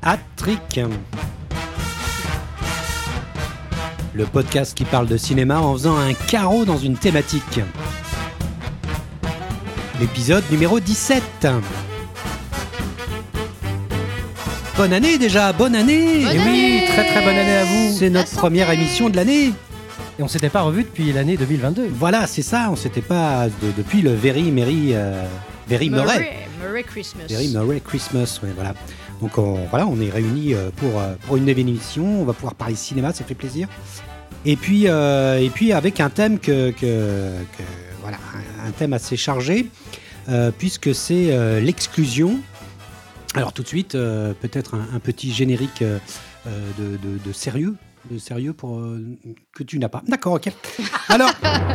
Hat-Trick, le podcast qui parle de cinéma en faisant un carreau dans une thématique. L'épisode numéro 17. Bonne année déjà, bonne année. Bonne Et année. oui, très très bonne année à vous. C'est notre première émission de l'année. Et on s'était pas revu depuis l'année 2022. Voilà, c'est ça, on s'était pas depuis le Very Murray. Merry Christmas. Very Merry Christmas, ouais, voilà. Donc on est réunis pour une nouvelle émission, on va pouvoir parler cinéma, ça fait plaisir. Et puis avec un thème voilà, un thème assez chargé, puisque c'est l'exclusion. Alors tout de suite, peut-être un petit générique de sérieux. De sérieux pour que tu n'as pas. D'accord, ok. Alors,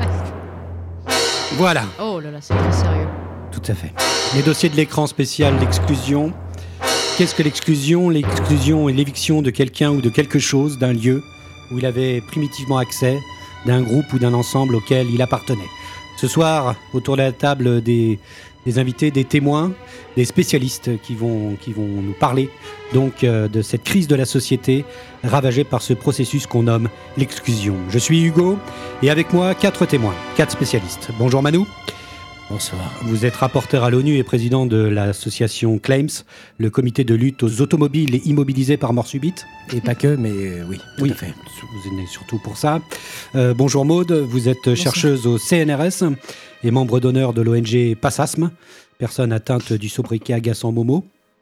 voilà. Oh là là, c'est très sérieux. Tout à fait. Les dossiers de l'écran spécial, l'exclusion. Qu'est-ce que l'exclusion ? L'exclusion est l'éviction de quelqu'un ou de quelque chose d'un lieu où il avait primitivement accès, d'un groupe ou d'un ensemble auquel il appartenait. Ce soir, autour de la table des invités, des témoins, des spécialistes qui vont nous parler donc de cette crise de la société ravagée par ce processus qu'on nomme l'exclusion. Je suis Hugo et avec moi 4 témoins, 4 spécialistes. Bonjour Manu. Bonsoir. Vous êtes rapporteur à l'ONU et président de l'association Claims, le comité de lutte aux automobiles immobilisés par mort subite. Et pas que, mais oui, tout à fait. Vous êtes né surtout pour ça. Bonjour Maude, vous êtes chercheuse au CNRS et membre d'honneur de l'ONG Passasme, personne atteinte du sobriquet agaçant Momo.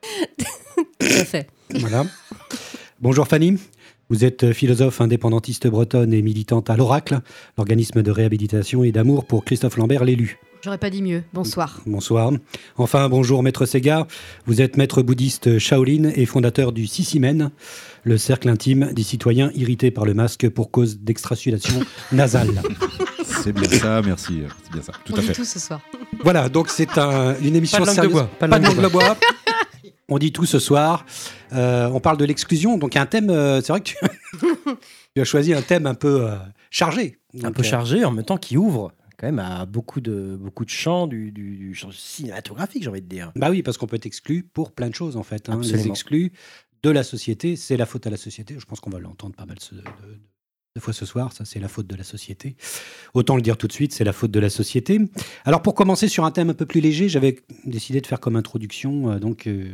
Tout à fait. Voilà. Bonjour Fanny. Vous êtes philosophe indépendantiste bretonne et militante à l'Oracle, l'organisme de réhabilitation et d'amour pour Christophe Lambert l'élu. J'aurais pas dit mieux. Bonsoir. Bonsoir. Enfin, bonjour Maître Sega. Vous êtes maître bouddhiste Shaolin et fondateur du Sisimen, le cercle intime des citoyens irrités par le masque pour cause d'extrasudation nasale. C'est bien ça, merci. C'est bien ça, tout On à dit fait. tout ce soir. Voilà, donc c'est une émission Pas de langue de sérieuse. bois, Pas de langue de bois. On dit tout ce soir. On parle de l'exclusion. Donc un thème, c'est vrai que tu as choisi un thème un peu chargé. Un Donc, peu chargé, en même temps qui ouvre quand même à beaucoup de champs du champ cinématographique, j'ai envie de dire. Bah oui, parce qu'on peut être exclu pour plein de choses en fait. Hein. Les Absolument. exclus de la société, c'est la faute à la société. Je pense qu'on va l'entendre pas mal de fois ce soir. Ça, c'est la faute de la société. Autant le dire tout de suite, c'est la faute de la société. Alors pour commencer sur un thème un peu plus léger, j'avais décidé de faire comme introduction un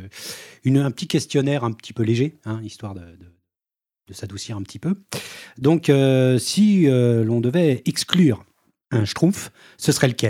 petit questionnaire un petit peu léger, hein, histoire de s'adoucir un petit peu. Donc si l'on devait exclure un schtroumpf, ce serait lequel ?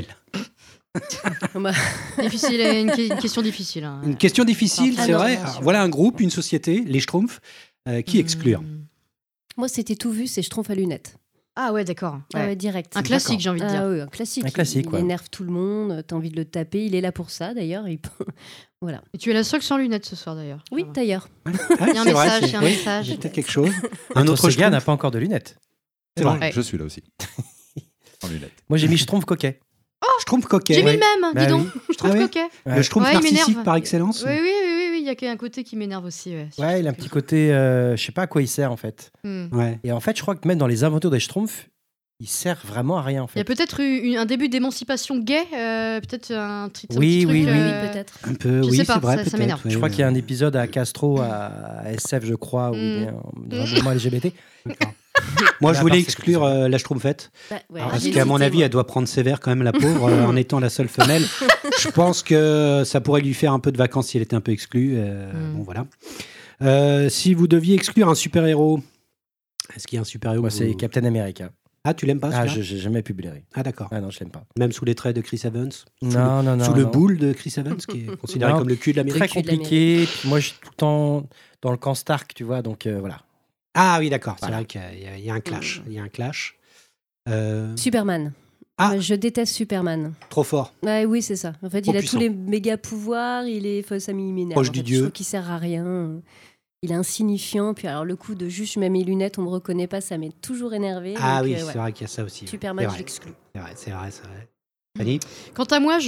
Difficile, une question difficile. Hein. Une question difficile, Ah, c'est non, vrai. bien sûr. Alors, voilà un groupe, une société, les Schtroumpfs, qui exclure. Moi, c'était tout vu, c'est Schtroumpf à lunettes. Ah ouais, d'accord. Ah Ouais. ouais, direct. Un classique, j'ai envie de dire. Ah oui, un classique. Un classique, il ouais. énerve tout le monde, t'as envie de le taper. Il est là pour ça, d'ailleurs. Voilà. Et tu es la seule sans lunettes ce soir, d'ailleurs. Oui, Ça va. d'ailleurs. Ouais. Il y a un C'est vrai, message, c'est- il y a un oui, message. c'est peut-être quelque chose. Un Un autre gars n'a Schtroumpf. pas encore de lunettes. C'est vrai. Ouais. Je suis là aussi. Sans lunettes. Moi, j'ai mis Schtroumpf coquet. Schtroumpf coquet. J'ai mis Ouais. le même, Bah dis donc. oui. Je trouve Ah ouais. coquet. Le Schtroumpf Ouais, il narcissique m'énerve. par excellence. Oui, il y a un côté qui m'énerve aussi. Ouais, Ouais, il a un petit côté, je sais pas à quoi il sert en fait. Hmm. Ouais. Et en fait, je crois que même dans les aventures des Schtroumpfs, il sert vraiment à rien en Il y a fait. peut-être eu un début d'émancipation gay, peut-être un petit Oui, truc. oui, Oui, peut-être. Un peu, Je oui, sais pas, c'est vrai, ça peut-être. m'énerve. ouais, Je crois ouais. qu'il y a un épisode à Castro, à SF, je crois, où il y a un mouvement LGBT. Moi, je Mais à voulais part exclure la Schtroumpfette. Bah, ouais, Ah, Parce j'ai qu'à mon hésité, avis, moi. elle doit prendre sévère quand même, la pauvre, en étant la seule femelle. Je pense que ça pourrait lui faire un peu de vacances si elle était un peu exclue. Bon, voilà. Si vous deviez exclure un super-héros, est-ce qu'il y a un super-héros Moi, que c'est vous- Captain America. Ah, tu l'aimes pas Ah, celui-là j'ai jamais pu blairer. Ah, d'accord. Ah non, je l'aime pas. Même sous les traits de Chris Evans Non, non, non. Sous le non. boule de Chris Evans, qui est considéré Non, comme le cul de l'Amérique. Très cul de compliqué. Puis moi, je suis tout le temps dans le camp Stark, tu vois, donc voilà. Ah oui, d'accord. Voilà. C'est vrai qu'il y a un clash. Il y a un clash. Superman. Ah. Moi, je déteste Superman. Trop fort. Ah, oui, c'est ça. En fait, Trop il a puissant. tous les méga pouvoirs. Ça m'énerve. Proche En du fait, dieu. Je trouve qu'il sert à rien. Il est insignifiant. Puis alors, le coup de juste, je mets mes lunettes, on me reconnaît pas, ça m'est toujours énervé. Ah donc, oui, ouais. c'est vrai qu'il y a ça aussi. Superman, C'est je vrai. l'exclus. C'est vrai. Fanny Quant à moi,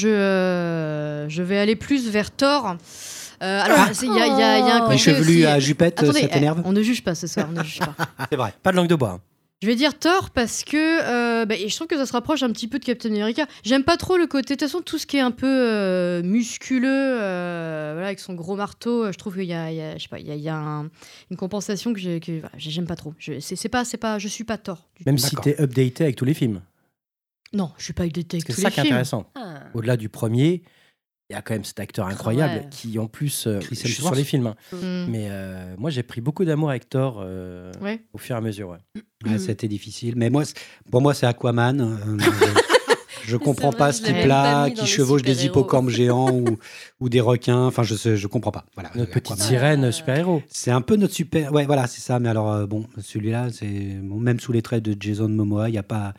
je vais aller plus vers Thor. Alors, il y a un côté Les chevelus aussi- à jupette, Attendez, ça t'énerve on ne juge pas ce soir, on ne juge pas. C'est vrai. Pas de langue de bois. Je vais dire Thor parce que et je trouve que ça se rapproche un petit peu de Captain America. J'aime pas trop le côté, de toute façon, tout ce qui est un peu musculeux, voilà, avec son gros marteau. Je trouve qu'il y a, je sais pas, il y a une compensation que j'aime pas trop. Je suis pas Thor. Même si t'es updaté avec tous les films. Non, je suis pas updaté avec tous les films. C'est ça qui est intéressant. Au-delà du premier, il y a quand même cet acteur incroyable qui, en plus, je suis sur les films. Mais moi, j'ai pris beaucoup d'amour avec Thor au fur et à mesure. Ouais, c'était difficile. Mais pour moi, c'est Aquaman. Je comprends pas ce type-là qui chevauche des hippocampes géants ou des requins. Enfin, je comprends pas. Voilà. Notre petite sirène super-héros. C'est un peu notre super. Ouais, voilà, c'est ça. Mais alors, celui-là, même sous les traits de Jason Momoa, il y a pas.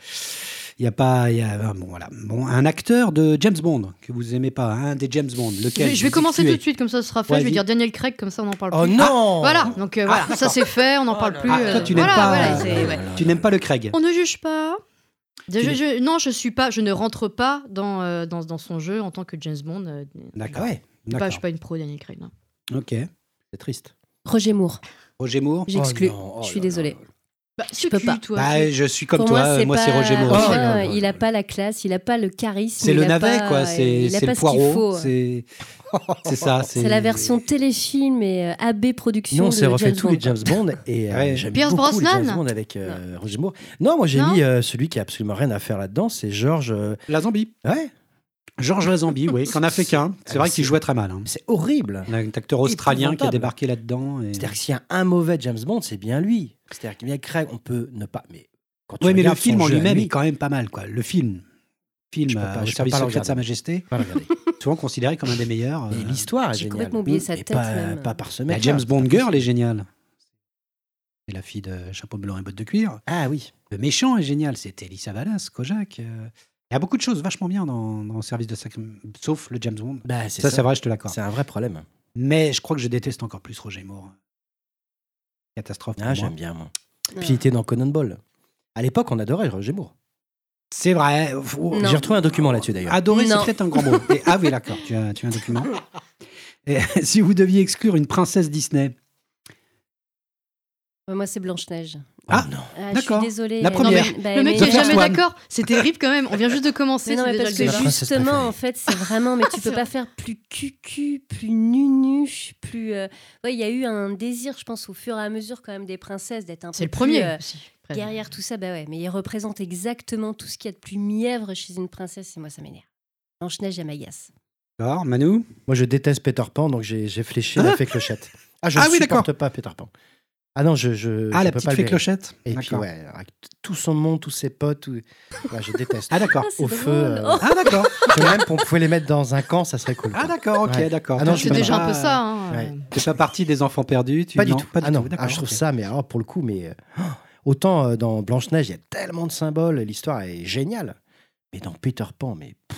Un acteur de James Bond que vous aimez pas, un des James Bond, lequel je vais commencer tout de suite, comme ça ce sera fait. Je vais dire Daniel Craig, comme ça on n'en parle plus. Oh non voilà, donc voilà, ça c'est fait, on n'en parle plus. Toi, tu n'aimes pas. Tu n'aimes pas le Craig. On ne juge pas. Non, je ne rentre pas dans son jeu en tant que James Bond. D'accord. Je suis pas une pro Daniel Craig. Non. Ok. C'est triste. Roger Moore. J'exclus. Je suis désolée. Je peux pas. Toi, je suis comme toi. Moi, c'est Roger Moore. Il a pas la classe, il a pas le charisme. C'est le navet, quoi. C'est le poireau. C'est ça. C'est la version téléfilm et AB Productions. Nous, on s'est refait tous les James Bond et j'aime Pierce beaucoup les Brosnan James Bond avec Roger Moore. Non, moi j'ai mis celui qui a absolument rien à faire là-dedans, c'est Georges Lazenby. Ouais. Georges Lazenby, oui, qu'en a fait qu'un. C'est vrai qu'il jouait très mal. C'est horrible. Un acteur australien qui a débarqué là-dedans. C'est-à-dire que s'il y a un mauvais James Bond, c'est bien lui. C'est-à-dire qu'il y a Craig, on peut ne pas. Mais oui, mais le film en lui-même est quand même pas mal, quoi. Le film au service secret de Sa Majesté, souvent considéré comme un des meilleurs. Et l'histoire est géniale. J'ai complètement oublié sa tête. Pas par semaine. La James Bond Girl est géniale. C'est la fille de chapeau blanc et bottes de cuir. Ah oui. Le méchant est génial. C'était Elissa Valas, Kojak. Il y a beaucoup de choses vachement bien dans le service de secret, sauf le James Bond. Ça, c'est vrai, je te l'accorde. C'est un vrai problème. Mais je crois que je déteste encore plus Roger Moore. Catastrophe. J'aime bien, moi. Puis il était dans Conan Ball. À l'époque, on adorait Roger Moore. C'est vrai. J'ai retrouvé un document là-dessus, d'ailleurs. Adorer, c'est peut-être un grand mot. Ah oui, d'accord, tu as un document. Et, si vous deviez exclure une princesse Disney. Moi, c'est Blanche-Neige. Ah non, d'accord. Je suis désolée. La première. Le mec n'est jamais d'accord. C'est terrible quand même. On vient juste de commencer. Mais non, mais parce que justement, en fait, c'est vraiment. Mais tu peux pas faire plus cucu, plus nunuche, plus. Il y a eu un désir, je pense, au fur et à mesure quand même des princesses d'être un peu. C'est le premier aussi. Derrière tout ça, mais il représente exactement tout ce qu'il y a de plus mièvre chez une princesse. Et moi, ça m'énerve. Blanche-Neige, elle m'agace. Alors, Manu ? Moi, je déteste Peter Pan, donc j'ai fléché la fée Clochette. Je ne supporte pas Peter Pan. Ah non, la petite fée Clochette. Et puis avec tout son monde, tous ses potes, je déteste. Ah d'accord. Au feu. Ah d'accord. Même on pouvait les mettre dans un camp, ça serait cool. Ah d'accord, ok, d'accord. Ah non, c'est déjà un peu ça. Tu fais pas partie des enfants perdus. Pas du tout. Je trouve ça, mais alors pour le coup, autant dans Blanche-Neige, il y a tellement de symboles, l'histoire est géniale. Mais dans Peter Pan,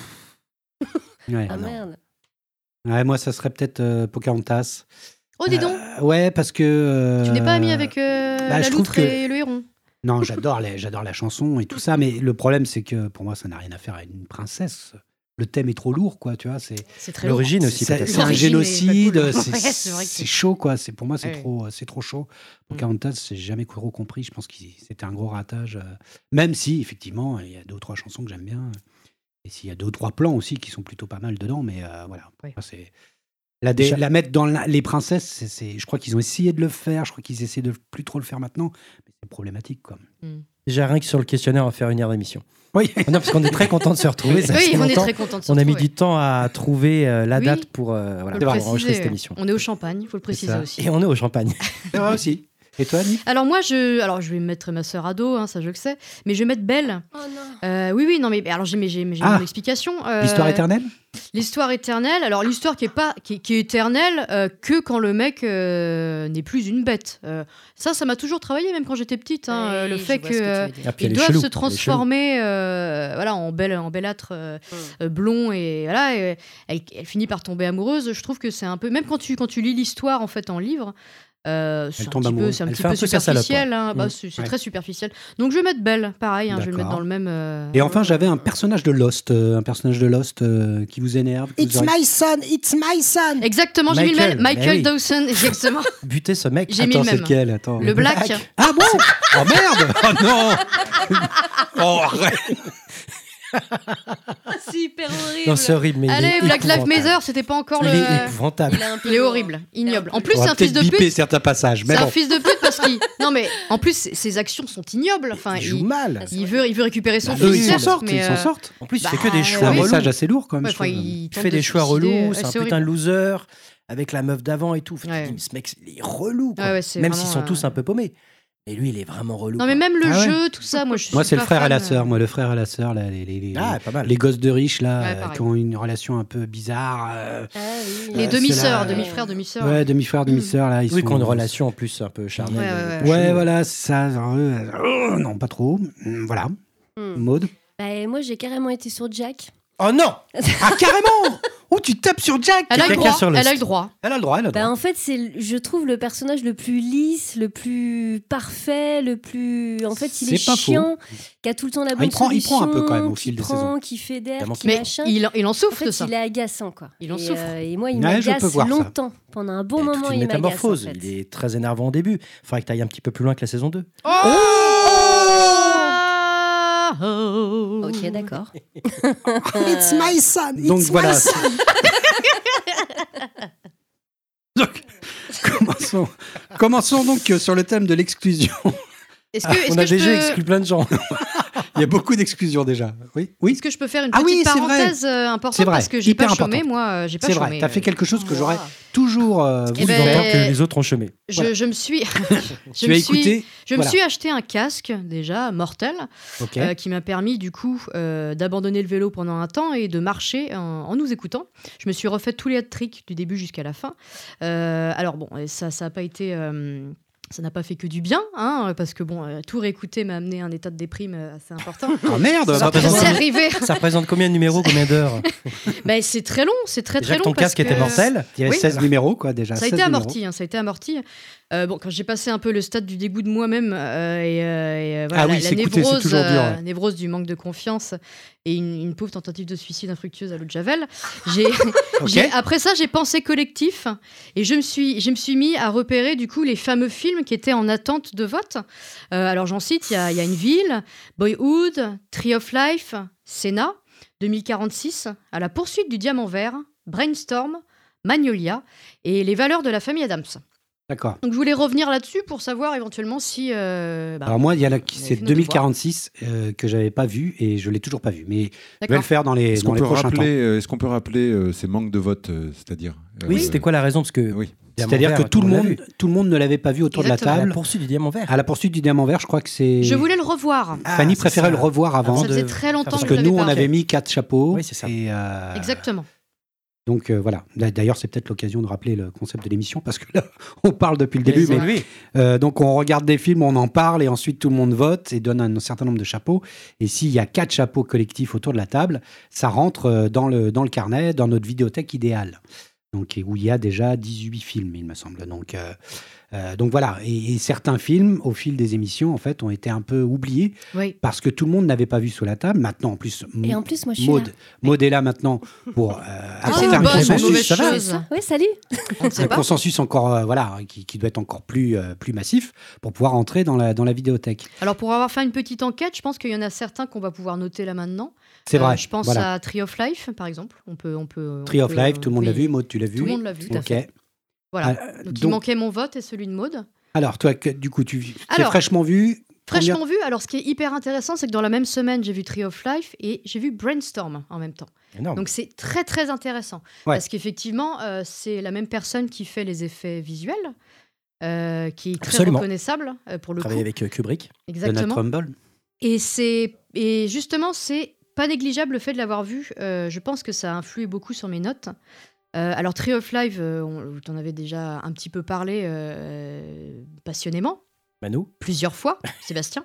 merde. Ouais, moi, ça serait peut-être Pocahontas. Oh, dis donc. Ouais, parce que. Tu n'es pas ami avec la loutre et le héron. Non, j'adore la chanson et tout ça, mais le problème, c'est que pour moi, ça n'a rien à faire avec une princesse. Le thème est trop lourd, quoi, tu vois. C'est très l'origine aussi, peut-être. C'est un génocide, cool. c'est chaud, quoi. Pour moi, c'est trop chaud. Pocahontas, j'ai jamais trop compris. Je pense que c'était un gros ratage. Même si, effectivement, il y a 2 ou 3 chansons que j'aime bien. Et s'il y a 2 ou 3 plans aussi qui sont plutôt pas mal dedans, mais voilà. C'est... La mettre dans les princesses, je crois qu'ils ont essayé de le faire, je crois qu'ils essaient de plus trop le faire maintenant, mais c'est problématique, quoi. Déjà, rien que sur le questionnaire, on va faire 1 heure d'émission. Oui. Non, parce qu'on est très content de se retrouver. Oui, on est très content de se retrouver. On a mis du temps à trouver la date pour enregistrer cette émission. On est au Champagne, il faut le préciser aussi. Et on est au Champagne. C'est vrai aussi. Et toi, Annie ? Alors moi, je vais mettre ma sœur ado, ça je le sais, mais je vais mettre Belle. Oh non. Oui, non, mais alors j'ai mon explication. L'histoire éternelle ? L'histoire éternelle. Alors l'histoire qui est éternelle que quand le mec n'est plus une bête. Ça m'a toujours travaillé, même quand j'étais petite. Le fait qu'ils doivent se transformer, en bellâtre blond et voilà, et elle finit par tomber amoureuse. Je trouve que c'est un peu, même quand tu lis l'histoire en fait en livre. C'est un petit peu superficiel, c'est très superficiel. Donc je vais mettre Belle, pareil, je vais le mettre dans le même. Et enfin, j'avais un personnage de Lost, qui vous énerve. It's my son. Exactement, j'ai mis le même. Michael Dawson, exactement. Buter ce mec. Attends, c'est lequel? Attends. Le Black. Ah bon? Oh merde! Oh non! Oh arrête! C'est hyper horrible. Non, c'est horrible. Mais allez, Black Lives Matter, c'était pas encore il est épouvantable. Il est horrible, ignoble. En plus, c'est un fils de pute. Certains passages. C'est un fils de pute parce qu'il. Non, mais en plus, ses actions sont ignobles. Enfin, il joue mal. Il veut récupérer son fils. Ils s'en sortent. En plus, il fait que des choix. Un message assez lourd quand même. Il fait des choix relous. C'est un putain de loser avec la meuf d'avant et tout. Ce mec, il est relou. Même s'ils sont tous un peu paumés. Et lui, il est vraiment relou. Non, mais même le jeu, tout ça, moi, je suis. Moi, c'est le frère et la sœur. Moi, le frère et la sœur, là, les gosses de riches, là, qui ont une relation un peu bizarre. Les demi-sœurs, demi-frères, demi-sœurs. Ouais, demi-frères, demi-sœurs, là. Qui ont une relation en plus un peu charnelle. Ouais, voilà, c'est ça. Non, pas trop. Voilà. Maud. Moi, j'ai carrément été sur Jack. Oh non! Ah, carrément! Oh, tu tapes sur Jack! Elle a le droit. Elle a le droit. En fait, je trouve le personnage le plus lisse, le plus parfait, le plus. En fait, il est chiant, qui a tout le temps la bonne solution. Il prend un peu quand même au fil des saisons. Qui fédère, qui mais machin. Il en souffre en fait, de ça. Il est agaçant, quoi. Il en souffre. Et moi, il m'agace longtemps. Pendant un bon moment, il m'agace. Métamorphose. Il est très énervant au début. Il faudrait que tu ailles un petit peu plus loin que la saison 2. Ok, d'accord. It's my son. Donc voilà. Donc, commençons donc sur le thème de l'exclusion. On a déjà exclu plein de gens. Il y a beaucoup d'exclusions déjà. Oui. Est-ce que je peux faire une petite parenthèse importante parce que j'ai pas chômé, moi, j'ai pas chômé. C'est vrai, t'as fait quelque chose que j'aurais toujours voulu entendre que les autres ont chômé. Je me suis acheté un casque déjà mortel qui m'a permis du coup d'abandonner le vélo pendant un temps et de marcher en nous écoutant. Je me suis refait tous les hat-tricks du début jusqu'à la fin. Alors bon, ça a pas été ça n'a pas fait que du bien, parce que tout réécouter m'a amené à un état de déprime assez important. Oh merde, ça représente combien de numéros, combien d'heures? C'est très long, c'est très déjà long. Ton casque était mortel. Il y avait 16 numéros quoi déjà. Ça a été amorti, ça a été amorti. Quand j'ai passé un peu le stade du dégoût de moi-même la névrose du manque de confiance et une pauvre tentative de suicide infructueuse à l'eau de Javel, après ça j'ai pensé collectif et je me suis mis à repérer du coup les fameux films qui étaient en attente de vote. Alors j'en cite, il y a Une ville, Boyhood, Tree of Life, Senna, 2046, À la poursuite du diamant vert, Brainstorm, Magnolia et Les valeurs de la famille Adams. D'accord. Donc je voulais revenir là-dessus pour savoir éventuellement si. Alors moi, c'est 2046 que j'avais pas vu et je l'ai toujours pas vu, mais je vais le faire dans les prochains temps. Est-ce qu'on peut rappeler ces manques de vote, c'est-à-dire Oui, c'était quoi la raison? Parce que c'est-à-dire que tout le monde ne l'avait pas vu autour de la table. À la poursuite du diamant vert. À la poursuite du diamant vert, je crois que c'est. Je voulais le revoir. Fanny préférait le revoir avant. Ça faisait très longtemps parce que nous, on avait mis 4 chapeaux. Oui, c'est ça. Exactement. Donc voilà. D'ailleurs, c'est peut-être l'occasion de rappeler le concept de l'émission parce que là, on parle depuis le début. Donc on regarde des films, on en parle et ensuite tout le monde vote et donne un certain nombre de chapeaux. Et s'il y a 4 chapeaux collectifs autour de la table, ça rentre dans le carnet, dans notre vidéothèque idéale. Donc, où il y a déjà 18 films, il me semble. Donc voilà, et certains films, au fil des émissions, en fait, ont été un peu oubliés parce que tout le monde n'avait pas vu sous la table. Maintenant, en plus, moi, je suis Maud est là maintenant pour apporter un consensus. Oui, salut. Un consensus encore, qui doit être encore plus massif pour pouvoir entrer dans la vidéothèque. Alors, pour avoir fait une petite enquête, je pense qu'il y en a certains qu'on va pouvoir noter là maintenant. C'est vrai. Je pense à Tree of Life, par exemple. Tree of Life, tout le monde l'a vu. Maud, tu l'as vu? Tout le monde l'a vu, tout à fait. Voilà. Donc, il manquait mon vote et celui de Maud. Alors, toi, du coup, tu l'as fraîchement vu? Fraîchement vu. Alors, ce qui est hyper intéressant, c'est que dans la même semaine, j'ai vu Tree of Life et j'ai vu Brainstorm en même temps. Énorme. Donc, c'est très, très intéressant. Parce qu'effectivement, c'est la même personne qui fait les effets visuels, qui est très reconnaissable pour le coup. Travailler avec Kubrick. Exactement. Donald Trumbull. Et justement, c'est pas négligeable le fait de l'avoir vu. Je pense que ça a influé beaucoup sur mes notes. Alors, Tree of Life, tu en avais déjà un petit peu parlé passionnément. Manu. Plusieurs fois, Sébastien.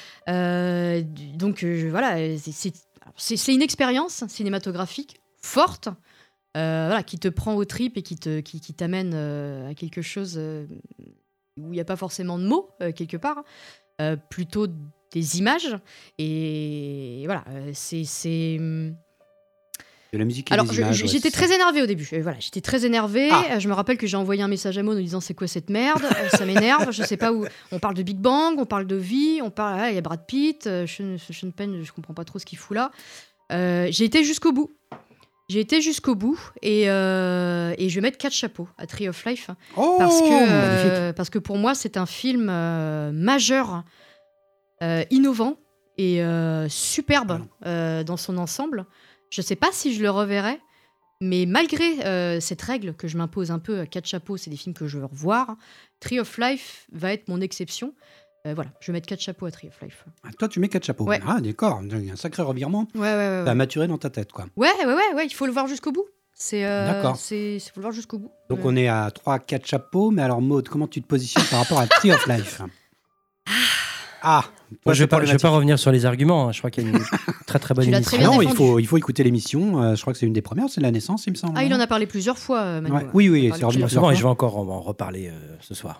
Donc, voilà, c'est une expérience cinématographique forte, qui te prend aux tripes et qui t'amène à quelque chose où il n'y a pas forcément de mots, quelque part. Plutôt des images. Et voilà, c'est De la musique et Alors, des images. J'étais très énervée au début. Voilà, j'étais très énervée. Je me rappelle que j'ai envoyé un message à Maud en disant c'est quoi cette merde, ça m'énerve. Je sais pas où. On parle de Big Bang, on parle de vie, on parle. Il y a Brad Pitt, Sean Penn, je comprends pas trop ce qu'il fout là. J'ai été jusqu'au bout. et je vais mettre 4 chapeaux à Tree of Life parce que pour moi c'est un film majeur, innovant et superbe dans son ensemble. Je sais pas si je le reverrai, mais malgré cette règle que je m'impose un peu, 4 chapeaux, c'est des films que je veux revoir. Tree of Life va être mon exception. Voilà, je vais mettre 4 chapeaux à Tree of Life. Toi, tu mets 4 chapeaux. Ouais. Ah, d'accord. Il y a un sacré revirement. Ouais. Ça a maturé dans ta tête, quoi. Ouais. Il faut le voir jusqu'au bout. D'accord. Il faut le voir jusqu'au bout. Donc, on est à 3-4 chapeaux. Mais alors, Maud, comment tu te positionnes par rapport à Tree of Life ? Moi, je vais pas revenir sur les arguments. Je crois qu'il y a une très très bonne émission. Non, il faut écouter l'émission. Je crois que c'est une des premières, c'est de la naissance, il me semble. Il en a parlé plusieurs fois, Manu. Ouais. Oui, c'est revenu souvent et je vais encore en reparler ce soir.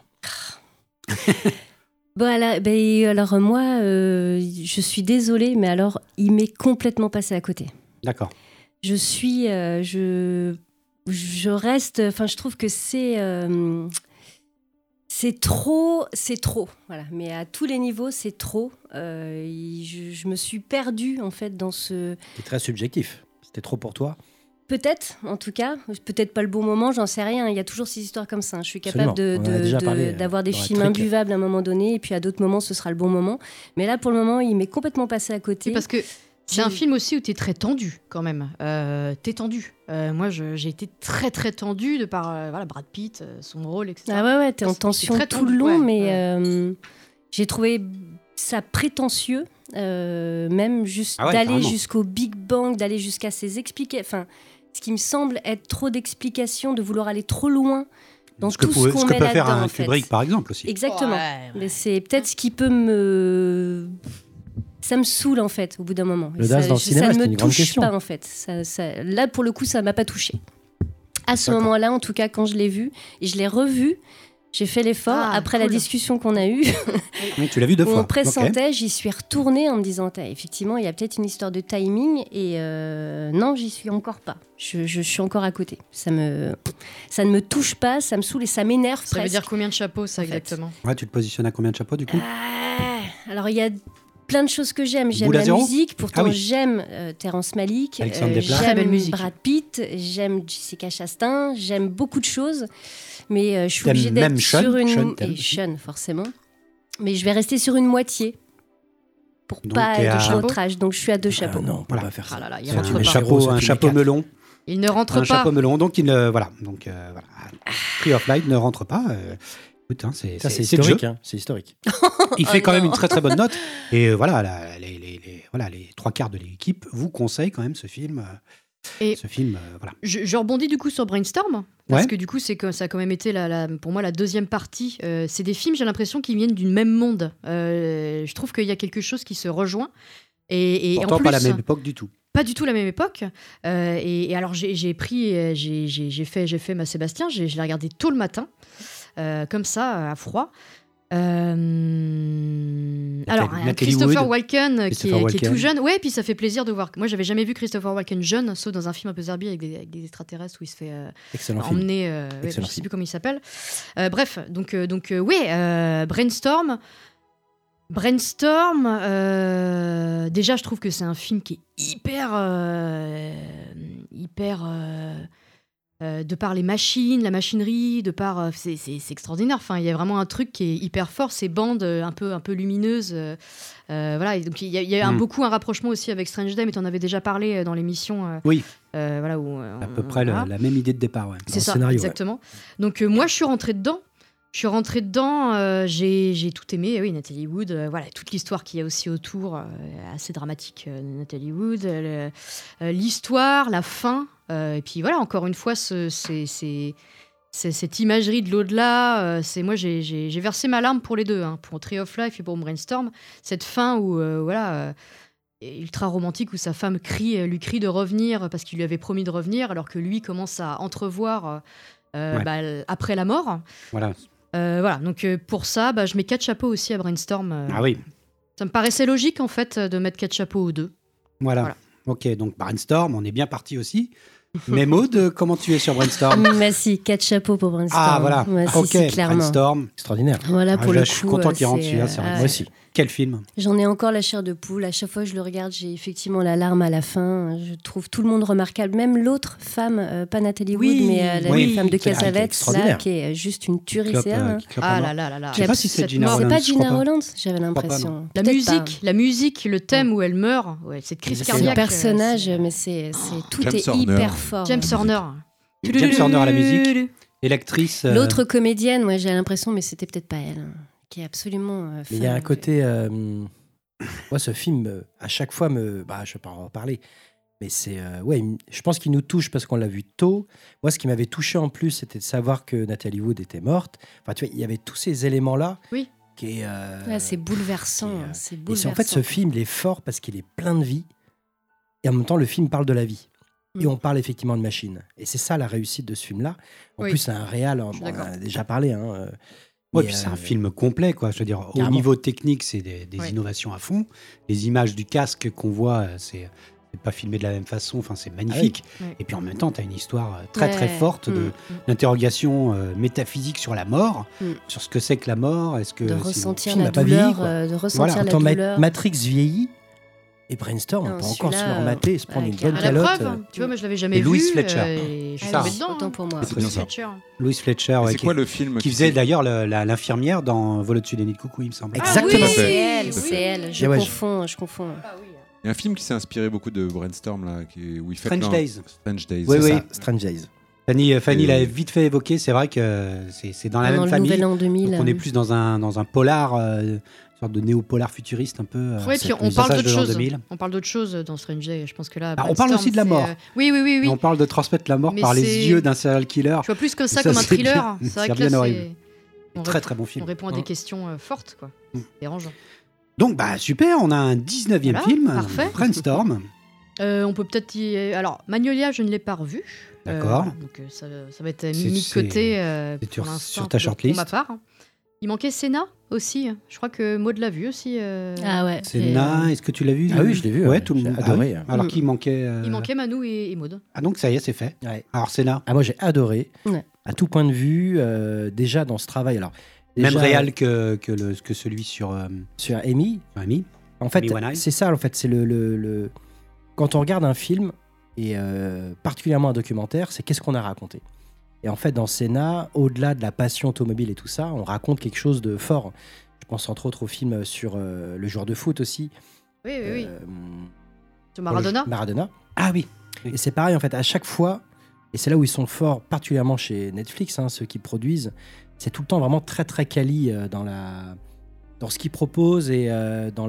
Alors moi, je suis désolée, mais alors il m'est complètement passé à côté. D'accord. Je reste. Enfin, je trouve que c'est trop. Voilà. Mais à tous les niveaux, c'est trop. Je me suis perdue en fait dans ce. C'est très subjectif. C'était trop pour toi. Peut-être, en tout cas. Peut-être pas le bon moment, j'en sais rien. Il y a toujours ces histoires comme ça. Je suis capable d'avoir des films imbuvables à un moment donné, et puis à d'autres moments, ce sera le bon moment. Mais là, pour le moment, il m'est complètement passé à côté. Oui, parce que c'est un film aussi où tu es très tendu, quand même. T'es tendu. Moi, j'ai été très, très tendue de par Brad Pitt, son rôle, etc. Ah ouais, t'es en tension tout le long, mais j'ai trouvé ça prétentieux, même d'aller jusqu'au Big Bang, d'aller jusqu'à ses explications. Enfin, ce qui me semble être trop d'explications, de vouloir aller trop loin dans tout ce qu'on met là-dedans. Ce que peut faire un Kubrick, par exemple, aussi. Exactement. Mais c'est peut-être ce qui peut me... Ça me saoule, en fait, au bout d'un moment. L'audace dans le cinéma, c'est une grande question. Ça ne me touche pas, en fait. Là, pour le coup, ça ne m'a pas touché. À ce moment-là, en tout cas, quand je l'ai vu, et je l'ai revu, j'ai fait l'effort, après la discussion qu'on a eue. Oui, tu l'as vu 2 fois. On pressentait, j'y suis retournée en me disant, effectivement, il y a peut-être une histoire de timing, et non, j'y suis encore pas. Je suis encore à côté. Ça ne me touche pas, ça me saoule et ça m'énerve presque. Ça veut dire combien de chapeaux, ça, exactement ? Ouais, tu te positionnes à combien de chapeaux, du coup ? Alors, il y a plein de choses que j'aime. J'aime la musique, pourtant j'aime Terrence Malick, j'aime Brad Pitt, j'aime Jessica Chastain, j'aime beaucoup de choses. Mais je suis obligée d'être sur une... Et Sean, forcément. Mais je vais rester sur une moitié pour pas être de votre âge. Donc je suis à 2 chapeaux. Non, on peut pas faire ça. Un chapeau melon. Il ne rentre pas. Un chapeau melon, donc il ne... Voilà. Donc voilà. Tree of Life ne rentre pas. Écoute, c'est historique. C'est historique. Il fait quand même une très très bonne note. Et voilà, les 3/4 de l'équipe vous conseillent quand même ce film. Ce film, voilà. Je rebondis du coup sur Brainstorm, parce que du coup, c'est que ça a quand même été pour moi la deuxième partie. C'est des films, j'ai l'impression, qui viennent du même monde. Je trouve qu'il y a quelque chose qui se rejoint. Et pourtant, en plus, pas la même époque du tout. Pas du tout la même époque. Et alors, j'ai fait ma Sébastien, je l'ai regardé tôt le matin, comme ça, à froid. Alors, Christopher Walken qui est tout jeune. Ouais, puis ça fait plaisir de voir. Moi, j'avais jamais vu Christopher Walken jeune, sauf dans un film un peu zerbier avec des extraterrestres où il se fait emmener. Je sais plus comment il s'appelle. Bref, donc Brainstorm. Déjà, je trouve que c'est un film qui est hyper de par les machines, la machinerie, de par c'est extraordinaire. Enfin, il y a vraiment un truc qui est hyper fort, ces bandes un peu lumineuses. Voilà. Et donc il y a beaucoup un rapprochement aussi avec Strange Day, mais tu en avais déjà parlé dans l'émission. Oui. Voilà où à peu près la même idée de départ. Ouais. C'est ça, scénario, exactement. Donc moi, je suis rentrée dedans. J'ai tout aimé. Oui, Nathalie Wood, voilà, toute l'histoire qu'il y a aussi autour, assez dramatique. Nathalie Wood, l'histoire, la fin. Et puis voilà, encore une fois, cette imagerie de l'au-delà. Moi, j'ai versé ma larme pour les deux, pour Tree of Life et pour Brainstorm. Cette fin où, ultra romantique, où sa femme lui crie de revenir parce qu'il lui avait promis de revenir, alors que lui commence à entrevoir après la mort. Voilà. Donc pour ça, je mets 4 chapeaux aussi à Brainstorm. Ah oui. Ça me paraissait logique, en fait, de mettre 4 chapeaux aux deux. Voilà. Ok, donc Brainstorm, on est bien parti aussi. Mais Maud, comment tu es sur Brainstorm? Si, 4 chapeaux pour Brainstorm. Ah, voilà. Si, clairement. Brainstorm, extraordinaire. Voilà, pour le coup. Je suis content qu'il rentre celui-là, c'est vrai. Moi aussi. Quel film? J'en ai encore la chair de poule. À chaque fois que je le regarde, j'ai effectivement la larme à la fin. Je trouve tout le monde remarquable. Même l'autre femme, pas Nathalie Wood, mais la femme de Cassavetes, là, qui est juste une tuerie. Ah là là là là. Je sais pas si c'est Gina Rowlands. C'est pas Gina Rowlands, j'avais l'impression. La musique, le thème où elle meurt, cette crise cardiaque. Le personnage, mais tout est hyper fort. James Horner. James Horner à la musique. Et l'actrice. L'autre comédienne, moi j'ai l'impression, mais c'était peut-être pas elle. Qui est absolument. Il y a un côté. Moi, ce film, à chaque fois, je ne vais pas en parler. Mais c'est. Je pense qu'il nous touche parce qu'on l'a vu tôt. Moi, ce qui m'avait touché en plus, c'était de savoir que Nathalie Wood était morte. Enfin, tu vois, il y avait tous ces éléments-là. Oui. C'est bouleversant. C'est bouleversant. En fait, ce film, il est fort parce qu'il est plein de vie. Et en même temps, le film parle de la vie. Et on parle effectivement de machines. Et c'est ça la réussite de ce film-là. En plus, c'est un réal. On en a déjà parlé. Puis c'est un film complet, quoi. Je veux dire, au niveau technique, c'est des innovations à fond. Les images du casque qu'on voit, c'est pas filmé de la même façon. Enfin, c'est magnifique. Et puis en même temps, tu as une histoire très très forte d'interrogation métaphysique sur la mort, sur ce que c'est que la mort. Est-ce que de ressentir la douleur, de ressentir la douleur. Matrix vieillit. Et Brainstorm, on peut encore se le remater et se prendre une bonne calotte. Tu vois, moi je l'avais jamais vu. Louis Fletcher. Je suis dedans. Autant pour moi. C'est bien ça. Louis Fletcher, c'est quoi le film qui faisait d'ailleurs l'infirmière dans Vol au-dessus des nids de coucou, il me semble. Exactement. C'est elle. Je confonds. Il y a un film qui s'est inspiré beaucoup de Brainstorm là, où il fait Strange Days. Oui. Strange Days. Fanny l'a vite fait évoquer. C'est vrai que c'est dans la même famille. Nouvel An 2000. Donc on est plus dans un polar. Sorte de néo-polar futuriste un peu. Puis on parle d'autre chose. On parle d'autre chose dans Strange Day. Je pense que là. On parle aussi de la mort. Oui. Et on parle de transmettre la mort par les yeux d'un serial killer. Je vois plus que ça comme un thriller. C'est vrai que là, c'est très très bon film. On répond à des questions fortes, quoi. Dérangeant. Donc super, on a un 19e film. Parfait. Brainstorm. On peut peut-être Alors, Magnolia, je ne l'ai pas revu. D'accord. Donc ça va être mis de côté sur ta shortlist. Pour ma part. Il manquait Senna aussi. Je crois que Maud l'a vu aussi. Ah ouais. Senna, est-ce que tu l'as vu? Ah oui, je l'ai vu. Ouais, tout le monde. Adoré. Alors qui manquait Il manquait Manu et Maud. Ah donc ça y est, c'est fait. Ouais. Alors Senna. Moi j'ai adoré. Ouais. À tout point de vue, déjà dans ce travail. Alors même réel que celui sur Amy. Amy. En fait, c'est ça. En fait, c'est le quand on regarde un film et particulièrement un documentaire, c'est qu'est-ce qu'on a raconté. Et en fait, dans Senna, au-delà de la passion automobile et tout ça, on raconte quelque chose de fort. Je pense entre autres au film sur le joueur de foot aussi. Oui. Sur Maradona. Maradona. Ah oui. Et c'est pareil, en fait, à chaque fois, et c'est là où ils sont forts, particulièrement chez Netflix, ceux qui produisent, c'est tout le temps vraiment très très quali dans ce qu'ils proposent et dans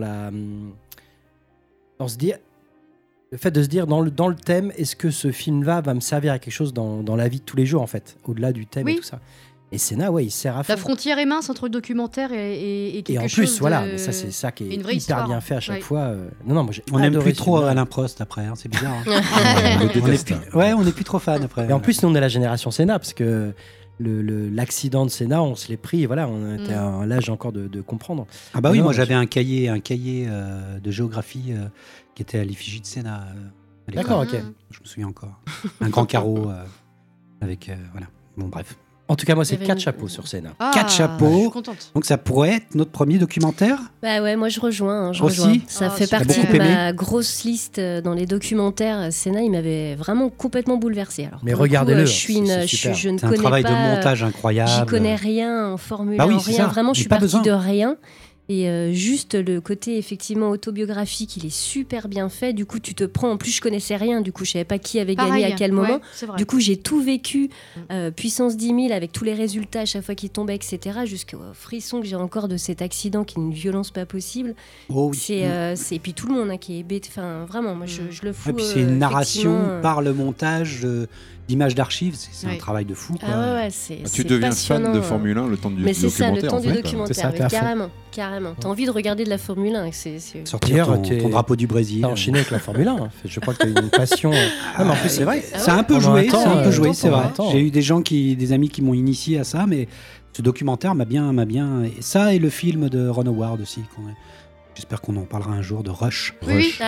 ce dire. Le fait de se dire dans le thème, est-ce que ce film-là va me servir à quelque chose dans la vie de tous les jours, en fait, au-delà du thème et tout ça. Et Senna, il sert à fond. La frontière est mince entre le documentaire et quelque chose. Et en plus, mais ça, c'est ça qui est hyper histoire. Bien fait à chaque fois. Moi, on n'aime plus trop Alain Prost après, c'est bizarre. On n'est plus trop fan après. Et en plus, nous, on est la génération Senna, parce que l'accident de Senna, on se l'est pris, on était à l'âge encore de comprendre. Ah bah oui, moi j'avais un cahier de géographie qui était à l'effigie de Senna. D'accord, ok. Je me souviens encore. Un grand carreau avec voilà. Bon bref. En tout cas, moi, c'est 4 chapeaux sur Senna. 4 chapeaux. Je suis contente. Donc, ça pourrait être notre premier documentaire. Bah ouais, moi, je rejoins. Ça fait partie de ma grosse liste dans les documentaires. Senna, il m'avait vraiment complètement bouleversée. Alors, mais regardez-le. Je ne connais pas. C'est un travail de montage incroyable. J'y connais rien en Formule 1, rien. Vraiment, je suis partie de rien. Et juste le côté effectivement autobiographique, il est super bien fait. Du coup, tu te prends. En plus, je connaissais rien. Du coup, je savais pas qui avait gagné à quel moment. Du coup, j'ai tout vécu, puissance 10 000 avec tous les résultats à chaque fois qu'il tombait, etc. Jusqu'au frisson que j'ai encore de cet accident qui est une violence pas possible. Oh, oui. Et puis tout le monde qui est bête. Enfin, vraiment, moi, je le fous. Et puis c'est une narration par le montage. D'images d'archives, c'est un travail de fou. Tu deviens fan de Formule 1 le temps du documentaire. Mais c'est ça, le temps du documentaire. Carrément. T'as envie de regarder de la Formule 1. Sortir ton drapeau du Brésil. T'as enchaîné avec la Formule 1. Je crois que t'as une passion. Mais en plus, c'est vrai. Ça a un peu joué, c'est vrai. J'ai eu des amis qui m'ont initié à ça, mais ce documentaire m'a bien. Ça et le film de Ron Howard aussi. J'espère qu'on en parlera un jour de Rush. Oui, qui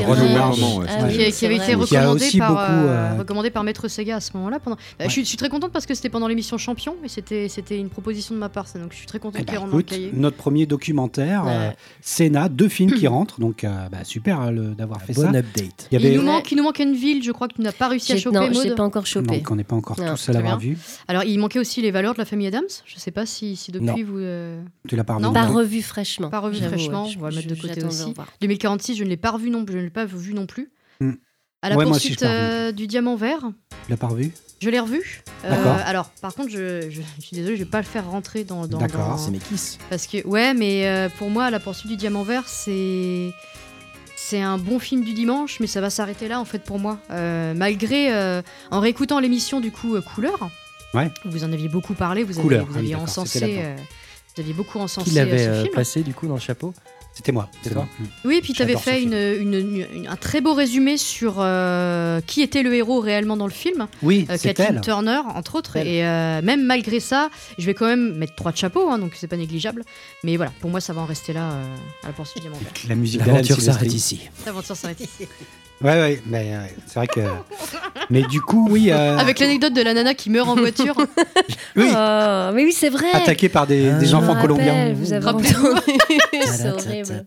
avait été recommandé par Maître Sega à ce moment-là. Je suis très contente parce que c'était pendant l'émission Champion et c'était une proposition de ma part. Donc je suis très contente qu'il rentre dans le cahier. Notre premier documentaire, Senna, 2 films qui rentrent. Donc super d'avoir fait ça. Bon update. Il nous manque une ville, je crois que tu n'as pas réussi à choper. Non, je l'ai pas encore chopé. Donc on n'est pas encore tous à l'avoir vu. Alors il manquait aussi Les Valeurs de la famille Adams. Je ne sais pas si depuis vous... Tu l'as pas revu? Pas revu fraîchement. Pas revu fraîchement. On va le mettre de côté aussi. 2046, je ne l'ai pas revu non plus. À la poursuite du Diamant Vert. Tu l'as pas revu? Je l'ai revu. Alors, par contre, je suis désolée, je vais pas le faire rentrer dans. D'accord, c'est mes kiss. Parce que mais pour moi, La poursuite du Diamant Vert, c'est un bon film du dimanche, mais ça va s'arrêter là en fait pour moi. Malgré en réécoutant l'émission du coup Couleur. Vous en aviez beaucoup parlé, vous aviez encensé. Vous aviez beaucoup encensé ce film. Qui l'avait passé du coup dans le chapeau? C'était moi. Oui, et puis tu avais fait un très beau résumé sur qui était le héros réellement dans le film. Oui, Kathleen Turner, entre autres. Et même malgré ça, je vais quand même mettre 3 de chapeau, donc c'est pas négligeable. Mais voilà, pour moi, ça va en rester là à la poursuite du Diamant Vert. La musique d'aventure s'arrête ici. L'aventure s'arrête ici. Ouais, mais c'est vrai que. Mais du coup, oui. Avec l'anecdote de la nana qui meurt en voiture. Oui. Mais oui, c'est vrai. Attaquée par des enfants colombiens. Vous avez entendu. C'est horrible.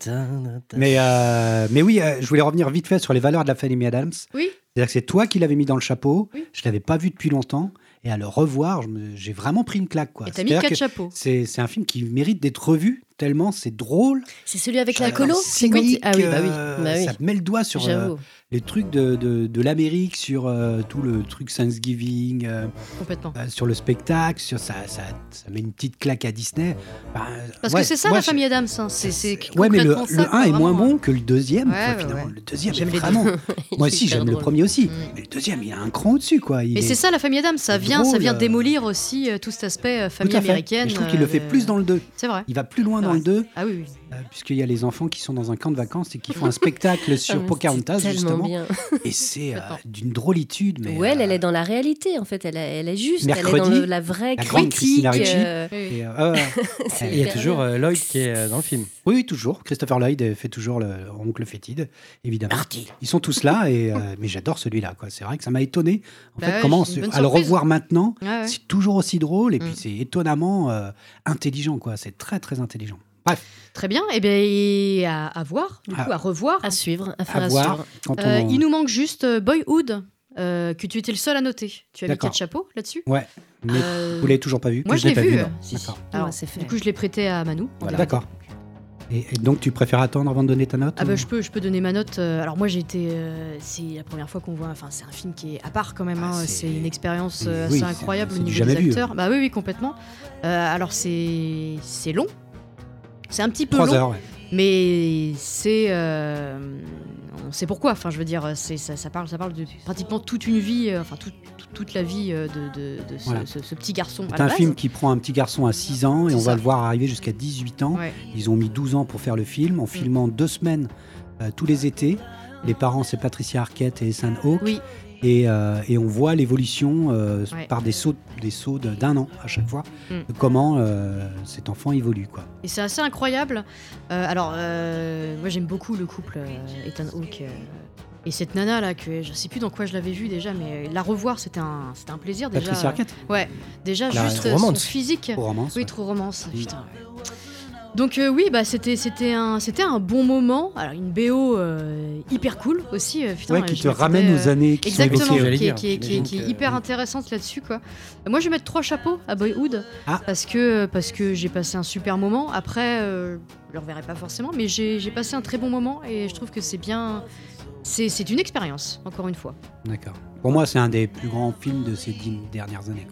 Mais oui, je voulais revenir vite fait sur les valeurs de la famille Adams. Oui. C'est-à-dire que c'est toi qui l'avais mis dans le chapeau. Oui. Je l'avais pas vu depuis longtemps. Et à le revoir, j'ai vraiment pris une claque. Quoi. Et t'as mis 4 chapeaux. C'est un film qui mérite d'être revu, tellement c'est drôle. C'est celui avec la colo. Cynique, ah oui. Ça met le doigt sur les trucs de l'Amérique, sur tout le truc Thanksgiving, complètement. Sur le spectacle, sur ça met une petite claque à Disney. Parce que c'est ça la famille Adams. C'est mais le 1 est moins bon que le deuxième. Finalement. Le deuxième, j'aime vraiment. Moi aussi, j'aime le premier aussi. Mais le deuxième, il a un cran au-dessus. Mais c'est ça la famille Adams. Ça vient démolir aussi tout cet aspect famille américaine. Et je trouve qu'il le fait plus dans le 2. C'est vrai. Il va plus loin dans le 2. Ah oui. Puisqu'il y a les enfants qui sont dans un camp de vacances et qui font un spectacle sur Pocahontas, justement. Bien. Et c'est d'une drôlitude. Mais elle est dans la réalité, en fait. Elle est juste. Mercredi, elle est dans la vraie critique. Il y a toujours Lloyd qui est dans le film. Oui, toujours. Christopher Lloyd fait toujours le oncle fétide, évidemment. Marty. Ils sont tous là, mais j'adore celui-là. C'est vrai que ça m'a étonné. En fait, comment à le revoir maintenant, c'est toujours aussi drôle et puis c'est étonnamment intelligent. C'est très, très intelligent. Bref. Très bien. Et à voir, du coup, à revoir. À suivre, à voir. Il nous manque juste Boyhood, que tu étais le seul à noter. Tu as mis 4 chapeaux là-dessus. Ouais. Mais vous l'avez toujours pas vu? Moi, je l'ai vu. D'accord. Alors, c'est fait. Du coup, je l'ai prêté à Manu. Voilà. D'accord. Et donc, tu préfères attendre avant de donner ta note? Je peux donner ma note. Alors moi, j'ai été... c'est la première fois qu'on voit... Enfin, c'est un film qui est à part quand même. C'est une expérience assez incroyable au niveau des acteurs. Oui, complètement. Alors, c'est long. C'est un petit peu 3 long. heures, mais c'est... on sait pourquoi. Enfin, je veux dire, ça parle de pratiquement toute une vie... toute la vie de ce petit garçon. C'est un film qui prend un petit garçon à 6 ans et on va le voir arriver jusqu'à 18 ans. Ouais. Ils ont mis 12 ans pour faire le film, en filmant 2 semaines tous les étés. Les parents, c'est Patricia Arquette et Ethan Hawke. Oui. Et on voit l'évolution par des sauts d'1 an à chaque fois, de comment cet enfant évolue. Et c'est assez incroyable. Moi j'aime beaucoup le couple Ethan Hawke et cette nana là, que je sais plus dans quoi je l'avais vue déjà, mais la revoir c'était un plaisir déjà. Patricia Arquette. Ouais, déjà juste son physique. Trop romance. Oui, trop romance. Putain. Donc c'était un bon moment. Alors une BO hyper cool aussi. Qui te ramène aux années qui sont évoquées. Qui est hyper intéressante là-dessus. Moi je vais mettre 3 chapeaux à Boyhood parce que j'ai passé un super moment. Après je le reverrai pas forcément, mais j'ai passé un très bon moment et je trouve que c'est bien. C'est une expérience, encore une fois. D'accord. Pour moi, c'est un des plus grands films de ces 10 dernières années.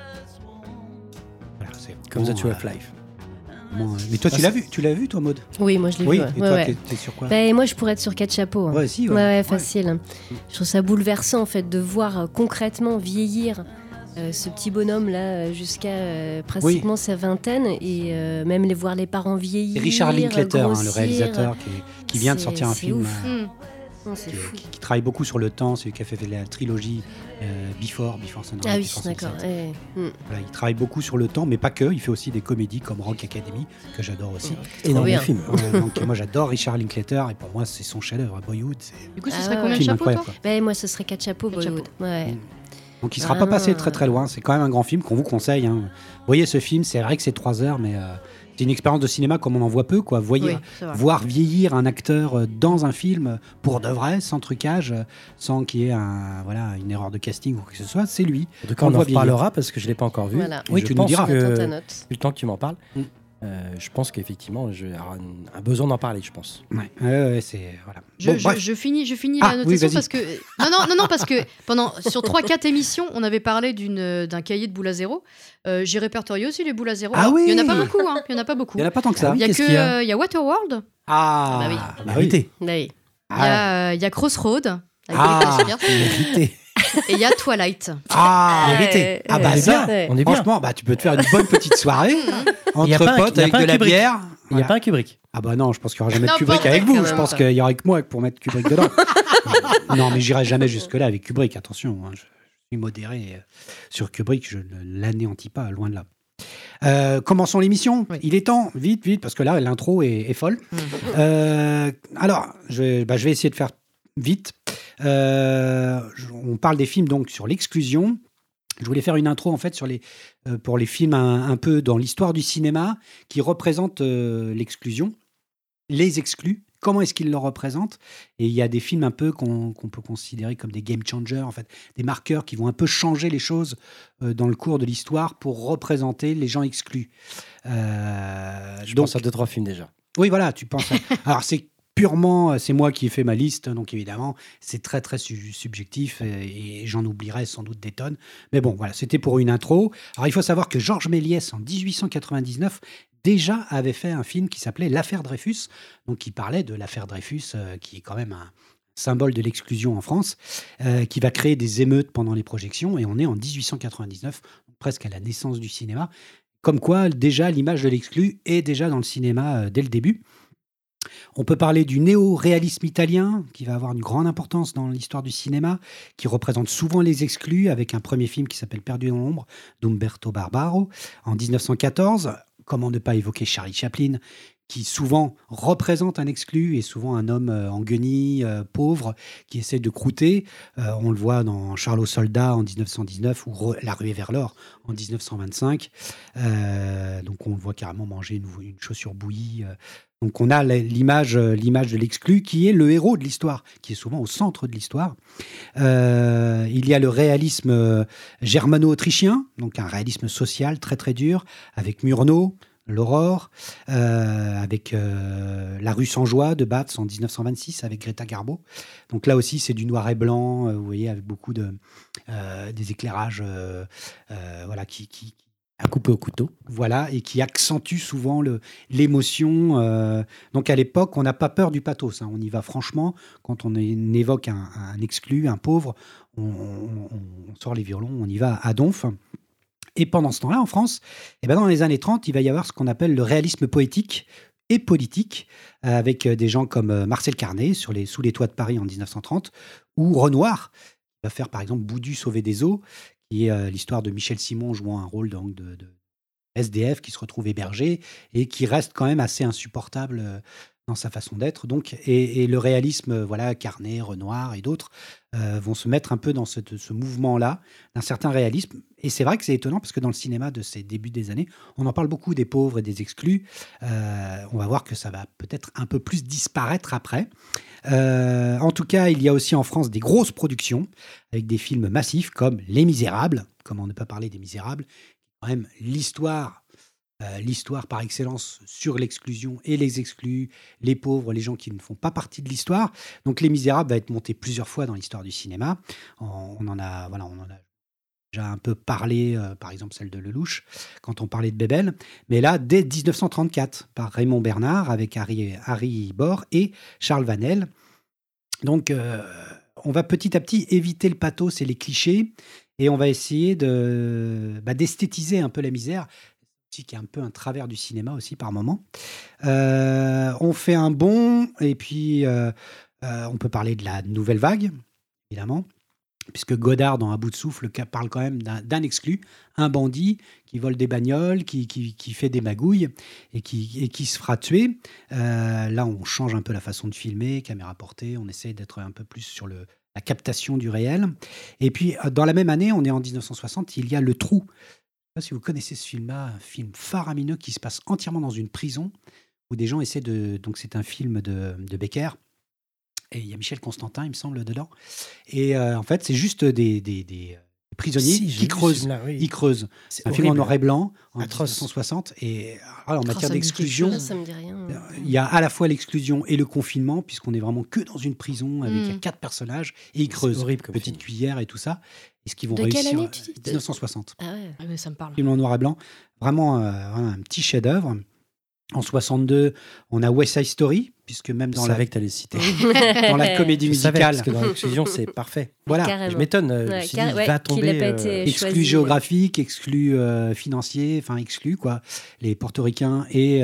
Voilà, c'est comme The Tree of Life. Mais toi, tu l'as vu, toi, Maud? Oui, moi je l'ai vu. Et toi, t'es sur quoi? Moi, je pourrais être sur 4 chapeaux. Ouais, facile. Je trouve ça bouleversant, en fait, de voir concrètement vieillir ce petit bonhomme-là jusqu'à pratiquement sa vingtaine et même voir les parents vieillir. C'est Richard Linklater, le réalisateur, qui vient de sortir un film. qui travaille beaucoup sur le temps. C'est lui qui a fait la trilogie Before Sunrise. Ah oui, d'accord. Voilà, il travaille beaucoup sur le temps, mais pas que. Il fait aussi des comédies comme Rock Academy, que j'adore aussi. Énorme film. Donc, moi, j'adore Richard Linklater, et pour moi, c'est son chef-d'œuvre. Boyhood. Du coup, ce serait combien de chapeaux, toi ? Moi, ce serait 4 chapeaux, Boyhood. Ouais. Donc il ne sera pas passé très très loin. C'est quand même un grand film qu'on vous conseille. Hein. Vous voyez ce film, c'est vrai que c'est 3 heures, mais c'est une expérience de cinéma comme on en voit peu. Quoi. Voir vieillir un acteur dans un film pour de vrai, sans trucage, sans qu'il y ait une erreur de casting ou quoi que ce soit, c'est lui. En tout cas, on en reparlera parce que je ne l'ai pas encore vu. Voilà. Oui, tu nous diras. Vu le temps que tu m'en parles. Je pense qu'effectivement, j'ai un besoin d'en parler, je pense. Ouais, c'est voilà. Je finis la notation parce que non parce que sur 3-4 émissions, on avait parlé d'un cahier de boules à zéro. J'ai répertorié aussi les boules à zéro. Ah oui. Il y en a pas beaucoup, hein. Il y en a pas beaucoup. Il y en a pas tant que ça. Il y a Waterworld. Ah. Bah oui. La vérité. Oui. Il y a Crossroad. Et il y a Twilight. Vérité. On est bien. Franchement, tu peux te faire une bonne petite soirée entre potes avec de la bière. Il n'y a pas un Kubrick. Ah bah non, je pense qu'il n'y aura jamais de Kubrick avec vous. Je pense qu'il y aura que moi pour mettre Kubrick dedans. Non, mais j'irai jamais jusque-là avec Kubrick. Attention, je suis modéré sur Kubrick. Je ne l'anéantis pas, loin de là. Commençons l'émission. Oui. Il est temps, vite, parce que là, l'intro est folle. Alors, je vais essayer de faire vite. On parle des films donc sur l'exclusion. Je voulais faire une intro en fait pour les films un peu dans l'histoire du cinéma qui représentent l'exclusion, les exclus. Comment est-ce qu'ils le représentent ? Et il y a des films un peu qu'on peut considérer comme des game changers, en fait, des marqueurs qui vont un peu changer les choses dans le cours de l'histoire pour représenter les gens exclus. Je pense à 2-3 films déjà. Oui, voilà, tu penses. Alors c'est moi qui ai fait ma liste, donc évidemment, c'est très très subjectif et j'en oublierai sans doute des tonnes. Mais bon, voilà, c'était pour une intro. Alors il faut savoir que Georges Méliès, en 1899, déjà avait fait un film qui s'appelait L'affaire Dreyfus, donc qui parlait de l'affaire Dreyfus, qui est quand même un symbole de l'exclusion en France, qui va créer des émeutes pendant les projections, et on est en 1899, presque à la naissance du cinéma. Comme quoi, déjà, l'image de l'exclu est déjà dans le cinéma dès le début. On peut parler du néo-réalisme italien, qui va avoir une grande importance dans l'histoire du cinéma, qui représente souvent les exclus, avec un premier film qui s'appelle Perdu dans l'ombre, d'Umberto Barbaro, en 1914. Comment ne pas évoquer Charlie Chaplin, qui souvent représente un exclu et souvent un homme en guenilles, pauvre, qui essaie de croûter. On le voit dans Charlot Soldat en 1919 ou La ruée vers l'or en 1925. Donc on le voit carrément manger une chaussure bouillie. Donc on a l'image de l'exclu qui est le héros de l'histoire, qui est souvent au centre de l'histoire. Il y a le réalisme germano-autrichien, donc un réalisme social très très dur, avec Murnau, L'Aurore, avec La rue sans joie de Batz en 1926 avec Greta Garbo. Donc là aussi c'est du noir et blanc, vous voyez, avec beaucoup des éclairages qui à couper au couteau. Voilà, et qui accentue souvent l'émotion. Donc à l'époque, on n'a pas peur du pathos. On y va franchement. Quand on évoque un exclu, un pauvre, on sort les violons, on y va à donf. Et pendant ce temps-là, en France, dans les années 30, il va y avoir ce qu'on appelle le réalisme poétique et politique, avec des gens comme Marcel Carné sous les toits de Paris en 1930, ou Renoir, qui va faire par exemple Boudu sauvé des eaux, qui est l'histoire de Michel Simon jouant un rôle donc, de SDF qui se retrouve hébergé et qui reste quand même assez insupportable dans sa façon d'être. Donc, et le réalisme, Carnet, Renoir et d'autres vont se mettre un peu dans ce mouvement-là, d'un certain réalisme. Et c'est vrai que c'est étonnant parce que dans le cinéma de ces débuts des années, on en parle beaucoup des pauvres et des exclus. On va voir que ça va peut-être un peu plus disparaître après. En tout cas, il y a aussi en France des grosses productions avec des films massifs comme Les Misérables. Comment ne pas parler des Misérables ? Quand même l'histoire par excellence sur l'exclusion et les exclus, les pauvres, les gens qui ne font pas partie de l'histoire. Donc Les Misérables va être monté plusieurs fois dans l'histoire du cinéma. On en a déjà un peu parlé, par exemple celle de Lelouch, quand on parlait de Bébel. Mais là, dès 1934, par Raymond Bernard, avec Harry Bor et Charles Vanel. Donc, on va petit à petit éviter le pathos et les clichés, et on va essayer d'esthétiser un peu la misère, qui est un peu un travers du cinéma aussi par moment. On fait un bond, et puis On peut parler de la nouvelle vague, évidemment, puisque Godard, dans À bout de souffle, parle quand même d'un exclu, un bandit qui vole des bagnoles, qui fait des magouilles et qui se fera tuer. Là, on change un peu la façon de filmer, caméra portée, on essaie d'être un peu plus sur la captation du réel. Et puis, dans la même année, on est en 1960, il y a Le Trou. Je ne sais pas si vous connaissez ce film-là, un film faramineux qui se passe entièrement dans une prison, où des gens essaient de... Donc, c'est un film de Becker. Et il y a Michel Constantin, il me semble, dedans. Et en fait, c'est juste des prisonniers qui creusent. Ils creusent. C'est un film en noir et blanc, en 1960. Et en matière d'exclusion, il y a à la fois l'exclusion et le confinement, puisqu'on est vraiment que dans une prison avec 4 personnages. Et ils creusent. Horrible, petite cuillère et tout ça. Est-ce qu'ils vont réussir? Quelle année, tu dis 1960. Ah ouais, ça me parle. Film en noir et blanc. Vraiment un petit chef-d'œuvre. En 62, on a West Side Story, puisque même dans savais que tu allais citer. Dans la comédie musicale. Parce que dans l'exclusion, c'est parfait. Voilà. Carrément. Je m'étonne. Il va tomber. Exclu géographique, exclu financier, enfin exclu, quoi. Les portoricains et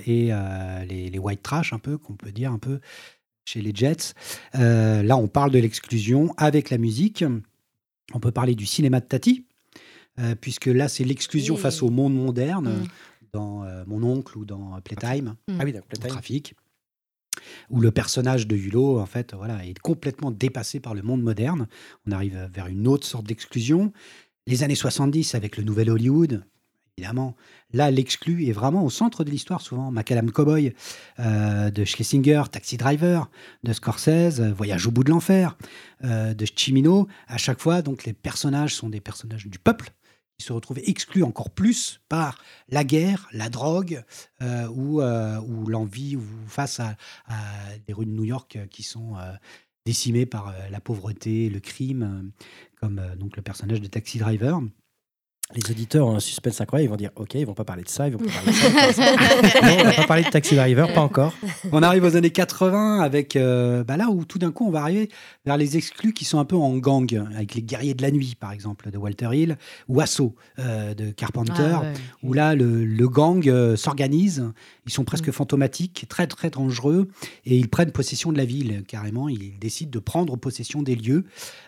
les white trash, un peu, qu'on peut dire un peu, chez les Jets. Là, on parle de l'exclusion avec la musique. On peut parler du cinéma de Tati, puisque là, c'est l'exclusion face au monde moderne. Dans Mon oncle ou dans Playtime, Trafic, où le personnage de Hulot, en fait, est complètement dépassé par le monde moderne. On arrive vers une autre sorte d'exclusion. Les années 70, avec le nouvel Hollywood, évidemment, là, l'exclu est vraiment au centre de l'histoire, souvent. Macadam Cowboy, de Schlesinger, Taxi Driver, de Scorsese, Voyage au bout de l'enfer, de Cimino. À chaque fois, donc, les personnages sont des personnages du peuple, qui se retrouvent exclus encore plus par la guerre, la drogue ou l'envie, ou face à des rues de New York qui sont décimées par la pauvreté, le crime, comme donc le personnage de Taxi Driver. Les auditeurs ont un suspense incroyable, ils vont dire ok, ils vont pas parler de ça, ils vont pas parler de ça. Non, on va pas parler de Taxi Driver, pas encore. On arrive aux années 80 avec là où tout d'un coup on va arriver vers les exclus qui sont un peu en gang, avec les guerriers de la nuit par exemple de Walter Hill, ou Assaut de Carpenter, où là le gang s'organise, ils sont presque fantomatiques, très très dangereux, et ils prennent possession de la ville carrément, ils décident de prendre possession des lieux,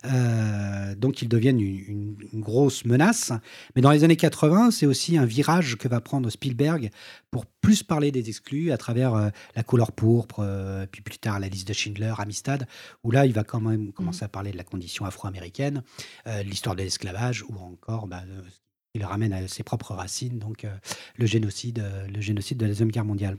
donc ils deviennent une grosse menace. Mais dans les années 80, c'est aussi un virage que va prendre Spielberg pour plus parler des exclus à travers La couleur pourpre, puis plus tard La liste de Schindler, Amistad, où là, il va quand même commencer à parler de la condition afro-américaine, l'histoire de l'esclavage, ou encore il le ramène à ses propres racines, donc le génocide de la Deuxième Guerre mondiale.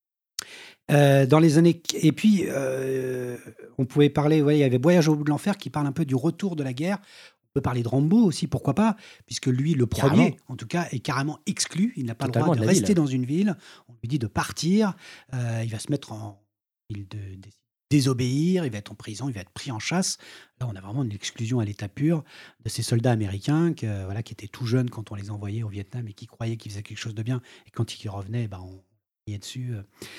Dans les années... Et puis, on pouvait parler... il y avait Voyage au bout de l'enfer qui parle un peu du retour de la guerre. On peut parler de Rambo aussi, pourquoi pas, puisque lui, le premier, en tout cas, est carrément exclu. Il n'a pas le droit de rester dans une ville. On lui dit de partir. Il va se mettre en ville de désobéir. Il va être en prison. Il va être pris en chasse. Là, on a vraiment une exclusion à l'état pur de ces soldats américains qui étaient tout jeunes quand on les envoyait au Vietnam et qui croyaient qu'ils faisaient quelque chose de bien. Et quand ils revenaient, on riait dessus.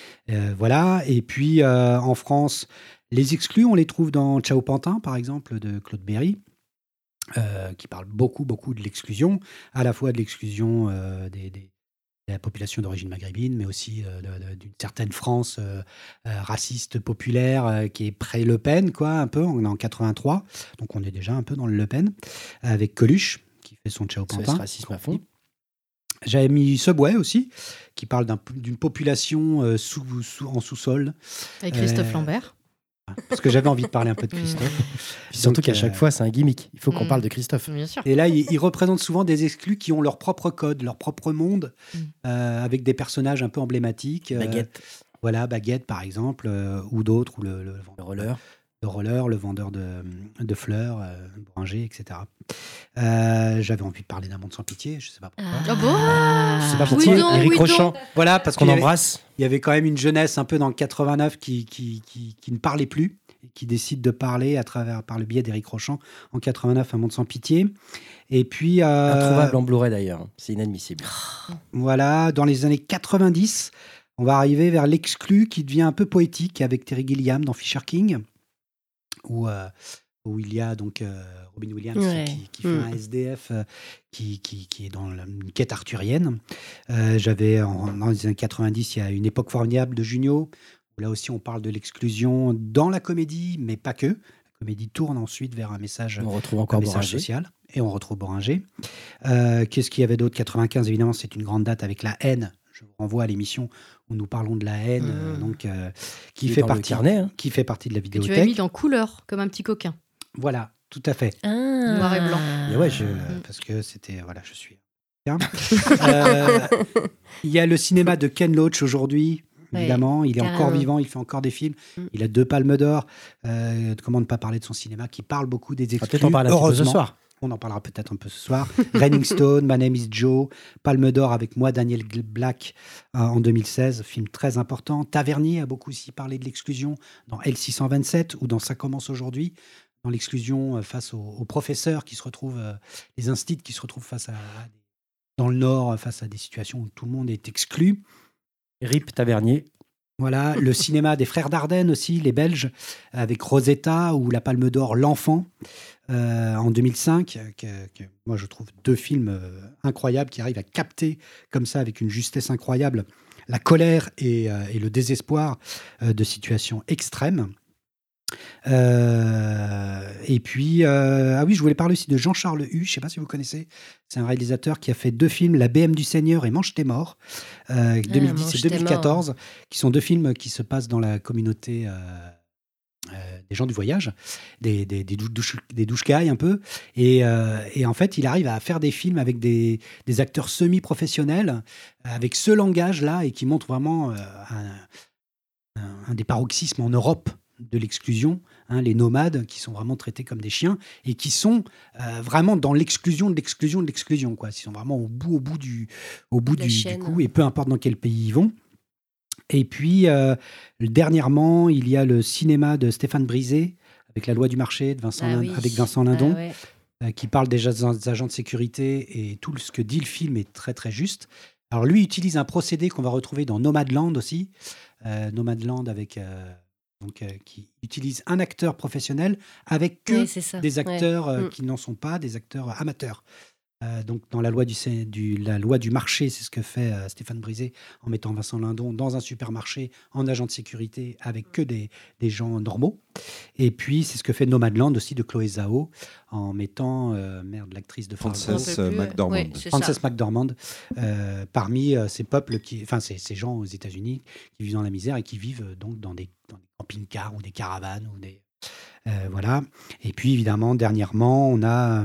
Et puis, en France, les exclus, on les trouve dans Ciao Pantin, par exemple, de Claude Berry. Qui parle beaucoup de l'exclusion, à la fois de l'exclusion de la population d'origine maghrébine, mais aussi d'une certaine France raciste populaire qui est pré-Le Pen, quoi, un peu. On est en 83, donc on est déjà un peu dans le Le Pen, avec Coluche, qui fait son Ciao Pantin. Racisme à fond. J'avais mis Subway aussi, qui parle d'une population en sous-sol. Avec Christophe Lambert. Parce que j'avais envie de parler un peu de Christophe. Surtout qu'à chaque fois, c'est un gimmick. Il faut qu'on parle de Christophe. Bien sûr. Et là, il représente souvent des exclus qui ont leur propre code, leur propre monde, avec des personnages un peu emblématiques. Baguette. Baguette, par exemple, ou d'autres, ou le roller. Le roller, le vendeur de fleurs, le boulanger, etc. J'avais envie de parler d'un monde sans pitié, je ne sais pas pourquoi. Je sais pas pourquoi. Éric Rochant. Voilà, parce qu'on embrasse. Il y avait quand même une jeunesse un peu dans le 89 qui ne parlait plus, et qui décide de parler par le biais d'Éric Rochant en 89, Un monde sans pitié. Et puis introuvable en Blu-ray d'ailleurs, c'est inadmissible. Voilà, dans les années 90, on va arriver vers l'exclu qui devient un peu poétique avec Terry Gilliam dans Fisher King. Où il y a donc Robin Williams qui fait un SDF qui est dans une quête arthurienne. J'avais dans les années 90, il y a Une époque formidable de Junio. Là aussi, on parle de l'exclusion dans la comédie, mais pas que. La comédie tourne ensuite vers un message, on retrouve encore social. Et on retrouve Boringer. Qu'est-ce qu'il y avait d'autre ? 95, évidemment, c'est une grande date avec La haine. Je vous renvoie à l'émission où nous parlons de La haine, qui fait partie de la vidéothèque. Que tu as mis en couleur, comme un petit coquin. Voilà, tout à fait. Noir et blanc. Et ouais, parce que c'était... Voilà, je suis... Il y a le cinéma de Ken Loach aujourd'hui. Évidemment, il est encore vivant, il fait encore des films. Il a 2 palmes d'or. Comment ne pas parler de son cinéma qui parle beaucoup des exclus. Peut-être en parler un peu ce soir. On en parlera peut-être un peu ce soir. Raining Stone, My Name is Joe, Palme d'or avec moi, Daniel Black, en 2016, film très important. Tavernier a beaucoup aussi parlé de l'exclusion dans L627 ou dans Ça commence aujourd'hui, dans l'exclusion face aux professeurs qui se retrouvent, les instituts qui se retrouvent dans le Nord, face à des situations où tout le monde est exclu. Rip Tavernier. Voilà, le cinéma des frères Dardenne aussi, les Belges, avec Rosetta ou la Palme d'or L'Enfant en 2005, que moi je trouve 2 films incroyables qui arrivent à capter comme ça avec une justesse incroyable la colère et le désespoir de situations extrêmes. Et puis, je voulais parler aussi de Jean-Charles Hue, je ne sais pas si vous connaissez, c'est un réalisateur qui a fait 2 films, La BM du Seigneur et Mange tes morts, 2010 et 2014, qui sont 2 films qui se passent dans la communauté des gens du voyage, des douche-guys un peu, et en fait il arrive à faire des films avec des acteurs semi-professionnels, avec ce langage-là, et qui montre vraiment un des paroxysmes en Europe de l'exclusion, les nomades qui sont vraiment traités comme des chiens et qui sont vraiment dans l'exclusion de l'exclusion de l'exclusion, quoi. Ils sont vraiment au bout du coup, et peu importe dans quel pays ils vont. Et puis dernièrement, il y a le cinéma de Stéphane Brisé avec La loi du marché de avec Vincent Lindon, qui parle des agents de sécurité, et tout ce que dit le film est très très juste. Alors lui utilise un procédé qu'on va retrouver dans Nomadland aussi, Nomadland avec qui utilise un acteur professionnel avec que des acteurs qui n'en sont pas, des acteurs amateurs. Donc dans la loi du marché, c'est ce que fait Stéphane Brisé en mettant Vincent Lindon dans un supermarché en agent de sécurité avec que des gens normaux. Et puis c'est ce que fait Nomadland aussi de Chloé Zhao en mettant l'actrice de Frances McDormand. Frances McDormand parmi ces peuples ces gens aux États-Unis qui vivent dans la misère et qui vivent donc dans des camping-cars ou des caravanes ou des voilà. Et puis évidemment dernièrement on a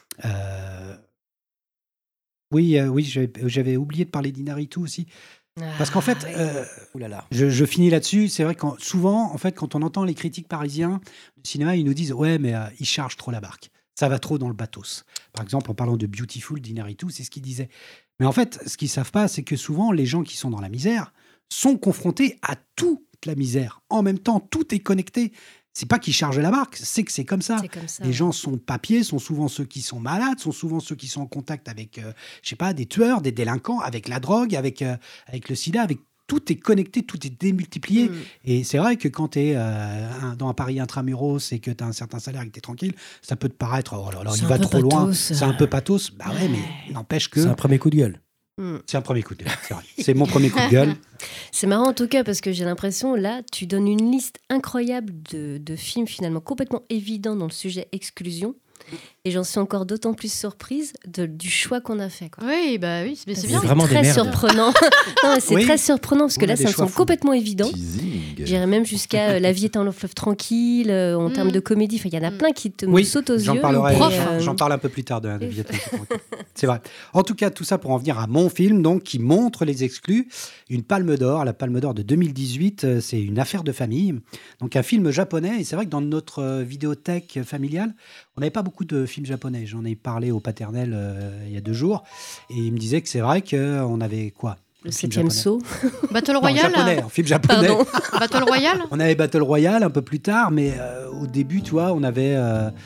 Oui, j'avais oublié de parler d'Inarritu aussi. Parce qu'en fait, je finis là-dessus. C'est vrai que souvent, en fait, quand on entend les critiques parisiens du cinéma, ils nous disent « Ouais, mais ils chargent trop la barque. Ça va trop dans le bathos. » Par exemple, en parlant de Beautiful d'Inarritu, c'est ce qu'ils disaient. Mais en fait, ce qu'ils ne savent pas, c'est que souvent, les gens qui sont dans la misère sont confrontés à toute la misère. En même temps, tout est connecté. C'est pas qu'ils chargent la barque, c'est que c'est comme ça. Les gens sont papiers, sont souvent ceux qui sont malades, sont souvent ceux qui sont en contact avec, des tueurs, des délinquants, avec la drogue, avec le sida, avec tout est connecté, tout est démultiplié. Et c'est vrai que quand tu es dans un Paris intramuros et que tu as un certain salaire et que tu es tranquille, ça peut te paraître, oh là là, il va trop loin, c'est un peu pathos. Bah ouais, mais n'empêche que... C'est un premier coup de gueule. C'est un premier coup de gueule, c'est vrai. C'est mon premier coup de gueule. C'est marrant en tout cas parce que j'ai l'impression, là, tu donnes une liste incroyable de films finalement complètement évidents dans le sujet exclusion. Et j'en suis encore d'autant plus surprise du choix qu'on a fait. Quoi. Oui, mais c'est bien. C'est vraiment très surprenant. Très surprenant parce que là, ça me semble complètement évident. J'irais même jusqu'à La vie est un long fleuve tranquille, en termes de comédie. Il y en a plein qui me sautent aux yeux. J'en parle un peu plus tard de La vie est un long fleuve tranquille. C'est vrai. En tout cas, tout ça pour en venir à mon film, donc, qui montre les exclus. Une palme d'or, la palme d'or de 2018. C'est Une affaire de famille. Donc, un film japonais. Et c'est vrai que dans notre vidéothèque familiale, on n'avait pas beaucoup de films japonais. J'en ai parlé au paternel il y a 2 jours. Et il me disait que c'est vrai qu'on avait quoi ? Le 7e saut. Battle Royale. Un film japonais. Pardon. Battle Royale. On avait Battle Royale un peu plus tard, mais au début, tu vois, on avait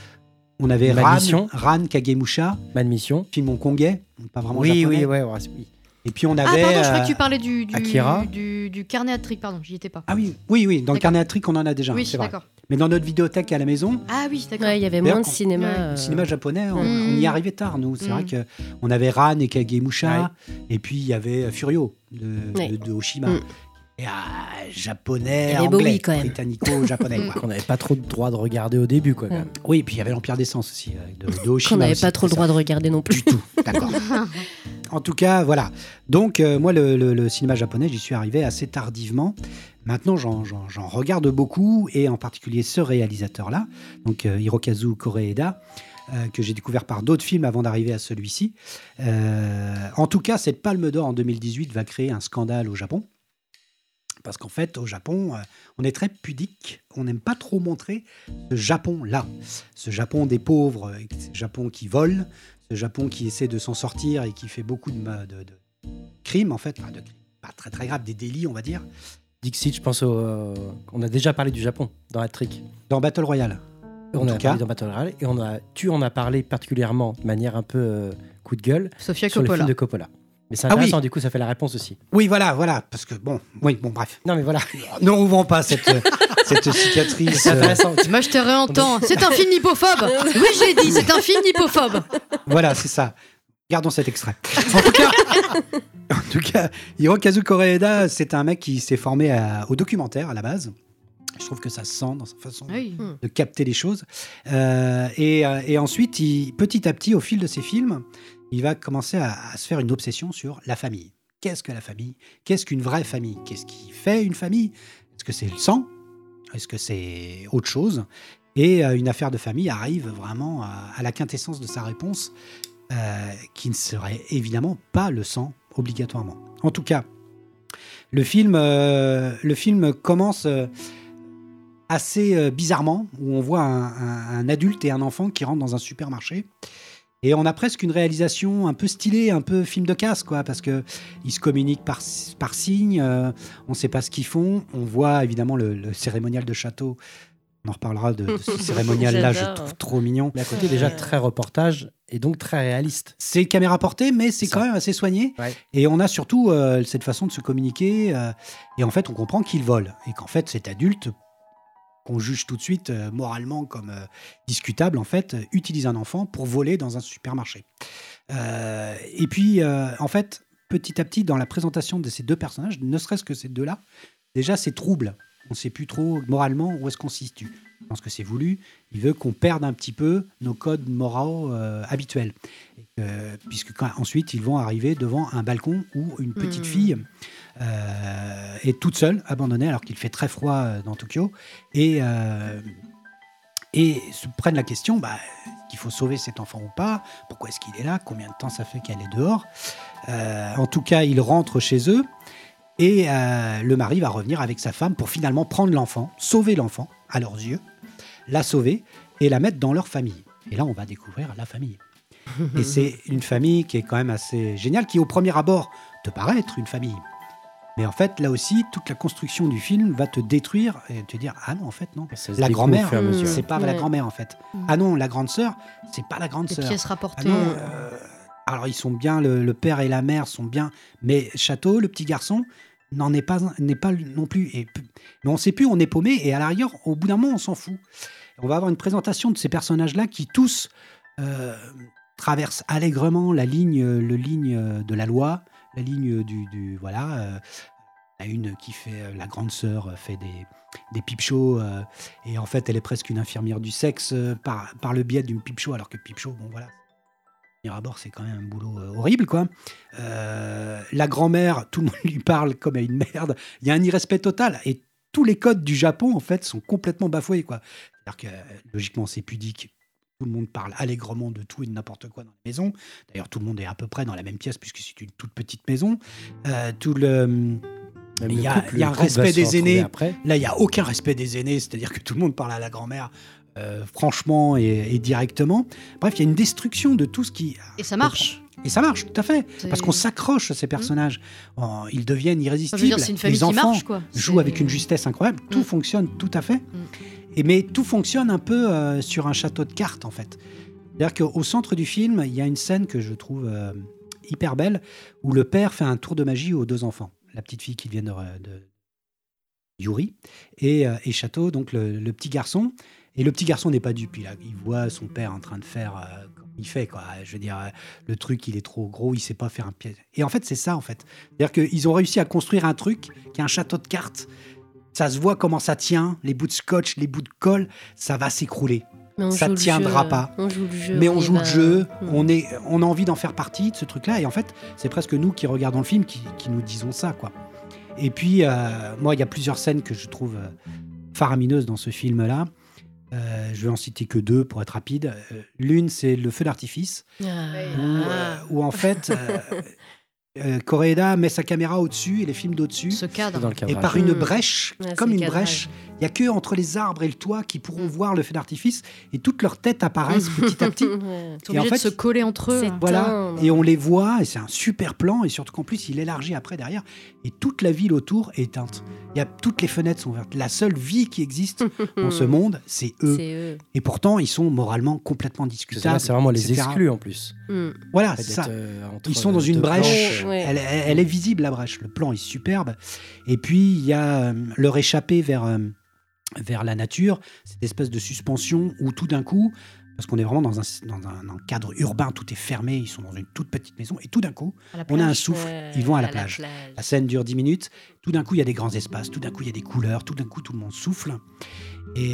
Ran Kagemusha. Mad Mission. Film hongkongais, pas vraiment japonais. Oui. Et puis on avait. Ah, pardon, je crois que tu parlais du Akira. Du carnet à trick, pardon, j'y étais pas. Ah oui, dans le carnet à trick, on en a déjà. Oui, c'est vrai. d'accord. Mais dans notre vidéothèque à la maison. Ah oui, d'accord. Il y avait moins de cinéma. Le cinéma japonais, on y arrivait tard, nous. C'est vrai qu'on avait Ran et Kagemusha, et puis il y avait Furio de Oshima. et japonais, anglais, britannico-japonais. Qu'on n'avait pas trop le droit de regarder au début, quoi. Quand même. Oui, puis il y avait l'Empire d'Essence aussi, de Oshima. Qu'on n'avait pas trop le droit de regarder non plus. Du tout, d'accord. En tout cas, voilà. Donc, moi, le cinéma japonais, j'y suis arrivé assez tardivement. Maintenant, j'en regarde beaucoup, et en particulier ce réalisateur-là, donc Hirokazu Koreeda, que j'ai découvert par d'autres films avant d'arriver à celui-ci. En tout cas, cette Palme d'Or en 2018 va créer un scandale au Japon. Parce qu'en fait, au Japon, on est très pudique. On n'aime pas trop montrer ce Japon-là. Ce Japon des pauvres, ce Japon qui vole, ce Japon qui essaie de s'en sortir et qui fait beaucoup de crimes, en fait. Enfin, de crimes pas très très graves, des délits, on va dire. Dixit, je pense on a déjà parlé du Japon dans Hat-Trick. Dans Battle Royale. On a parlé dans Battle Royale et tu en as parlé particulièrement de manière un peu coup de gueule Sofia sur Coppola. Le film de Coppola. Mais c'est intéressant, du coup, ça fait la réponse aussi. Oui, voilà, parce que bref. Non, mais voilà. Ne rouvrons pas cette cicatrice. C'est intéressant. Moi, je te réentends. C'est un film hippophobe. Oui, j'ai dit, c'est un film hippophobe. Voilà, c'est ça. Gardons cet extrait. En tout cas, Hirokazu Koreeda, c'est un mec qui s'est formé au documentaire à la base. Je trouve que ça se sent dans sa façon de capter les choses. Et ensuite, petit à petit, au fil de ses films, il va commencer à se faire une obsession sur la famille. Qu'est-ce que la famille ? Qu'est-ce qu'une vraie famille ? Qu'est-ce qui fait une famille ? Est-ce que c'est le sang ? Est-ce que c'est autre chose ? Et une affaire de famille arrive vraiment à la quintessence de sa réponse, qui ne serait évidemment pas le sang, obligatoirement. En tout cas, le film commence assez bizarrement, où on voit un adulte et un enfant qui rentrent dans un supermarché. Et on a presque une réalisation un peu stylée, un peu film de casse, quoi, parce qu'ils se communiquent par signes, on ne sait pas ce qu'ils font. On voit évidemment le cérémonial de château. On en reparlera de ce cérémonial-là, je le trouve trop mignon. Mais à côté, déjà très reportage et donc très réaliste. C'est caméra portée, mais c'est quand même assez soigné. Ouais. Et on a surtout cette façon de se communiquer. Et en fait, on comprend qu'ils volent. Et qu'en fait, cet adulte, qu'on juge tout de suite moralement comme discutable, en fait, utilise un enfant pour voler dans un supermarché. Et puis, en fait, petit à petit, dans la présentation de ces deux personnages, ne serait-ce que ces deux-là, déjà, c'est trouble. On ne sait plus trop moralement où est-ce qu'on se situe. Je pense que c'est voulu. Il veut qu'on perde un petit peu nos codes moraux habituels. Puisque ensuite, ils vont arriver devant un balcon où une petite fille est toute seule, abandonnée, alors qu'il fait très froid dans Tokyo. Et se prennent la question, qu'il faut sauver cet enfant ou pas ? Pourquoi est-ce qu'il est là ? Combien de temps ça fait qu'elle est dehors ? En tout cas, ils rentrent chez eux. Et le mari va revenir avec sa femme pour finalement prendre l'enfant, sauver l'enfant à leurs yeux, la sauver et la mettre dans leur famille. Et là, on va découvrir la famille. Et c'est une famille qui est quand même assez géniale, qui au premier abord te paraît être une famille. Mais en fait, là aussi, toute la construction du film va te détruire et te dire « Ah non, en fait, non. La grand-mère, c'est pas la grand-mère, en fait. Ah non, la grande sœur, c'est pas la grande sœur. » Les pièces rapportées. Ah non, alors, ils sont bien, le père et la mère sont bien, mais Château, le petit garçon, n'est pas non plus. Mais on ne sait plus, on est paumé, et à la rigueur, au bout d'un moment, on s'en fout. On va avoir une présentation de ces personnages-là qui tous traversent allègrement la ligne de la loi, la ligne du voilà. Il y a une qui fait, la grande sœur fait des pipe shows, et en fait, elle est presque une infirmière du sexe par le biais d'une pipe show, alors que pipe show, bon voilà. À bord, c'est quand même un boulot horrible, quoi. La grand-mère, tout le monde lui parle comme à une merde. Il y a un irrespect total. Et tous les codes du Japon, en fait, sont complètement bafoués, quoi. C'est-à-dire que, logiquement, c'est pudique. Tout le monde parle allègrement de tout et de n'importe quoi dans la maison. D'ailleurs, tout le monde est à peu près dans la même pièce, puisque c'est une toute petite maison. Il y a un respect des aînés. Là, il n'y a aucun respect des aînés. C'est-à-dire que tout le monde parle à la grand-mère. Franchement et directement. Bref, il y a une destruction de tout ce qui... Et ça marche. Et ça marche, tout à fait. Parce qu'on s'accroche à ces personnages. Ils deviennent irrésistibles. Je veux dire, c'est une famille les enfants qui marche, quoi. Jouent avec une justesse incroyable. Tout fonctionne tout à fait. Mais tout fonctionne un peu sur un château de cartes, en fait. C'est-à-dire qu'au centre du film, il y a une scène que je trouve hyper belle, où le père fait un tour de magie aux deux enfants. La petite fille qui vient de Yuri et Château, donc le petit garçon. Et le petit garçon n'est pas dupe. Il voit son père en train de faire il fait, quoi. Je veux dire, le truc, il est trop gros, il sait pas faire un piège. Et en fait, c'est ça, en fait. C'est-à-dire qu'ils ont réussi à construire un truc qui est un château de cartes. Ça se voit comment ça tient, les bouts de scotch, les bouts de colle, ça va s'écrouler. Ça ne tiendra pas. On joue le jeu. Mais on joue le jeu, on a envie d'en faire partie de ce truc-là. Et en fait, c'est presque nous qui regardons le film qui nous disons ça, quoi. Et puis, moi, il y a plusieurs scènes que je trouve faramineuses dans ce film-là. Je vais en citer que 2 pour être rapide. L'une, c'est le feu d'artifice, où en fait, Koreeda met sa caméra au-dessus et les films d'au-dessus. Ce cadre. Et par une brèche, comme une brèche, il n'y a que entre les arbres et le toit qui pourront voir le feu d'artifice et toutes leurs têtes apparaissent petit à petit. Ils sont obligés de se coller entre eux. Voilà, et on les voit et c'est un super plan et surtout qu'en plus il élargit après derrière et toute la ville autour est éteinte. Il y a toutes les fenêtres sont ouvertes. La seule vie qui existe dans ce monde, c'est eux. Et pourtant, ils sont moralement complètement discutables. C'est vraiment les exclus en plus. Voilà, c'est ça. Ils sont dans une brèche. Elle est visible, la brèche. Le plan est superbe. Et puis, il y a leur échappée vers la nature, cette espèce de suspension où tout d'un coup, parce qu'on est vraiment dans un cadre urbain, tout est fermé, ils sont dans une toute petite maison, et tout d'un coup, on a un souffle, ils vont à la plage. La scène dure 10 minutes, tout d'un coup, il y a des grands espaces, tout d'un coup, il y a des couleurs, tout d'un coup, tout le monde souffle. Et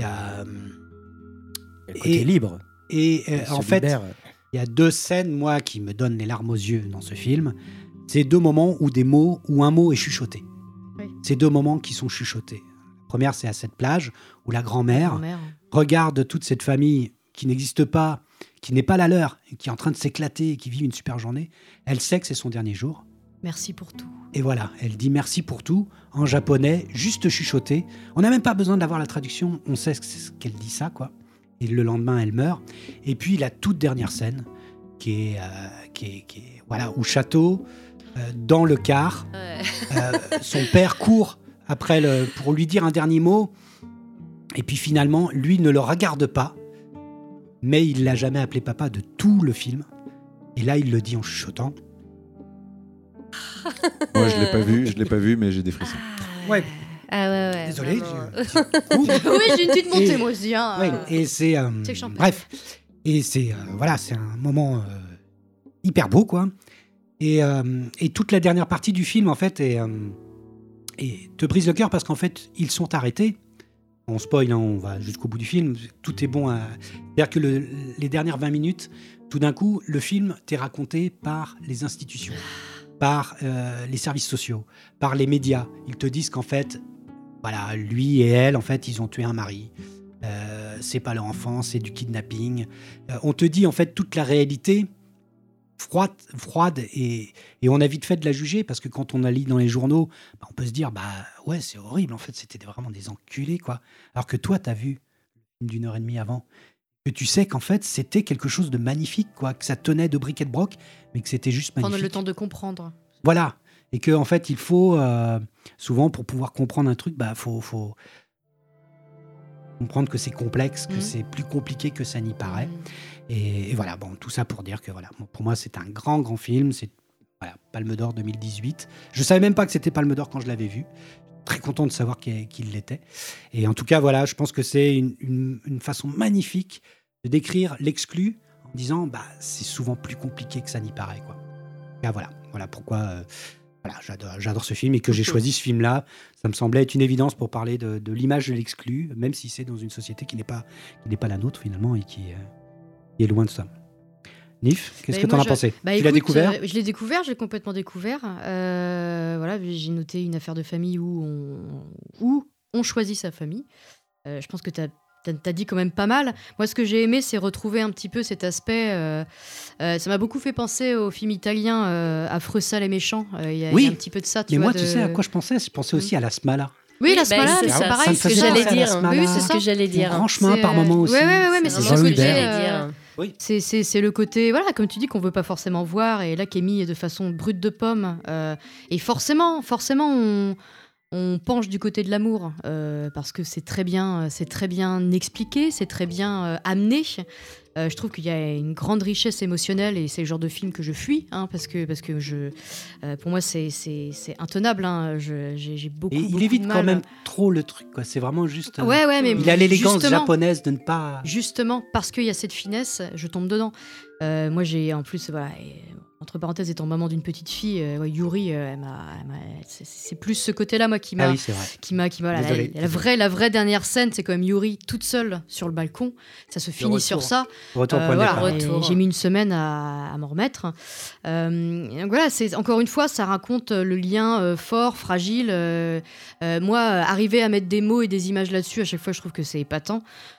le côté libre. Et en fait, il y a 2 scènes, moi, qui me donnent les larmes aux yeux dans ce film. C'est 2 moments où un mot est chuchoté. Oui. C'est 2 moments qui sont chuchotés. La première, c'est à cette plage où la grand-mère regarde toute cette famille qui n'existe pas, qui n'est pas la leur, qui est en train de s'éclater et qui vit une super journée. Elle sait que c'est son dernier jour. Merci pour tout. Et voilà, elle dit merci pour tout en japonais, juste chuchoté. On n'a même pas besoin d'avoir la traduction, on sait ce qu'elle dit ça, quoi. Et le lendemain, elle meurt. Et puis la toute dernière scène, qui est voilà, au château, dans le car, son père court après pour lui dire un dernier mot. Et puis finalement, lui ne le regarde pas, mais il l'a jamais appelé papa de tout le film. Et là, il le dit en chuchotant. Moi, je l'ai pas vu, mais j'ai des frissons. Ouais. Ouais. Désolé. Oui, j'ai une petite montée, moi aussi. Hein. Ouais, et c'est bref. Et c'est voilà, c'est un moment hyper beau, quoi. Et toute la dernière partie du film, en fait, et te brise le cœur parce qu'en fait, ils sont arrêtés. On spoil, hein, on va jusqu'au bout du film. Tout est bon. C'est-à-dire que les dernières 20 minutes, tout d'un coup, le film t'est raconté par les institutions, par les services sociaux, par les médias. Ils te disent qu'en fait, voilà, lui et elle, en fait, ils ont tué un mari. C'est pas leur enfant, c'est du kidnapping. On te dit en fait toute la réalité froide et on a vite fait de la juger parce que quand on la lit dans les journaux, on peut se dire ouais, c'est horrible, en fait, c'était vraiment des enculés, quoi. Alors que toi, t'as vu le film d'1h30 avant, que tu sais qu'en fait c'était quelque chose de magnifique, quoi, que ça tenait de bric et de broc, mais que c'était juste magnifique. Prendre le temps de comprendre. Voilà, et que en fait il faut souvent pour pouvoir comprendre un truc, faut comprendre que c'est complexe, que c'est plus compliqué que ça n'y paraît. Et voilà, bon, tout ça pour dire que voilà, pour moi c'est un grand film, c'est voilà, Palme d'Or 2018. Je savais même pas que c'était Palme d'Or quand je l'avais vu. Très content de savoir qu'il l'était. Et en tout cas, voilà, je pense que c'est une façon magnifique de décrire l'exclu en disant c'est souvent plus compliqué que ça n'y paraît, quoi. Et voilà pourquoi voilà, j'adore ce film et que j'ai choisi ce film-là. Ça me semblait être une évidence pour parler de l'image de l'exclu, même si c'est dans une société qui n'est pas la nôtre finalement et qui est loin de ça. Nif, qu'est-ce que tu en as pensé? Tu l'as découvert? Je l'ai découvert, je l'ai complètement découvert. Voilà, j'ai noté une affaire de famille où on choisit sa famille. Je pense que t'as dit quand même pas mal. Moi, ce que j'ai aimé, c'est retrouver un petit peu cet aspect. Ça m'a beaucoup fait penser au film italien Affreux, sale et méchant. Il y a un petit peu de ça. Mais moi, tu sais à quoi je pensais? Je pensais aussi à La Smala. Oui, La Smala, c'est pareil. C'est ce que j'allais dire. Oui, c'est ce que j'allais dire. Franchement, par moment aussi. Ouais, mais c'est ce que j'allais dire. Oui. C'est le côté, voilà, comme tu dis, qu'on veut pas forcément voir et là qui est mis de façon brute de pomme. Et forcément, on penche du côté de l'amour parce que c'est très bien expliqué, c'est très bien amené. Je trouve qu'il y a une grande richesse émotionnelle et c'est le genre de film que je fuis parce que pour moi c'est intenable. J'ai beaucoup. Et il évite quand même trop le truc, quoi. C'est vraiment juste. Mais il a l'élégance japonaise de ne pas. Justement parce qu'il y a cette finesse, je tombe dedans. Moi j'ai en plus entre parenthèses, étant maman d'une petite fille, Yuri, c'est plus ce côté-là, moi, qui m'a, la vraie dernière scène, c'est quand même Yuri toute seule sur le balcon. Ça se finit sur ça. Retour. J'ai mis une semaine à m'en remettre. Donc voilà, c'est encore une fois, ça raconte le lien fort, fragile. Moi, arriver à mettre des mots et des images là-dessus, à chaque fois, je trouve que c'est épatant.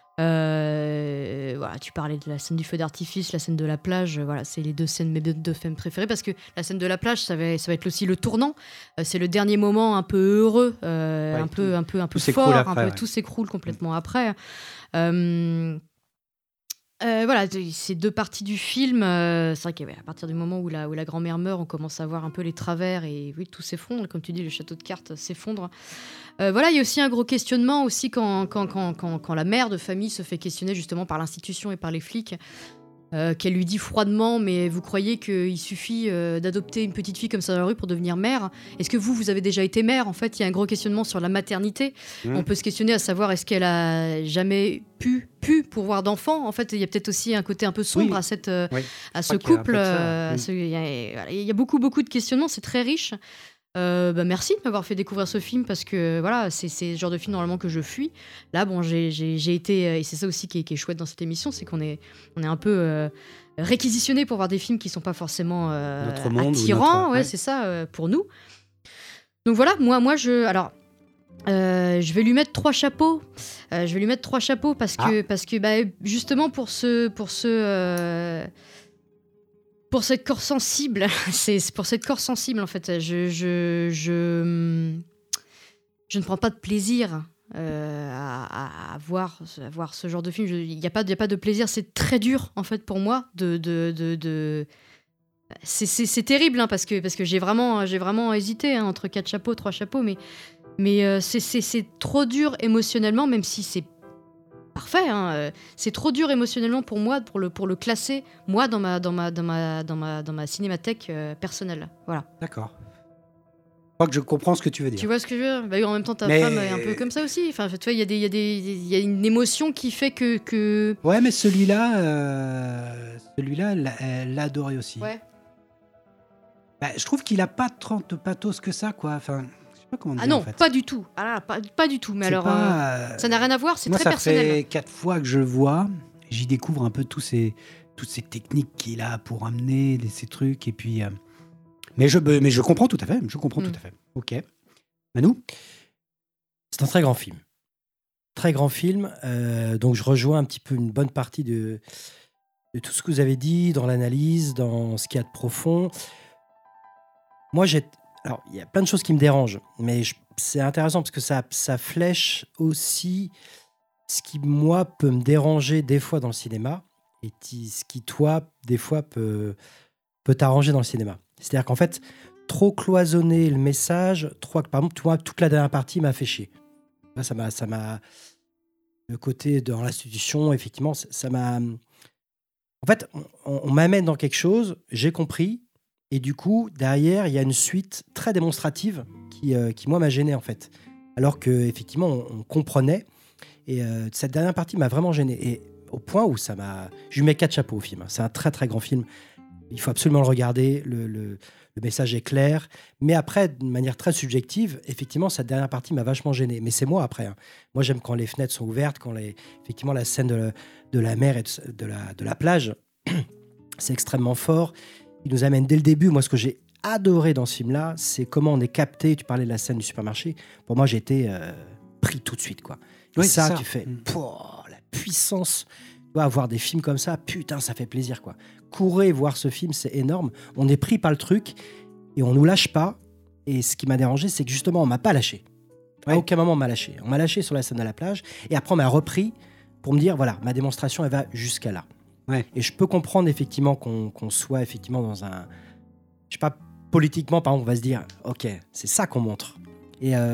Tu parlais de la scène du feu d'artifice, la scène de la plage, c'est les deux scènes, mes deux films préférés, parce que la scène de la plage, ça va être aussi le tournant, c'est le dernier moment un peu heureux, un peu fort, après, tout s'écroule complètement après. Ces deux parties du film, c'est vrai qu'à partir du moment où la grand-mère meurt, on commence à voir un peu les travers et oui, tout s'effondre, comme tu dis, le château de cartes s'effondre. Il y a aussi un gros questionnement aussi quand la mère de famille se fait questionner justement par l'institution et par les flics, qu'elle lui dit froidement, mais vous croyez qu'il suffit d'adopter une petite fille comme ça dans la rue pour devenir mère ? Est-ce que vous avez déjà été mère ? En fait, il y a un gros questionnement sur la maternité. On peut se questionner à savoir est-ce qu'elle a jamais pu pourvoir d'enfants ? En fait, il y a peut-être aussi un côté un peu sombre à ce couple. Il y a beaucoup de questionnements, c'est très riche. Merci de m'avoir fait découvrir ce film parce que c'est le genre de film normalement que je fuis. Là, j'ai été, et c'est ça aussi qui est chouette dans cette émission, c'est qu'on est un peu réquisitionné pour voir des films qui sont pas forcément attirants, c'est ça pour nous. Donc voilà, moi je vais lui mettre 3 chapeaux. Parce que justement pour cette corde sensible, c'est pour cette corde sensible en fait. Je ne prends pas de plaisir à voir ce genre de film. Il n'y a pas de plaisir. C'est très dur en fait pour moi C'est terrible parce que j'ai vraiment hésité entre 4 chapeaux, 3 chapeaux, mais c'est trop dur émotionnellement, même si c'est parfait, c'est trop dur émotionnellement pour moi pour le classer moi dans ma cinémathèque personnelle. Voilà. D'accord. Je crois que je comprends ce que tu veux dire. Tu vois ce que je veux dire ? En même temps, ta femme est un peu comme ça aussi. Enfin, tu vois, il y a une émotion qui fait que... Ouais, mais celui-là, elle l'a adoré aussi. Ouais. Je trouve qu'il a pas tant de pathos que ça, quoi. Enfin... non, en fait. Pas du tout. Pas du tout. Mais alors, ça n'a rien à voir, c'est très personnel. Ça fait 4 fois que je le vois. J'y découvre un peu toutes ces techniques qu'il a pour amener ces trucs. Et puis, mais je comprends tout à fait. Tout à fait. Ok. Manu ? C'est un très grand film. Très grand film. Donc, je rejoins un petit peu une bonne partie de tout ce que vous avez dit dans l'analyse, dans ce qu'il y a de profond. Moi, alors, il y a plein de choses qui me dérangent, mais c'est intéressant parce que ça flèche aussi ce qui, moi, peut me déranger des fois dans le cinéma et ce qui, toi, des fois, peut t'arranger dans le cinéma. C'est-à-dire qu'en fait, trop cloisonner le message, par exemple, toi, toute la dernière partie m'a fait chier. Là, ça m'a... Le côté dans l'institution, effectivement, ça m'a... En fait, on m'amène dans quelque chose, j'ai compris. Et du coup, derrière, il y a une suite très démonstrative qui moi, m'a gêné, en fait. Alors qu'effectivement, on comprenait. Et cette dernière partie m'a vraiment gêné. Et au point où ça m'a... Je lui mets 4 chapeaux au film. C'est un très, très grand film. Il faut absolument le regarder. Le message est clair. Mais après, de manière très subjective, effectivement, cette dernière partie m'a vachement gêné. Mais c'est moi, après. Moi, j'aime quand les fenêtres sont ouvertes, quand effectivement, la scène de la mer et de la plage, c'est extrêmement fort. Il nous amène dès le début. Moi, ce que j'ai adoré dans ce film-là, c'est comment on est capté. Tu parlais de la scène du supermarché. Pour moi, j'ai été pris tout de suite, quoi. Et oui, ça, tu fais la puissance. Tu vois, avoir des films comme ça, putain, ça fait plaisir, quoi. Courez voir ce film, c'est énorme. On est pris par le truc et on nous lâche pas. Et ce qui m'a dérangé, c'est que justement, on m'a pas lâché. À aucun moment, on m'a lâché. On m'a lâché sur la scène de la plage. Et après, on m'a repris pour me dire, voilà, ma démonstration, elle va jusqu'à là. Ouais. Et je peux comprendre effectivement qu'on soit effectivement dans un... Je sais pas, politiquement, par exemple, on va se dire, ok, c'est ça qu'on montre. Et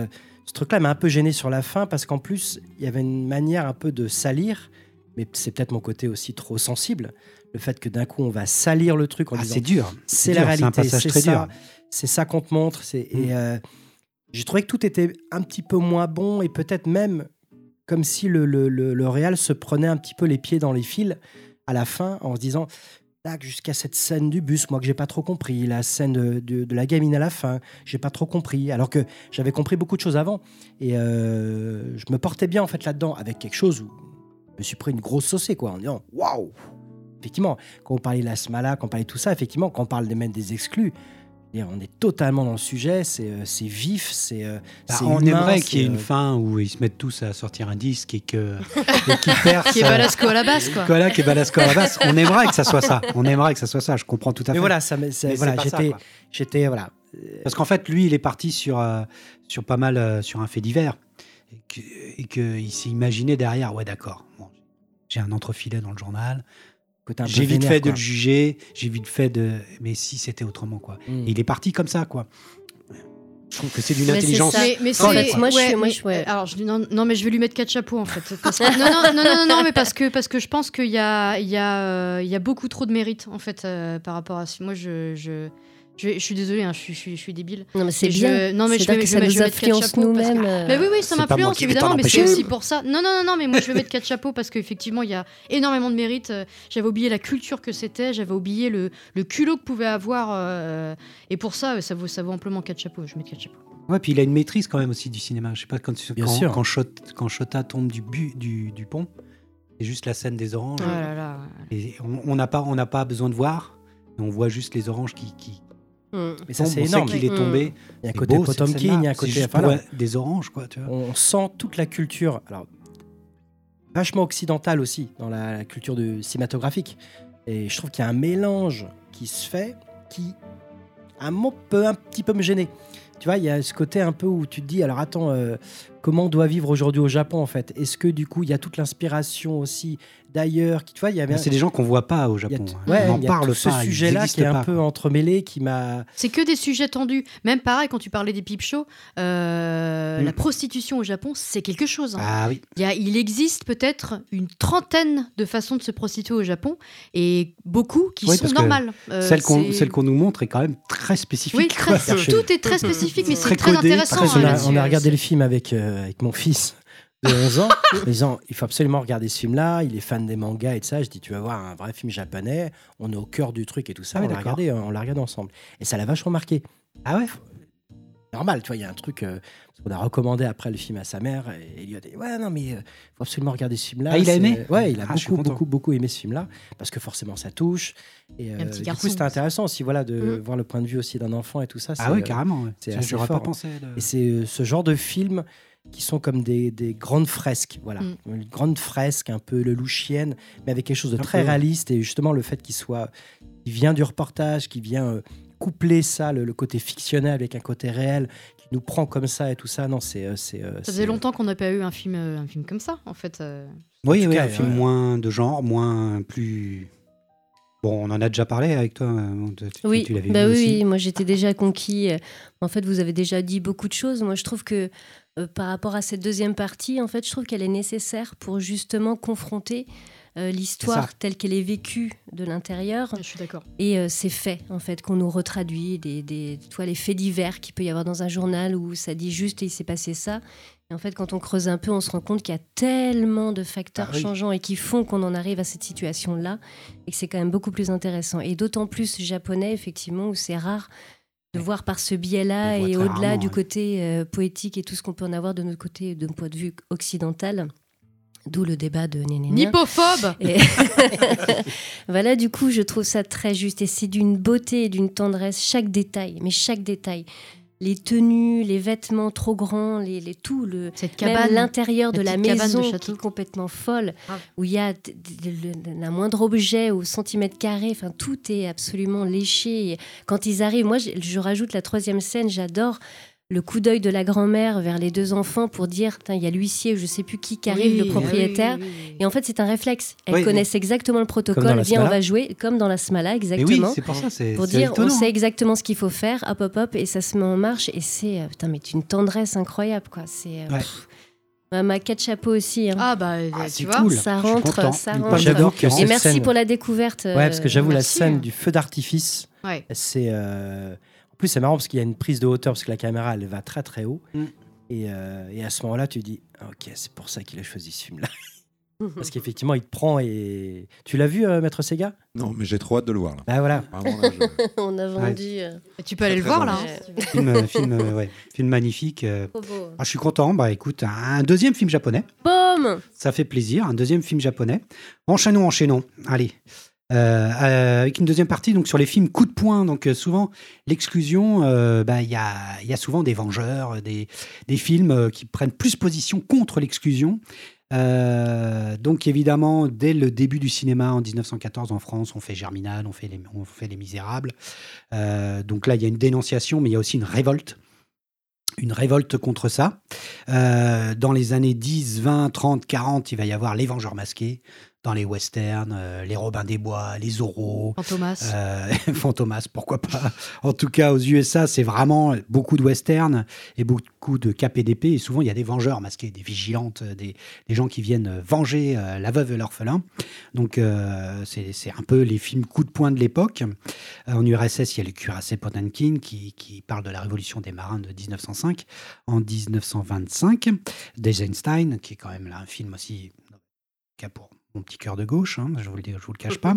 Ce truc-là m'a un peu gêné sur la fin parce qu'en plus, il y avait une manière un peu de salir, mais c'est peut-être mon côté aussi trop sensible. Le fait que d'un coup, on va salir le truc en disant... c'est dur. C'est la réalité, c'est un passage très dur. C'est ça qu'on te montre. Et j'ai trouvé que tout était un petit peu moins bon et peut-être même comme si le réal se prenait un petit peu les pieds dans les fils à la fin en se disant... Jusqu'à cette scène du bus, moi que j'ai pas trop compris, la scène de la gamine à la fin, j'ai pas trop compris, alors que j'avais compris beaucoup de choses avant. Et je me portais bien en fait là-dedans, avec quelque chose où je me suis pris une grosse saucée, quoi, en disant waouh. Effectivement, quand on parlait de la Smala, quand on parlait de tout ça, effectivement, quand on parle même des exclus, on est totalement dans le sujet, c'est vif, c'est on humain, aimerait qu'il y ait une fin où ils se mettent tous à sortir un disque et qu'ils percent. Qui est Balasco à la basse, quoi. Voilà, qui est Balasco à la basse. On aimerait que ça soit ça. Je comprends tout à fait. Mais voilà, j'étais voilà. Parce qu'en fait, lui, il est parti sur pas mal, sur un fait divers. Et qu'il s'est imaginé derrière, ouais, d'accord, bon, j'ai un entrefilet dans le journal. J'ai vite fait de le juger, j'ai vite fait de... Mais si c'était autrement, quoi. Et il est parti comme ça, quoi. Je trouve que c'est d'une intelligence. Alors, mais je vais lui mettre 4 chapeaux, en fait. Non, mais parce que je pense qu'il y a beaucoup trop de mérite, en fait, par rapport à... Moi, je suis désolée, hein, je suis débile. Non, mais c'est bien. Ça nous influence nous-mêmes. Mais oui, ça m'influence, évidemment, mais c'est aussi pour ça. Non, mais moi, je vais mettre 4 chapeaux parce qu'effectivement, il y a énormément de mérite. J'avais oublié la culture que c'était, j'avais oublié le culot que pouvait avoir. Et pour ça, ça vaut amplement 4 chapeaux. Je mets 4 chapeaux. Ouais, puis il a une maîtrise quand même aussi du cinéma. Je sais pas, quand Chota tombe du pont, c'est juste la scène des oranges. Oh là là. Et on n'a pas besoin de voir, on voit juste les oranges qui mais ça, c'est énorme. On sait qu'il est tombé. Il y a un côté Potemkin, il y a un côté... des oranges, quoi. Tu vois. On sent toute la culture, alors vachement occidentale aussi, dans la culture cinématographique. Et je trouve qu'il y a un mélange qui se fait qui, à un moment, peut un petit peu me gêner. Tu vois, il y a ce côté un peu où tu te dis, alors attends, comment on doit vivre aujourd'hui au Japon, en fait ? Est-ce que, du coup, il y a toute l'inspiration aussi d'ailleurs tu vois, il y avait... C'est des gens qu'on ne voit pas au Japon. On en parle pas. Ce sujet-là qui est un peu entremêlé, qui m'a... C'est que des sujets tendus. Même pareil, quand tu parlais des peep shows, la prostitution au Japon, c'est quelque chose. Hein. Ah oui. Il existe peut-être une trentaine de façons de se prostituer au Japon, et beaucoup qui sont normales. Celle qu'on nous montre est quand même très spécifique. Oui, tout est très spécifique, mais c'est très intéressant. On a regardé le film avec mon fils de 11 ans, en disant il faut absolument regarder ce film-là, il est fan des mangas et de ça. Je dis tu vas voir un vrai film japonais, on est au cœur du truc et tout ça. On l'a regardé ensemble. Et ça l'a vachement marqué. Ah ouais. Normal, tu vois, il y a un truc qu'on a recommandé après le film à sa mère et il lui a dit ouais non mais il faut absolument regarder ce film-là. Ah, il a aimé. Ouais, il a beaucoup aimé ce film-là parce que forcément ça touche et du coup c'était intéressant aussi de voir le point de vue aussi d'un enfant et tout ça. Ah oui, carrément. J'aurais pas pensé. Et c'est ce genre de film qui sont comme des grandes fresques, voilà, une grande fresque un peu lelouchienne, mais avec quelque chose de très réaliste. Et justement le fait qui vient du reportage, qui vient coupler ça, le côté fictionnel avec un côté réel, qui nous prend comme ça et tout ça. Non, ça faisait longtemps qu'on n'a pas eu un film comme ça, en fait. Oui, un film moins de genre, plus... Bon, on en a déjà parlé avec toi. Oui, tu l'avais vu aussi. Oui, moi j'étais déjà conquis. En fait, vous avez déjà dit beaucoup de choses. Moi, je trouve que par rapport à cette deuxième partie, en fait, je trouve qu'elle est nécessaire pour justement confronter l'histoire telle qu'elle est vécue de l'intérieur. Je suis d'accord. Et ces faits, en fait, qu'on nous retraduit, les faits divers qu'il peut y avoir dans un journal où ça dit juste « il s'est passé ça ». Et en fait, quand on creuse un peu, on se rend compte qu'il y a tellement de facteurs changeants et qui font qu'on en arrive à cette situation-là et que c'est quand même beaucoup plus intéressant. Et d'autant plus japonais, effectivement, où c'est rare de voir par ce biais-là et au-delà du côté poétique et tout ce qu'on peut en avoir de notre côté, d'un point de vue occidental. D'où le débat de Nénéna. Nipophobe. Voilà, du coup, je trouve ça très juste. Et c'est d'une beauté et d'une tendresse, chaque détail. Les tenues, les vêtements trop grands, tout, cette cabane, même l'intérieur de la maison qui est complètement folle, où il y a la moindre objet au centimètre carré, enfin tout est absolument léché. Et quand ils arrivent, moi je rajoute la troisième scène, j'adore le coup d'œil de la grand-mère vers les 2 enfants pour dire il y a l'huissier ou je sais plus qui arrive, le propriétaire. Et en fait, c'est un réflexe. Elles connaissent exactement le protocole. Viens, on va jouer comme dans la Smala, exactement. Oui, c'est pour ça. Pour dire, on sait exactement ce qu'il faut faire, hop, et ça se met en marche. Et c'est mais une tendresse incroyable, quoi. C'est ma quête chapeau aussi. Tu vois, cool. ça rentre. J'adore que et merci pour la découverte. Parce que j'avoue, la scène du feu d'artifice, c'est. En plus, c'est marrant parce qu'il y a une prise de hauteur parce que la caméra, elle va très très haut. Et à ce moment-là, tu dis, ok, c'est pour ça qu'il a choisi ce film-là. Parce qu'effectivement, il te prend et... Tu l'as vu, Maître Sega ? Non, mais j'ai trop hâte de le voir. Là. Bah voilà. Vraiment, là, On a vendu... Tu peux aller le voir, là. Film magnifique. Je suis content. Bah écoute, un deuxième film japonais. Boum ! Ça fait plaisir, un deuxième film japonais. Enchaînons. Allez. Avec une deuxième partie donc sur les films coup de poing. Donc souvent l'exclusion, il y a souvent des vengeurs, des films qui prennent plus position contre l'exclusion. Donc évidemment dès le début du cinéma en 1914 en France, on fait Germinal, on fait Les Misérables. Donc là il y a une dénonciation, mais il y a aussi une révolte contre ça. Dans les années 10, 20, 30, 40, il va y avoir les Vengeurs masqués. Dans les westerns, les Robins des Bois, les Zorro. Fantomas, pourquoi pas. En tout cas, aux USA, c'est vraiment beaucoup de westerns et beaucoup de KPDP. Et souvent, il y a des vengeurs masqués, des vigilantes, des gens qui viennent venger la veuve et l'orphelin. Donc, c'est un peu les films coup de poing de l'époque. En URSS, il y a le cuirassé Potemkin qui parle de la révolution des marins de 1905. En 1925, d'Eisenstein, qui est quand même là un film aussi pour mon petit cœur de gauche, je vous le cache pas.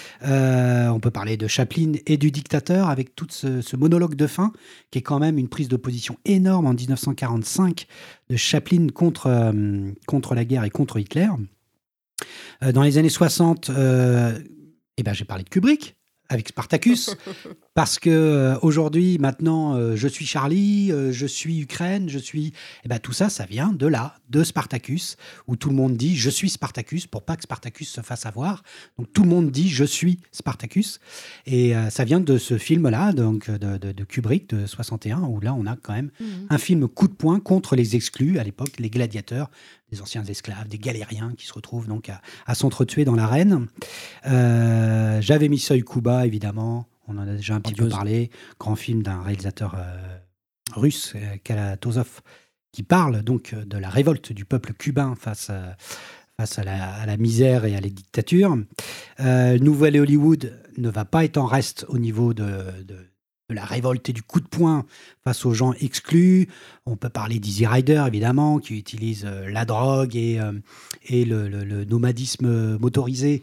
On peut parler de Chaplin et du dictateur avec tout ce monologue de fin qui est quand même une prise de position énorme en 1945 de Chaplin contre la guerre et contre Hitler. Dans les années 60, j'ai parlé de Kubrick avec Spartacus, parce que aujourd'hui, maintenant, je suis Charlie, je suis Ukraine, tout ça, ça vient de là, de Spartacus, où tout le monde dit « je suis Spartacus » pour pas que Spartacus se fasse avoir. Donc tout le monde dit « je suis Spartacus ». Et ça vient de ce film-là, donc de Kubrick, de 61, où là, on a quand même un film coup de poing contre les exclus, à l'époque, les gladiateurs, des anciens esclaves, des galériens qui se retrouvent donc à s'entretuer dans l'arène. J'avais mis Seuil Kuba, évidemment, on en a déjà un petit peu parlé, grand film d'un réalisateur russe, Kalatozov, qui parle donc de la révolte du peuple cubain face à la misère et à la dictature. Nouvelle Hollywood ne va pas être en reste au niveau de la révolte et du coup de poing face aux gens exclus. On peut parler d'Easy Rider, évidemment, qui utilise la drogue et le nomadisme motorisé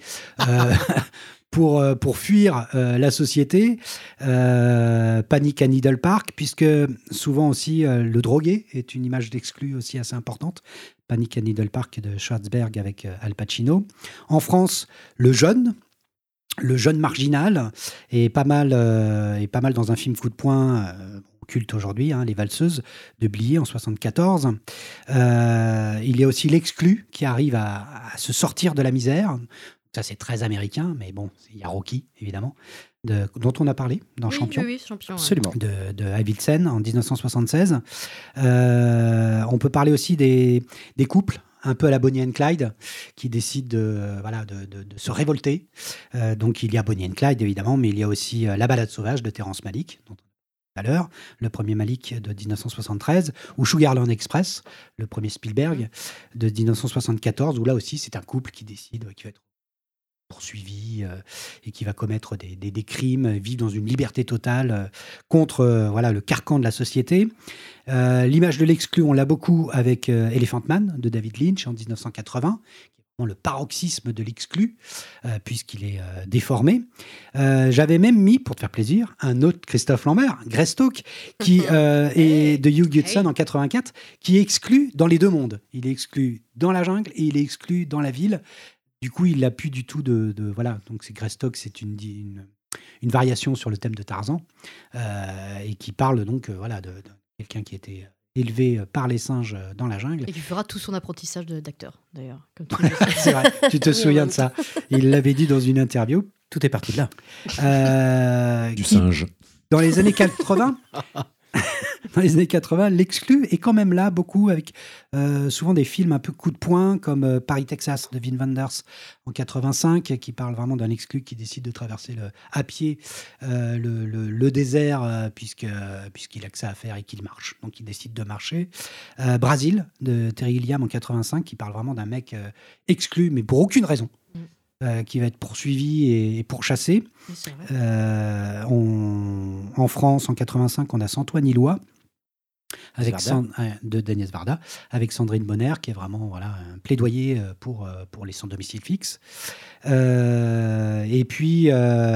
pour fuir la société. Panic à Needle Park, puisque souvent aussi le drogué est une image d'exclu aussi assez importante. Panic à Needle Park de Schwarzenegger avec Al Pacino. En France, le jeune marginal est pas mal dans un film coup de poing culte aujourd'hui, Les Valseuses de Blier en 1974. Il y a aussi l'exclu qui arrive à se sortir de la misère. Ça, c'est très américain, mais bon, il y a Rocky, évidemment, dont on a parlé dans Champion. Oui, Champion. Absolument. De Avildsen en 1976. On peut parler aussi des couples, un peu à la Bonnie and Clyde, qui décident de se révolter. Donc il y a Bonnie and Clyde, évidemment, mais il y a aussi La Balade sauvage de Terrence Malick, dont on a parlé tout à l'heure, le premier Malick de 1973, ou Sugarland Express, le premier Spielberg de 1974, où là aussi c'est un couple qui décide, qui va être poursuivi et qui va commettre des crimes, vivre dans une liberté totale contre le carcan de la société. L'image de l'exclu, on l'a beaucoup avec Elephant Man de David Lynch en 1980, qui est vraiment le paroxysme de l'exclu, puisqu'il est déformé. J'avais même mis, pour te faire plaisir, un autre Christophe Lambert, Greystoke, qui est de Hugh Hudson en 84, qui est exclu dans les deux mondes. Il est exclu dans la jungle et il est exclu dans la ville. Du coup, il n'a plus du tout donc c'est Greystoke, c'est une variation sur le thème de Tarzan, et qui parle donc de quelqu'un qui était élevé par les singes dans la jungle. Et qui fera tout son apprentissage d'acteur, d'ailleurs. C'est vrai, tu te souviens de ça. Il l'avait dit dans une interview. Tout est parti de là. Du singe. Dans les années 80... dans les années 80, l'exclu est quand même là, beaucoup, avec souvent des films un peu coup de poing, comme Paris, Texas, de Wim Wenders, en 85, qui parle vraiment d'un exclu qui décide de traverser à pied le désert, puisqu'il a que ça à faire et qu'il marche. Donc, il décide de marcher. Brésil, de Terry Gilliam, en 85, qui parle vraiment d'un mec exclu, mais pour aucune raison. Qui va être poursuivi et pourchassé. En France, en 85, on a Antoine Ilois, de Agnès Varda, avec Sandrine Bonner, qui est vraiment un plaidoyer pour les sans domicile fixe. Et puis,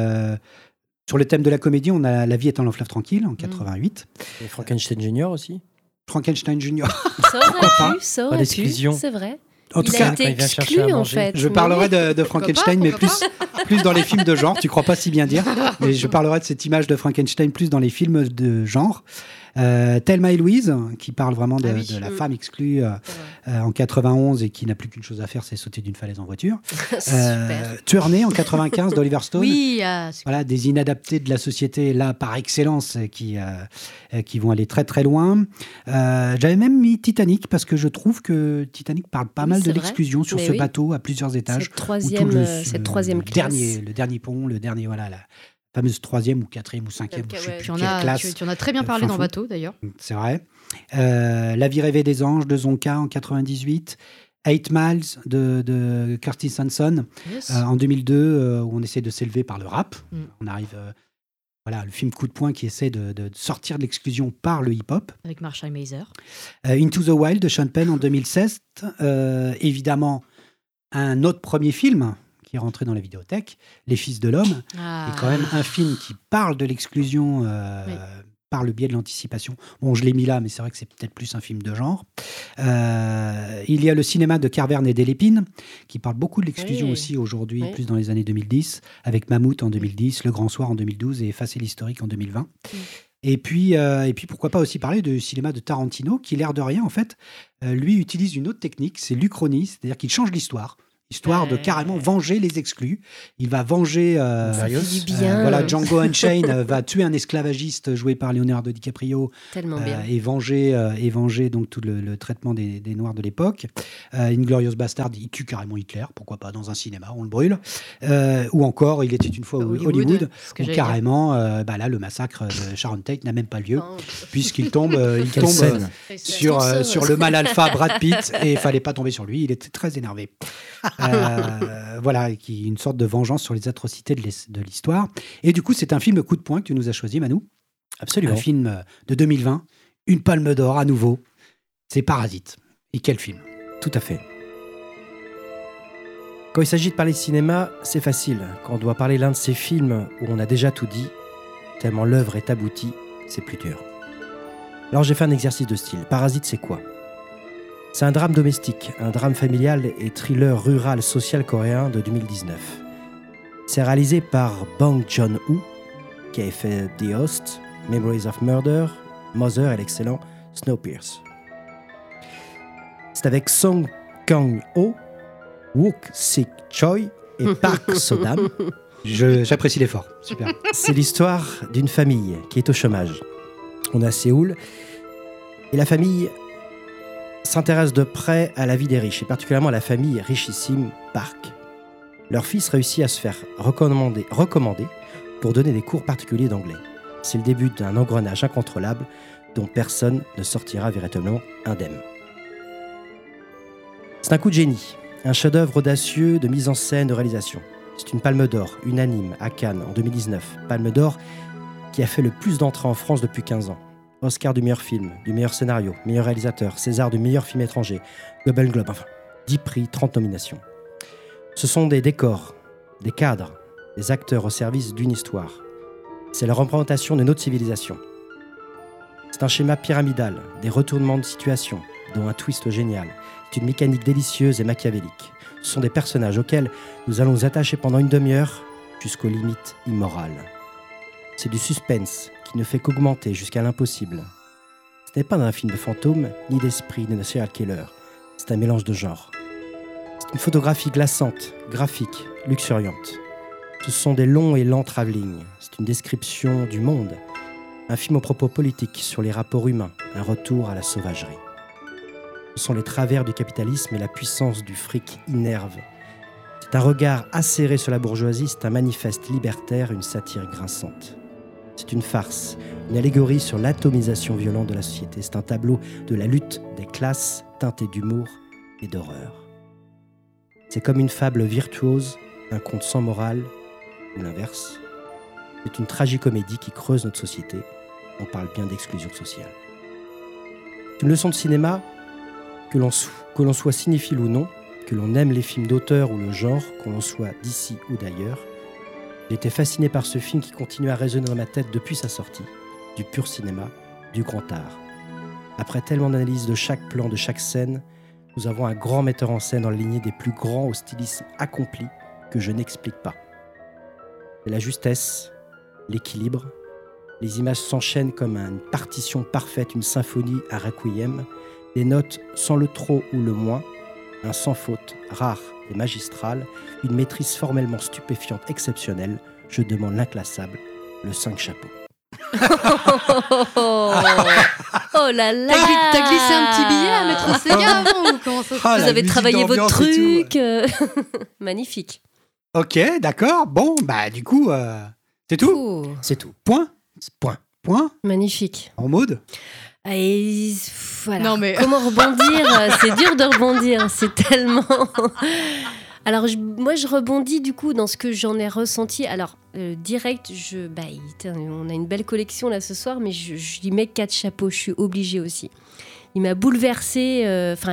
sur le thème de la comédie, on a La vie est un long fleuve tranquille, en 88. Et Frankenstein Junior aussi. Frankenstein Junior. Ça aurait pu, c'est vrai. En tout cas, exclu, en fait. Je parlerai de Frankenstein, mais plus dans les films de genre. Tu crois pas si bien dire, mais je parlerai de cette image de Frankenstein plus dans les films de genre. Thelma et Louise, qui parle vraiment de la femme exclue en 91 et qui n'a plus qu'une chose à faire, c'est sauter d'une falaise en voiture. Tuernay en 95 d'Oliver Stone. Oui, voilà, des inadaptés de la société là par excellence qui vont aller très très loin. J'avais même mis Titanic parce que je trouve que Titanic parle pas mal de l'exclusion sur ce bateau à plusieurs étages. Cette troisième classe. Le dernier pont, la fameuse 3e ou 4e ou 5e, je sais plus tu en as très bien parlé dans Bateau, d'ailleurs. C'est vrai. La vie rêvée des anges de Zonka en 98. 8 Miles de Curtis Hanson en 2002, où on essaie de s'élever par le rap. On arrive... le film coup de poing qui essaie de sortir de l'exclusion par le hip-hop. Avec Marshall Mazer. Into the Wild de Sean Penn en 2016. Évidemment, un autre premier film qui est rentré dans la vidéothèque, Les Fils de l'Homme, est quand même un film qui parle de l'exclusion par le biais de l'anticipation. Bon, je l'ai mis là, mais c'est vrai que c'est peut-être plus un film de genre. Il y a le cinéma de Carverne et Delépine, qui parle beaucoup de l'exclusion aussi aujourd'hui, plus dans les années 2010, avec Mammouth en 2010, Le Grand Soir en 2012 et Effacer l'historique en 2020. Et puis, pourquoi pas aussi parler du cinéma de Tarantino, qui, l'air de rien, en fait, lui utilise une autre technique, c'est l'Uchronie, c'est-à-dire qu'il change l'histoire. Histoire de carrément venger les exclus. Il va venger... Django Unchained va tuer un esclavagiste joué par Leonardo DiCaprio. Tellement bien. Et venger donc tout le traitement des Noirs de l'époque. Inglourious Bastard, il tue carrément Hitler. Pourquoi pas dans un cinéma, on le brûle. Ou encore, Il était une fois Hollywood, où carrément, là, le massacre de Sharon Tate n'a même pas lieu, puisqu'il tombe sur le mal alpha Brad Pitt, et il fallait pas tomber sur lui. Il était très énervé. Qui est une sorte de vengeance sur les atrocités de l'histoire. Et du coup, c'est un film coup de poing que tu nous as choisi, Manu. Absolument. Un film de 2020, une palme d'or à nouveau. C'est Parasite. Et quel film! Tout à fait. Quand il s'agit de parler de cinéma, c'est facile. Quand on doit parler l'un de ces films où on a déjà tout dit, tellement l'œuvre est aboutie, c'est plus dur. Alors j'ai fait un exercice de style. Parasite, c'est quoi? C'est un drame domestique, un drame familial et thriller rural social coréen de 2019. C'est réalisé par Bong Joon-ho, qui a fait The Host, Memories of Murder, Mother et l'excellent Snowpiercer. C'est avec Song Kang-ho, Wook Sik-choi et Park So-dam. J'apprécie l'effort, super. C'est l'histoire d'une famille qui est au chômage. On est à Séoul et la famille s'intéresse de près à la vie des riches, et particulièrement à la famille richissime Park. Leur fils réussit à se faire recommander pour donner des cours particuliers d'anglais. C'est le début d'un engrenage incontrôlable dont personne ne sortira véritablement indemne. C'est un coup de génie, un chef-d'œuvre audacieux de mise en scène, de réalisation. C'est une palme d'or unanime à Cannes en 2019, palme d'or qui a fait le plus d'entrées en France depuis 15 ans. Oscar du meilleur film, du meilleur scénario, meilleur réalisateur, César du meilleur film étranger, Golden Globe, enfin, 10 prix, 30 nominations. Ce sont des décors, des cadres, des acteurs au service d'une histoire. C'est la représentation de notre civilisation. C'est un schéma pyramidal, des retournements de situation, dont un twist génial. C'est une mécanique délicieuse et machiavélique. Ce sont des personnages auxquels nous allons nous attacher pendant une demi-heure jusqu'aux limites immorales. C'est du suspense qui ne fait qu'augmenter jusqu'à l'impossible. Ce n'est pas un film de fantômes, ni d'esprit, ni de serial killer. C'est un mélange de genres. C'est une photographie glaçante, graphique, luxuriante. Ce sont des longs et lents travelling. C'est une description du monde Un film aux propos politiques sur les rapports humains, un retour à la sauvagerie. Ce sont les travers du capitalisme et la puissance du fric innerve. C'est un regard acéré sur la bourgeoisie, c'est un manifeste libertaire, une satire grinçante. C'est une farce, une allégorie sur l'atomisation violente de la société. C'est un tableau de la lutte des classes teinté d'humour et d'horreur. C'est comme une fable virtuose, un conte sans morale, ou l'inverse. C'est une tragicomédie qui creuse notre société. On parle bien d'exclusion sociale. C'est une leçon de cinéma, que l'on soit cinéphile ou non, que l'on aime les films d'auteur ou le genre, qu'on l'on soit d'ici ou d'ailleurs. J'ai été fasciné par ce film qui continue à résonner dans ma tête depuis sa sortie. Du pur cinéma, du grand art. Après tellement d'analyses de chaque plan, de chaque scène, nous avons un grand metteur en scène dans la lignée des plus grands au stylisme accompli que je n'explique pas. C'est la justesse, l'équilibre, les images s'enchaînent comme une partition parfaite, une symphonie à requiem, des notes sans le trop ou le moins, un sans faute rare et magistral, une maîtrise formellement stupéfiante, exceptionnelle. Je demande l'inclassable, le 5 chapeaux. Oh là là! T'as glissé un petit billet à Maître Sega avant ou comment ça se fait? Vous avez travaillé votre truc. Magnifique. Ok, d'accord. Bon, bah du coup, c'est tout. C'est tout. Point. Magnifique. En mode. Et voilà. Non, mais... Comment rebondir? C'est dur de rebondir. C'est tellement... Alors, moi, je rebondis du coup dans ce que j'en ai ressenti. Alors, direct, on a une belle collection là ce soir, mais je lui mets 4 chapeaux. Je suis obligée aussi. Il m'a bouleversée.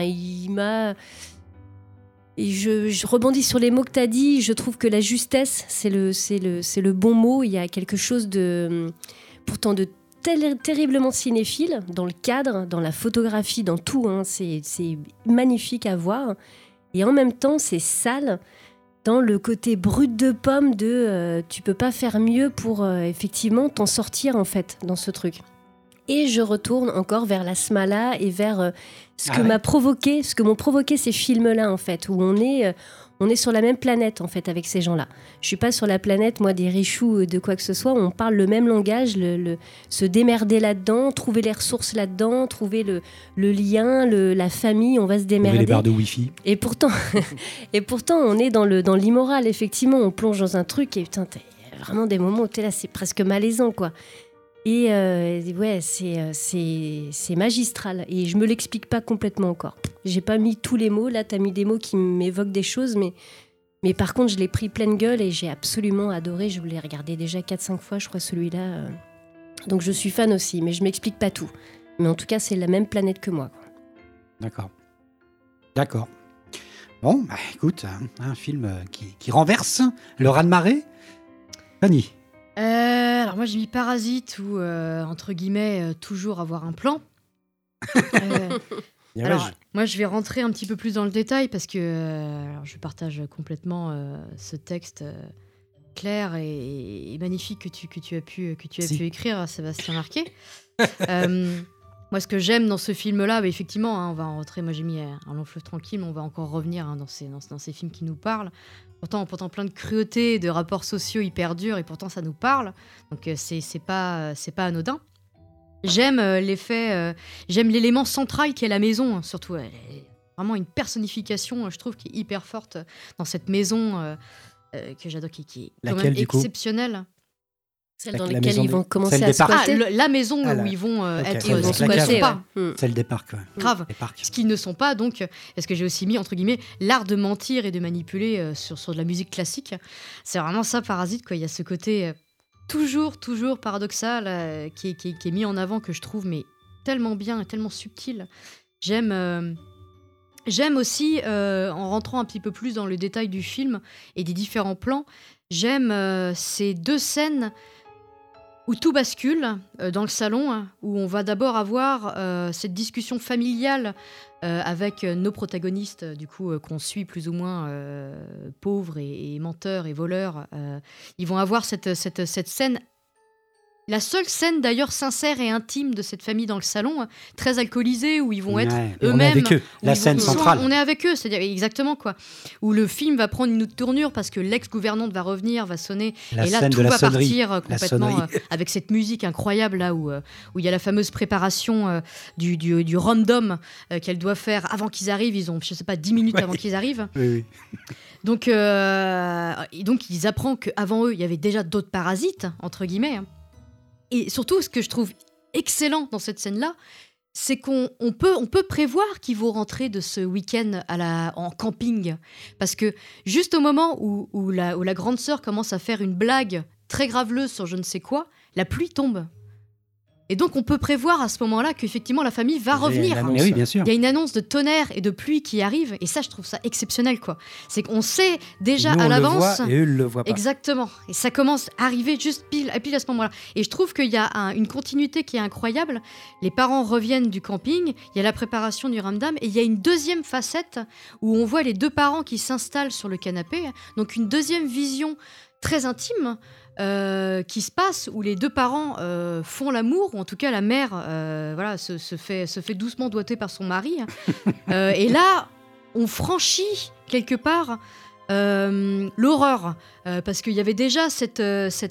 Et je rebondis sur les mots que tu as dit. Je trouve que la justesse, c'est le bon mot. Il y a quelque chose de pourtant de terriblement cinéphile dans le cadre, dans la photographie, dans tout. Hein. C'est magnifique à voir. Et en même temps, c'est sale dans le côté brut de pomme de tu peux pas faire mieux pour effectivement t'en sortir en fait dans ce truc. Et je retourne encore vers la Smala et vers ce que m'ont provoqué ces films-là en fait, où on est sur la même planète en fait avec ces gens-là. Je suis pas sur la planète moi des richoux de quoi que ce soit. On parle le même langage, se démerder là-dedans, trouver les ressources là-dedans, trouver le lien, la famille. On va se démerder. Les barres de Wi-Fi. Et pourtant, on est dans l'immoral. Effectivement, on plonge dans un truc et putain, t'as vraiment des moments où t'es là, c'est presque malaisant quoi. Et ouais, c'est magistral. Et je me l'explique pas complètement encore. J'ai pas mis tous les mots. Là, t'as mis des mots qui m'évoquent des choses, mais par contre, je l'ai pris pleine gueule et j'ai absolument adoré. Je l'ai regardé déjà 4-5 fois, je crois, celui-là. Donc, je suis fan aussi, mais je m'explique pas tout. Mais en tout cas, c'est la même planète que moi. D'accord. Bon, bah, écoute, un film qui renverse le raz-de-marée. Fanny. Alors moi j'ai mis Parasite ou entre guillemets toujours avoir un plan. Alors moi je vais rentrer un petit peu plus dans le détail parce que je partage complètement ce texte clair et magnifique que tu as pu écrire, Sébastien Marquet. Moi ce que j'aime dans ce film-là, effectivement, on va en rentrer. Moi j'ai mis Un long fleuve tranquille, mais on va encore revenir dans ces films qui nous parlent. Pourtant plein de cruauté, de rapports sociaux hyper durs, et pourtant ça nous parle. Donc c'est pas anodin. J'aime l'effet, j'aime l'élément central qui est la maison, surtout. Elle est vraiment une personnification, je trouve, qui est hyper forte dans cette maison que j'adore, qui est quand même exceptionnelle. Celle dans laquelle ils vont commencer à squatter. La maison où ils vont être squattés. C'est le départ, quoi. Grave. Ce qu'ils ne sont pas, donc, est-ce que j'ai aussi mis, entre guillemets, l'art de mentir et de manipuler sur de la musique classique. C'est vraiment ça, Parasite, quoi. Il y a ce côté toujours paradoxal qui est mis en avant, que je trouve mais tellement bien et tellement subtil. J'aime aussi, en rentrant un petit peu plus dans le détail du film et des différents plans, j'aime ces 2 scènes où tout bascule dans le salon, où on va d'abord avoir cette discussion familiale avec nos protagonistes, du coup, qu'on suit plus ou moins pauvres et menteurs et voleurs. Ils vont avoir cette scène La seule scène d'ailleurs sincère et intime de cette famille dans le salon, très alcoolisée, où ils vont être eux-mêmes. On est avec eux. La scène centrale. On est avec eux, c'est-à-dire exactement quoi. Où le film va prendre une autre tournure parce que l'ex-gouvernante va revenir, va sonner, et là tout va partir complètement avec cette musique incroyable là où il y a la fameuse préparation du random qu'elle doit faire avant qu'ils arrivent. Ils ont, je sais pas, 10 minutes avant qu'ils arrivent. Oui. Donc ils apprennent qu'avant eux, il y avait déjà d'autres parasites entre guillemets. Et surtout, ce que je trouve excellent dans cette scène-là, c'est qu'on peut prévoir qu'ils vont rentrer de ce week-end en camping. Parce que juste au moment où la grande sœur commence à faire une blague très graveleuse sur je ne sais quoi, la pluie tombe. Et donc, on peut prévoir à ce moment-là qu'effectivement, la famille va revenir. Mais oui, bien sûr. Il y a une annonce de tonnerre et de pluie qui arrive. Et ça, je trouve ça exceptionnel, quoi. C'est qu'on sait déjà à l'avance. Le voit et eux ne le voient pas. Exactement. Et ça commence à arriver juste pile à ce moment-là. Et je trouve qu'il y a une continuité qui est incroyable. Les parents reviennent du camping. Il y a la préparation du ramdam. Et il y a une deuxième facette où on voit les deux parents qui s'installent sur le canapé. Donc, une deuxième vision très intime. Qui se passe où les deux parents font l'amour, ou en tout cas la mère se fait doucement doigter par son mari. Et là, on franchit quelque part l'horreur, parce qu'il y avait déjà cette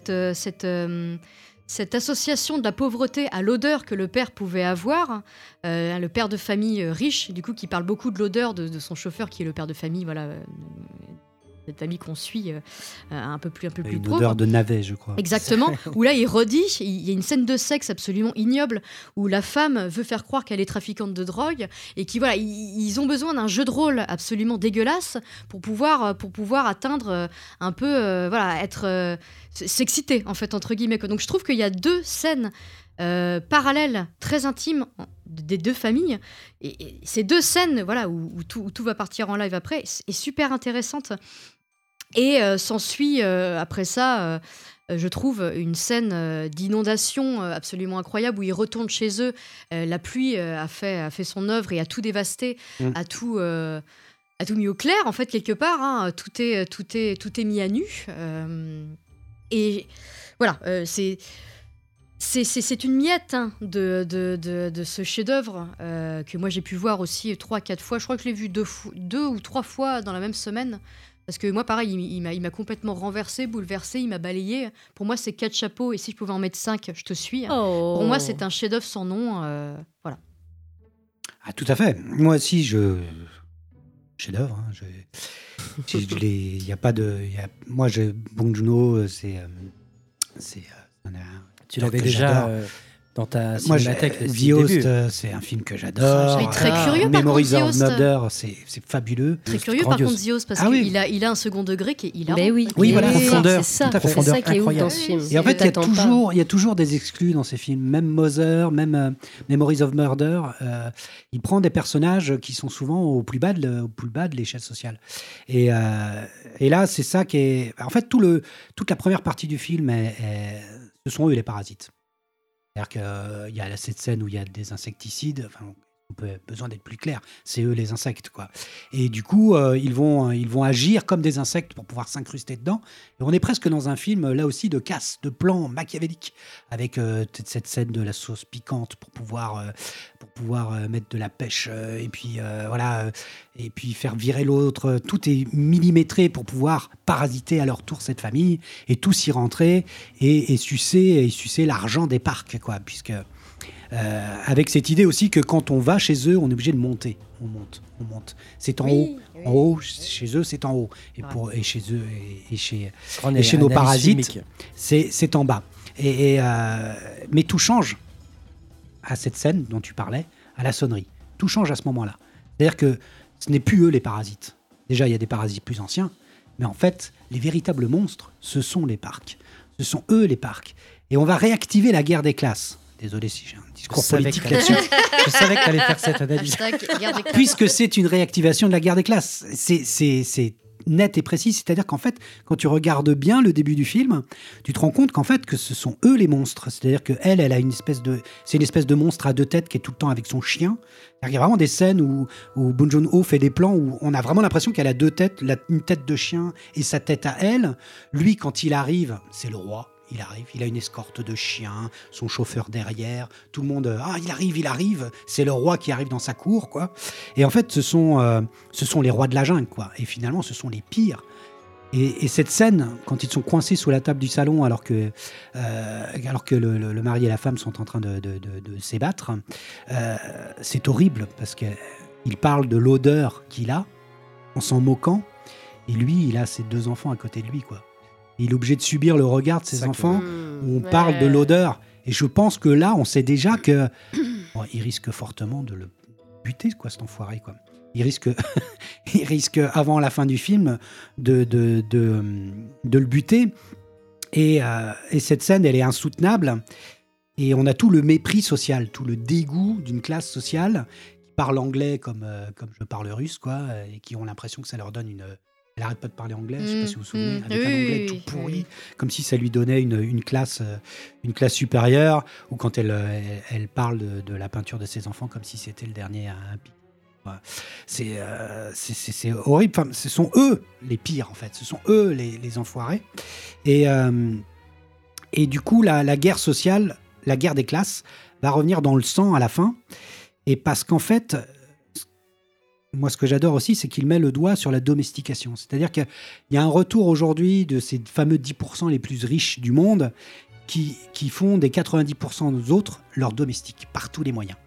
association de la pauvreté à l'odeur que le père pouvait avoir, le père de famille riche, du coup, qui parle beaucoup de l'odeur de son chauffeur, qui est le père de famille, voilà. Cette famille qu'on suit un peu plus pauvre. Une odeur de navet, je crois. Exactement. Où là, il redit, il y a une scène de sexe absolument ignoble où la femme veut faire croire qu'elle est trafiquante de drogue et qui voilà, ils ont besoin d'un jeu de rôle absolument dégueulasse pour pouvoir atteindre un peu être s'exciter en fait entre guillemets. Donc je trouve qu'il y a deux scènes parallèles très intimes des deux familles et ces deux scènes où tout va partir en live après est super intéressante. Et s'ensuit après ça, je trouve une scène d'inondation absolument incroyable où ils retournent chez eux. La pluie a fait son œuvre et a tout dévasté, a tout mis au clair en fait quelque part. Hein. Tout est mis à nu. Et voilà, c'est une miette de ce chef-d'œuvre que moi j'ai pu voir aussi 3-4 fois. Je crois que je l'ai vu 2 ou 3 fois dans la même semaine. Parce que moi, pareil, il m'a complètement renversé, bouleversé, il m'a balayé. Pour moi, c'est 4 chapeaux, et si je pouvais en mettre 5, je te suis. Oh. Pour moi, c'est un chef-d'œuvre sans nom. Voilà. Ah, tout à fait. Moi aussi, chef-d'œuvre. Hein, il y a pas de. Moi, Bong Joon-ho, c'est tu l'avais déjà dans ta cinémathèque. The Host, c'est un film que j'adore. Je suis très curieux par contre, The Host. Memories of Murder, c'est fabuleux. Très curieux par contre, The Host, parce qu'il a un second degré qui est hilarant. Mais oui, voilà, profondeur. C'est ça qui est ouf dans ce film. Et en fait, il y a toujours des exclus dans ces films. Même Mother, même Memories of Murder, il prend des personnages qui sont souvent au plus bas de l'échelle sociale. Et là, c'est ça qui est... En fait, toute la première partie du film, ce sont eux les parasites. C'est-à-dire qu'il y a cette scène où il y a des insecticides, enfin, on peut besoin d'être plus clair, c'est eux les insectes, quoi. Et du coup, ils vont agir comme des insectes pour pouvoir s'incruster dedans. Et on est presque dans un film, là aussi, de casse, de plan machiavélique, avec cette scène de la sauce piquante pour pouvoir mettre de la pêche, et puis et puis faire virer l'autre. Tout est millimétré pour pouvoir parasiter à leur tour cette famille, et tous y rentrer, et sucer l'argent des parcs, quoi, puisque... avec cette idée aussi que quand on va chez eux, on est obligé de monter. On monte. C'est en haut. Oui. En haut, chez eux, c'est en haut. Et chez eux, et chez nos parasites, c'est en bas. Mais tout change à cette scène dont tu parlais, à la sonnerie. Tout change à ce moment-là. C'est-à-dire que ce n'est plus eux les parasites. Déjà, il y a des parasites plus anciens, mais en fait, les véritables monstres, ce sont les parcs. Ce sont eux les parcs. Et on va réactiver la guerre des classes. Désolé si j'ai un discours politique là-dessus. Je savais que tu allais faire cette analyse. Puisque c'est une réactivation de la guerre des classes. C'est net et précis. C'est-à-dire qu'en fait, quand tu regardes bien le début du film, tu te rends compte qu'en fait, que ce sont eux les monstres. C'est-à-dire qu'elle a une espèce de monstre à 2 têtes qui est tout le temps avec son chien. Il y a vraiment des scènes où Bong Joon-ho fait des plans où on a vraiment l'impression qu'elle a 2 têtes, une tête de chien et sa tête à elle. Lui, quand il arrive, c'est le roi. il arrive, il a une escorte de chiens, son chauffeur derrière, tout le monde, il arrive, c'est le roi qui arrive dans sa cour, quoi. Et en fait, ce sont les rois de la jungle, quoi. Et finalement, ce sont les pires. Et cette scène, quand ils sont coincés sous la table du salon, alors que le mari et la femme sont en train de s'ébattre, c'est horrible, parce qu'il parle de l'odeur qu'il a, en s'en moquant, et lui, il a ses 2 enfants à côté de lui, quoi. Il est obligé de subir le regard de ses enfants où on parle de l'odeur. Et je pense que là, on sait déjà que il risque fortement de le buter, quoi, cet enfoiré, quoi. Il risque avant la fin du film de le buter. Et cette scène, elle est insoutenable. Et on a tout le mépris social, tout le dégoût d'une classe sociale qui parle anglais comme je parle russe, quoi, et qui ont l'impression que ça leur donne une... Elle n'arrête pas de parler anglais, je ne sais pas si vous vous souvenez, avec un anglais tout pourri, comme si ça lui donnait une classe supérieure, ou quand elle parle de la peinture de ses enfants comme si c'était le dernier pic. C'est horrible. Enfin, ce sont eux les pires, en fait. Ce sont eux les enfoirés. Et du coup, la guerre sociale, la guerre des classes, va revenir dans le sang à la fin. Et parce qu'en fait... Moi, ce que j'adore aussi, c'est qu'il met le doigt sur la domestication. C'est-à-dire qu'il y a un retour aujourd'hui de ces fameux 10% les plus riches du monde qui font des 90% des autres leurs domestiques, par tous les moyens.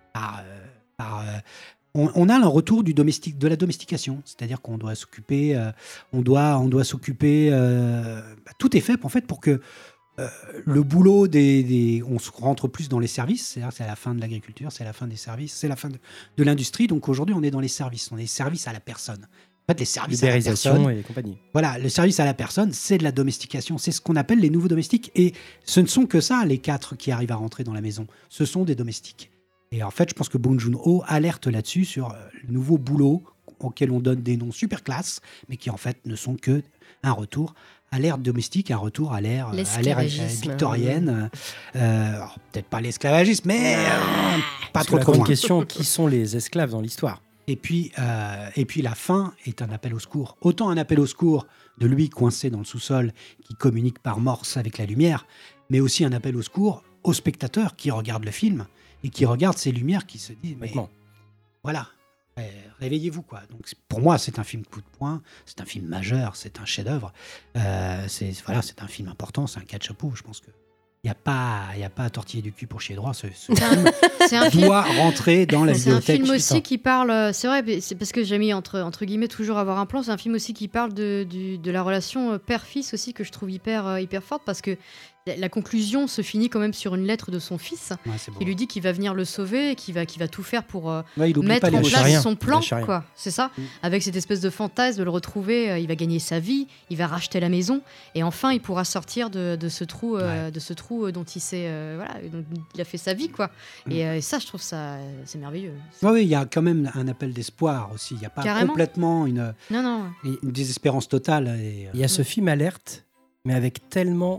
On a un retour de la domestication. C'est-à-dire qu'on doit s'occuper... on doit s'occuper... tout est fait, en fait, pour que le boulot on se rentre plus dans les services, c'est-à-dire que c'est la fin de l'agriculture, c'est la fin des services, c'est la fin de l'industrie. Donc aujourd'hui, on est dans les services, on est services à la personne. En fait, les services à la personne, et compagnie. Voilà, le service à la personne, c'est de la domestication, c'est ce qu'on appelle les nouveaux domestiques. Et ce ne sont que ça, les 4 qui arrivent à rentrer dans la maison. Ce sont des domestiques. Et en fait, je pense que Bong Joon-ho alerte là-dessus sur le nouveau boulot auquel on donne des noms super classe, mais qui en fait ne sont que un retour à l'ère domestique, un retour à l'ère victorienne. Peut-être pas l'esclavagisme, mais pas trop loin. Question, qui sont les esclaves dans l'histoire ? Et puis la fin est un appel au secours. Autant un appel au secours de lui coincé dans le sous-sol, qui communique par morse avec la lumière, mais aussi un appel au secours aux spectateurs qui regardent le film et qui regardent ces lumières, qui se disent mais voilà. Réveillez-vous, quoi. Donc pour moi, c'est un film coup de poing, c'est un film majeur, c'est un chef-d'œuvre. C'est un film important, c'est un catch-up. Je pense que il y a pas à tortiller du cul pour chier droit. Ce film doit rentrer dans la bibliothèque. C'est un film aussi qui parle. C'est vrai, c'est parce que j'ai mis entre guillemets toujours avoir un plan. C'est un film aussi qui parle de la relation père-fils aussi, que je trouve hyper forte, parce que la conclusion se finit quand même sur une lettre de son fils qui lui dit qu'il va venir le sauver et qu'il va tout faire pour mettre en place son plan, quoi. C'est ça, avec cette espèce de fantasme de le retrouver. Il va gagner sa vie, il va racheter la maison et enfin il pourra sortir de ce trou, dont il s'est dont il a fait sa vie, quoi. Et ça, je trouve ça c'est merveilleux. Oui, il y a quand même un appel d'espoir aussi. Il n'y a pas complètement une désespérance totale. Il y a ce film alerte, mais avec tellement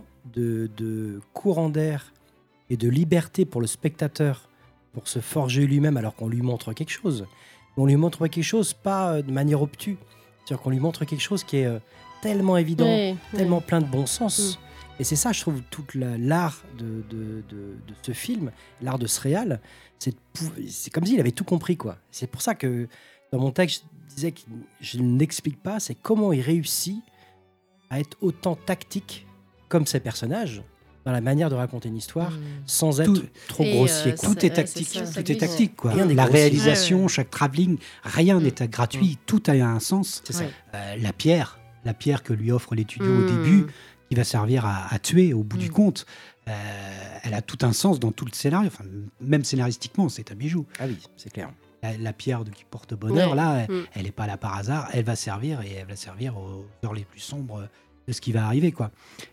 de courant d'air et de liberté pour le spectateur pour se forger lui-même, alors qu'on lui montre quelque chose. On lui montre quelque chose pas de manière obtuse. C'est-à-dire qu'on lui montre quelque chose qui est tellement évident, tellement plein de bon sens. Et c'est ça, je trouve, tout l'art de ce film, l'art de ce réal, c'est comme s'il avait tout compris, quoi. C'est pour ça que dans mon texte, je disais que je n'explique pas, c'est comment il réussit à être autant tactique comme ces personnages dans la manière de raconter une histoire sans être trop grossier. Tout est tactique, tout est tactique, quoi. La réalisation, chaque travelling, rien n'est gratuit, tout a un sens. C'est ça. La pierre que lui offre l'étudiant au début, qui va servir à tuer au bout du compte, elle a tout un sens dans tout le scénario. Enfin, même scénaristiquement, c'est un bijou. Ah oui, c'est clair. La pierre qui porte bonheur, elle n'est pas là par hasard, elle va servir aux heures les plus sombres de ce qui va arriver, quoi.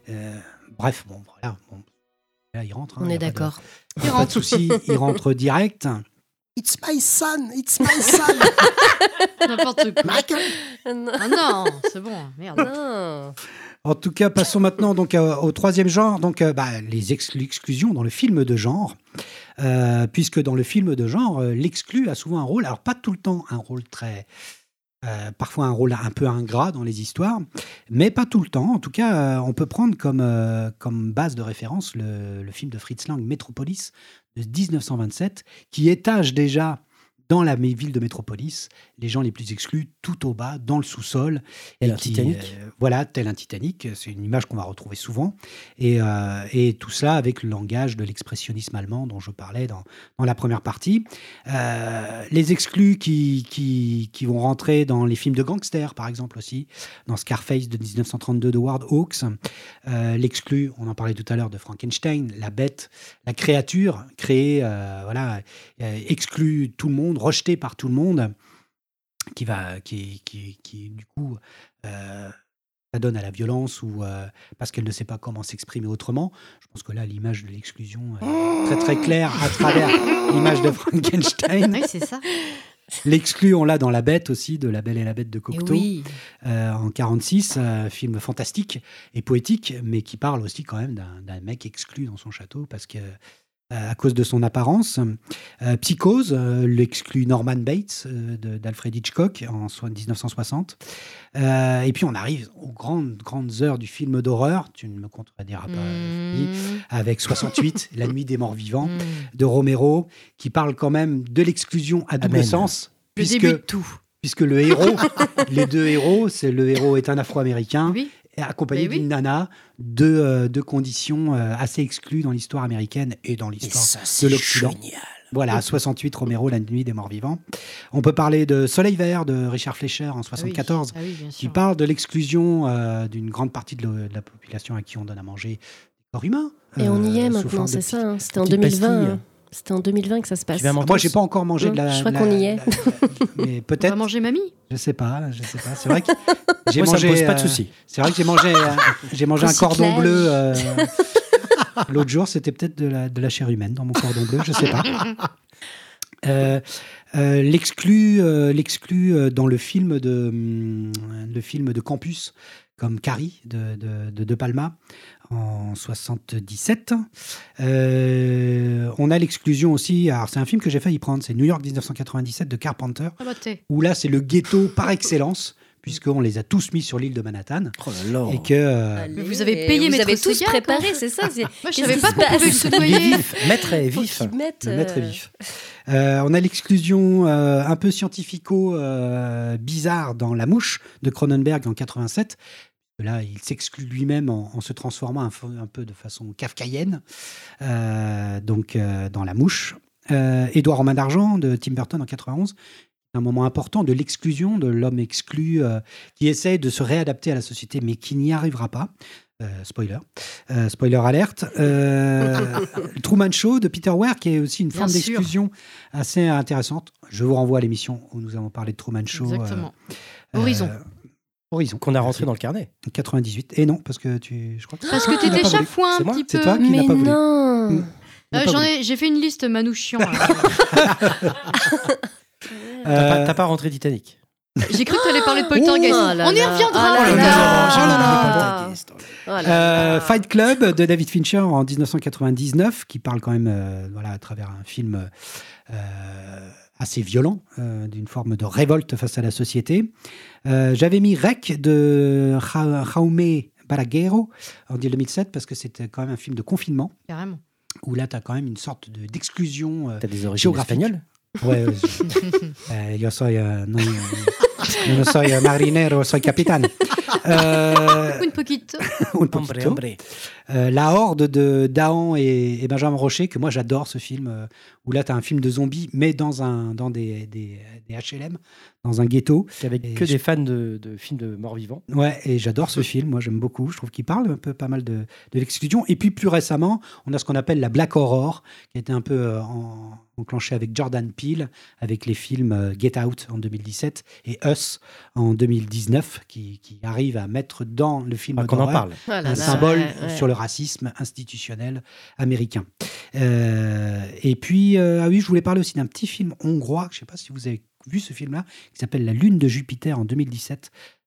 Bref, voilà. Là, il rentre. On est d'accord. Pas de souci, il rentre direct. It's my son, it's my son. N'importe quoi. Michael. Ah non, c'est bon, merde. Non. En tout cas, passons maintenant donc au troisième genre, donc l'exclusion dans le film de genre, puisque dans le film de genre, l'exclu a souvent un rôle, alors pas tout le temps un rôle très parfois un rôle un peu ingrat dans les histoires, mais pas tout le temps. En tout cas, on peut prendre comme base de référence le film de Fritz Lang, Metropolis, de 1927, qui étage déjà dans la ville de Métropolis, les gens les plus exclus, tout au bas, dans le sous-sol. Tel un Titanic. Voilà, tel un Titanic. C'est une image qu'on va retrouver souvent. Et tout ça avec le langage de l'expressionnisme allemand dont je parlais dans la première partie. Les exclus qui vont rentrer dans les films de gangsters, par exemple aussi, dans Scarface de 1932 de Howard Hawks. L'exclu, on en parlait tout à l'heure, de Frankenstein, la bête, la créature créée, exclut tout le monde, rejeté par tout le monde, qui du coup ça donne à la violence ou parce qu'elle ne sait pas comment s'exprimer autrement. Je pense que là l'image de l'exclusion est très très claire à travers l'image de Frankenstein. Oui, c'est ça. L'exclu, on l'a dans La Bête aussi, de La Belle et la Bête de Cocteau, en 1946, film fantastique et poétique, mais qui parle aussi quand même d'un mec exclu dans son château parce que à cause de son apparence. Psychose, l'exclu Norman Bates d'Alfred Hitchcock en 1960. Et puis on arrive aux grandes heures du film d'horreur, tu ne me contrediras pas, avec 68, La Nuit des Morts Vivants, de Romero, qui parle quand même de l'exclusion à double sens. Le début de tout. Puisque le héros, les deux héros, le héros est un Afro-Américain, accompagné d'une nana, deux conditions assez exclues dans l'histoire américaine et dans l'histoire de l'Occident. Génial. Voilà, 68, Romero, La Nuit des Morts Vivants. On peut parler de Soleil Vert de Richard Fleischer en 74, qui parle de l'exclusion d'une grande partie de la population à qui on donne à manger des corps humains. Et on y est maintenant, c'est ça. Hein. C'était en 2020. C'était en 2020 que ça se passe. Moi, j'ai pas encore mangé de la. Je crois qu'on y est. Mais peut-être. On va manger mamie. Je sais pas. C'est vrai que j'ai mangé. Ça me pose pas de soucis. C'est vrai que j'ai mangé un cordon bleu. L'autre jour, c'était peut-être de la chair humaine dans mon cordon bleu. Je sais pas. L'exclu dans le film de Campus, comme Carrie de Palma en 77. On a l'exclusion aussi. Alors c'est un film que j'ai failli prendre, c'est New York 1997 de Carpenter, où là c'est le ghetto par excellence. Puisqu'on les a tous mis sur l'île de Manhattan. Oh là là. Et que, vous avez payé, vous avez tous préparé, c'est ça. Moi, je savais pas qu'on pouvait le soudoyer. Maître est vif. Le maître est vif. On a l'exclusion un peu scientifico bizarre dans La Mouche de Cronenberg en 87. Là, il s'exclut lui-même en se transformant un peu de façon kafkaïenne, dans La Mouche. Édouard aux mains d'argent de Tim Burton en 91. Un moment important de l'exclusion de l'homme exclu qui essaie de se réadapter à la société mais qui n'y arrivera pas. Spoiler alerte. Truman Show de Peter Weir, qui est aussi une forme d'exclusion assez intéressante. Je vous renvoie à l'émission où nous avons parlé de Truman Show. Exactement. Horizon. Qu'on a rentré dans le carnet. 98. Et non, parce que je crois que parce que t'étais chafouin un petit peu. C'est toi qui n'as pas voulu. Non. J'ai fait une liste manouchiant. T'as pas rentré Titanic. J'ai cru que t'allais parler de Poltergeist. On y reviendra. Fight Club de David Fincher en 1999, qui parle quand même à travers un film assez violent, d'une forme de révolte face à la société. J'avais mis Rec de Jaume Balaguerro en 2007 parce que c'était quand même un film de confinement. Carrément. Où là, t'as quand même une sorte d'exclusion T'as des origines espagnoles. Ouais, yo soy no soy marinero, soy capitán. Un poquito. Hombre. La Horde de Dahan et Benjamin Rocher, que moi j'adore ce film, où là tu as un film de zombies, mais dans des HLM, dans un ghetto. Avec que des fans de films de morts-vivants. Ouais, et j'adore ce film, moi j'aime beaucoup. Je trouve qu'il parle pas mal de l'exclusion. Et puis plus récemment, on a ce qu'on appelle la Black Horror, qui a été un peu enclenché avec Jordan Peele, avec les films Get Out en 2017 et Us en 2019, qui arrivent à mettre dans le film qu'on en parle. Un symbole sur le racisme institutionnel américain. Et puis, je voulais parler aussi d'un petit film hongrois, je ne sais pas si vous avez vu ce film-là, qui s'appelle La Lune de Jupiter en 2017,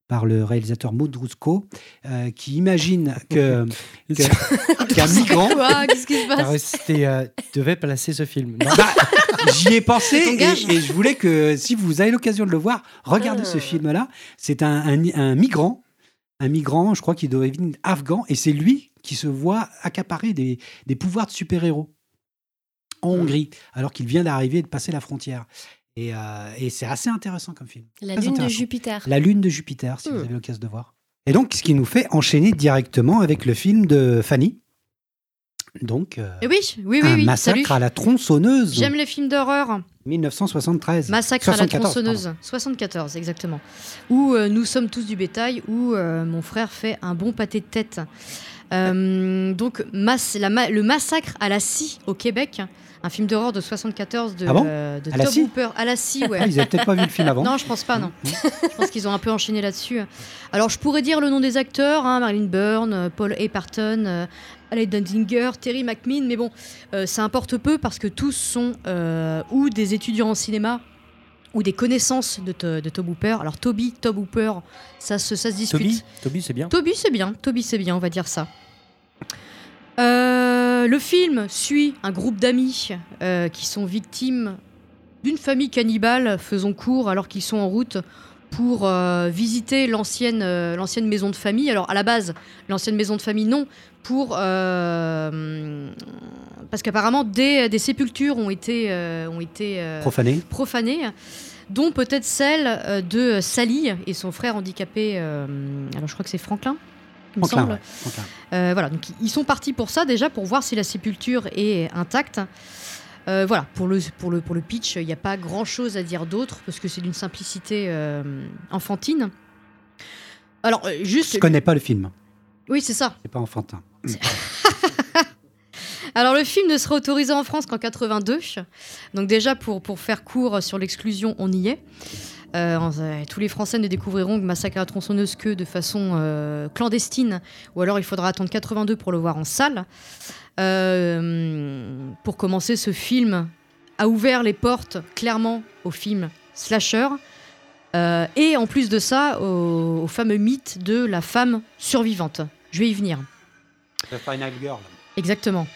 par le réalisateur Modrusko, qui imagine qu'un migrant... Qu'est-ce qui se passe? Devais placer ce film. J'y ai pensé et je voulais que, si vous avez l'occasion de le voir, regardez ce film-là. C'est un migrant, je crois qu'il doit venir afghan, et c'est lui qui se voit accaparer des pouvoirs de super-héros en Hongrie, alors qu'il vient d'arriver et de passer la frontière. Et c'est assez intéressant comme film. La Lune de Jupiter. La Lune de Jupiter, si vous avez l'occasion de voir. Et donc, ce qui nous fait enchaîner directement avec le film de Fanny. Donc, oui, Massacre à la tronçonneuse. J'aime les films d'horreur. 1973. Massacre à la tronçonneuse. Pardon. 74, exactement. Où nous sommes tous du bétail, où mon frère fait un bon pâté de tête. Donc, le Massacre à la scie au Québec. Un film d'horreur de 74 de Tobe Hooper. À la scie, ouais. Ils n'avaient peut-être pas vu le film avant. Non, je pense pas, non. Je pense qu'ils ont un peu enchaîné là-dessus. Alors, je pourrais dire le nom des acteurs, Marilyn Byrne, Paul A. Parton, Alec Dundinger, Terry McMinn, mais bon, ça importe peu parce que tous sont ou des étudiants en cinéma ou des connaissances de Tobe Hooper. Alors, Tobe Hooper, ça se discute. Toby, c'est bien. Toby, c'est bien, on va dire ça. Le film suit un groupe d'amis qui sont victimes d'une famille cannibale, faisant court alors qu'ils sont en route pour visiter l'ancienne maison de famille. Alors à la base, l'ancienne maison de famille non, parce qu'apparemment des sépultures ont été profanées, dont peut-être celle de Sally et son frère handicapé. Alors je crois que c'est Franklin. Franklin. Voilà, donc ils sont partis pour ça déjà, pour voir si la sépulture est intacte. Voilà, pour le pitch, il n'y a pas grand-chose à dire d'autre parce que c'est d'une simplicité enfantine. Alors juste. Je connais pas le film. Oui, c'est ça. C'est pas enfantin. Alors le film ne sera autorisé en France qu'en 82. Donc déjà pour faire court sur l'exclusion, on y est. Tous les Français ne découvriront que Massacre à la tronçonneuse que de façon clandestine, ou alors il faudra attendre 82 pour le voir en salle. Pour commencer, ce film a ouvert les portes clairement au film slasher, et en plus de ça, au fameux mythe de la femme survivante. Je vais y venir. The Final Girl. Exactement.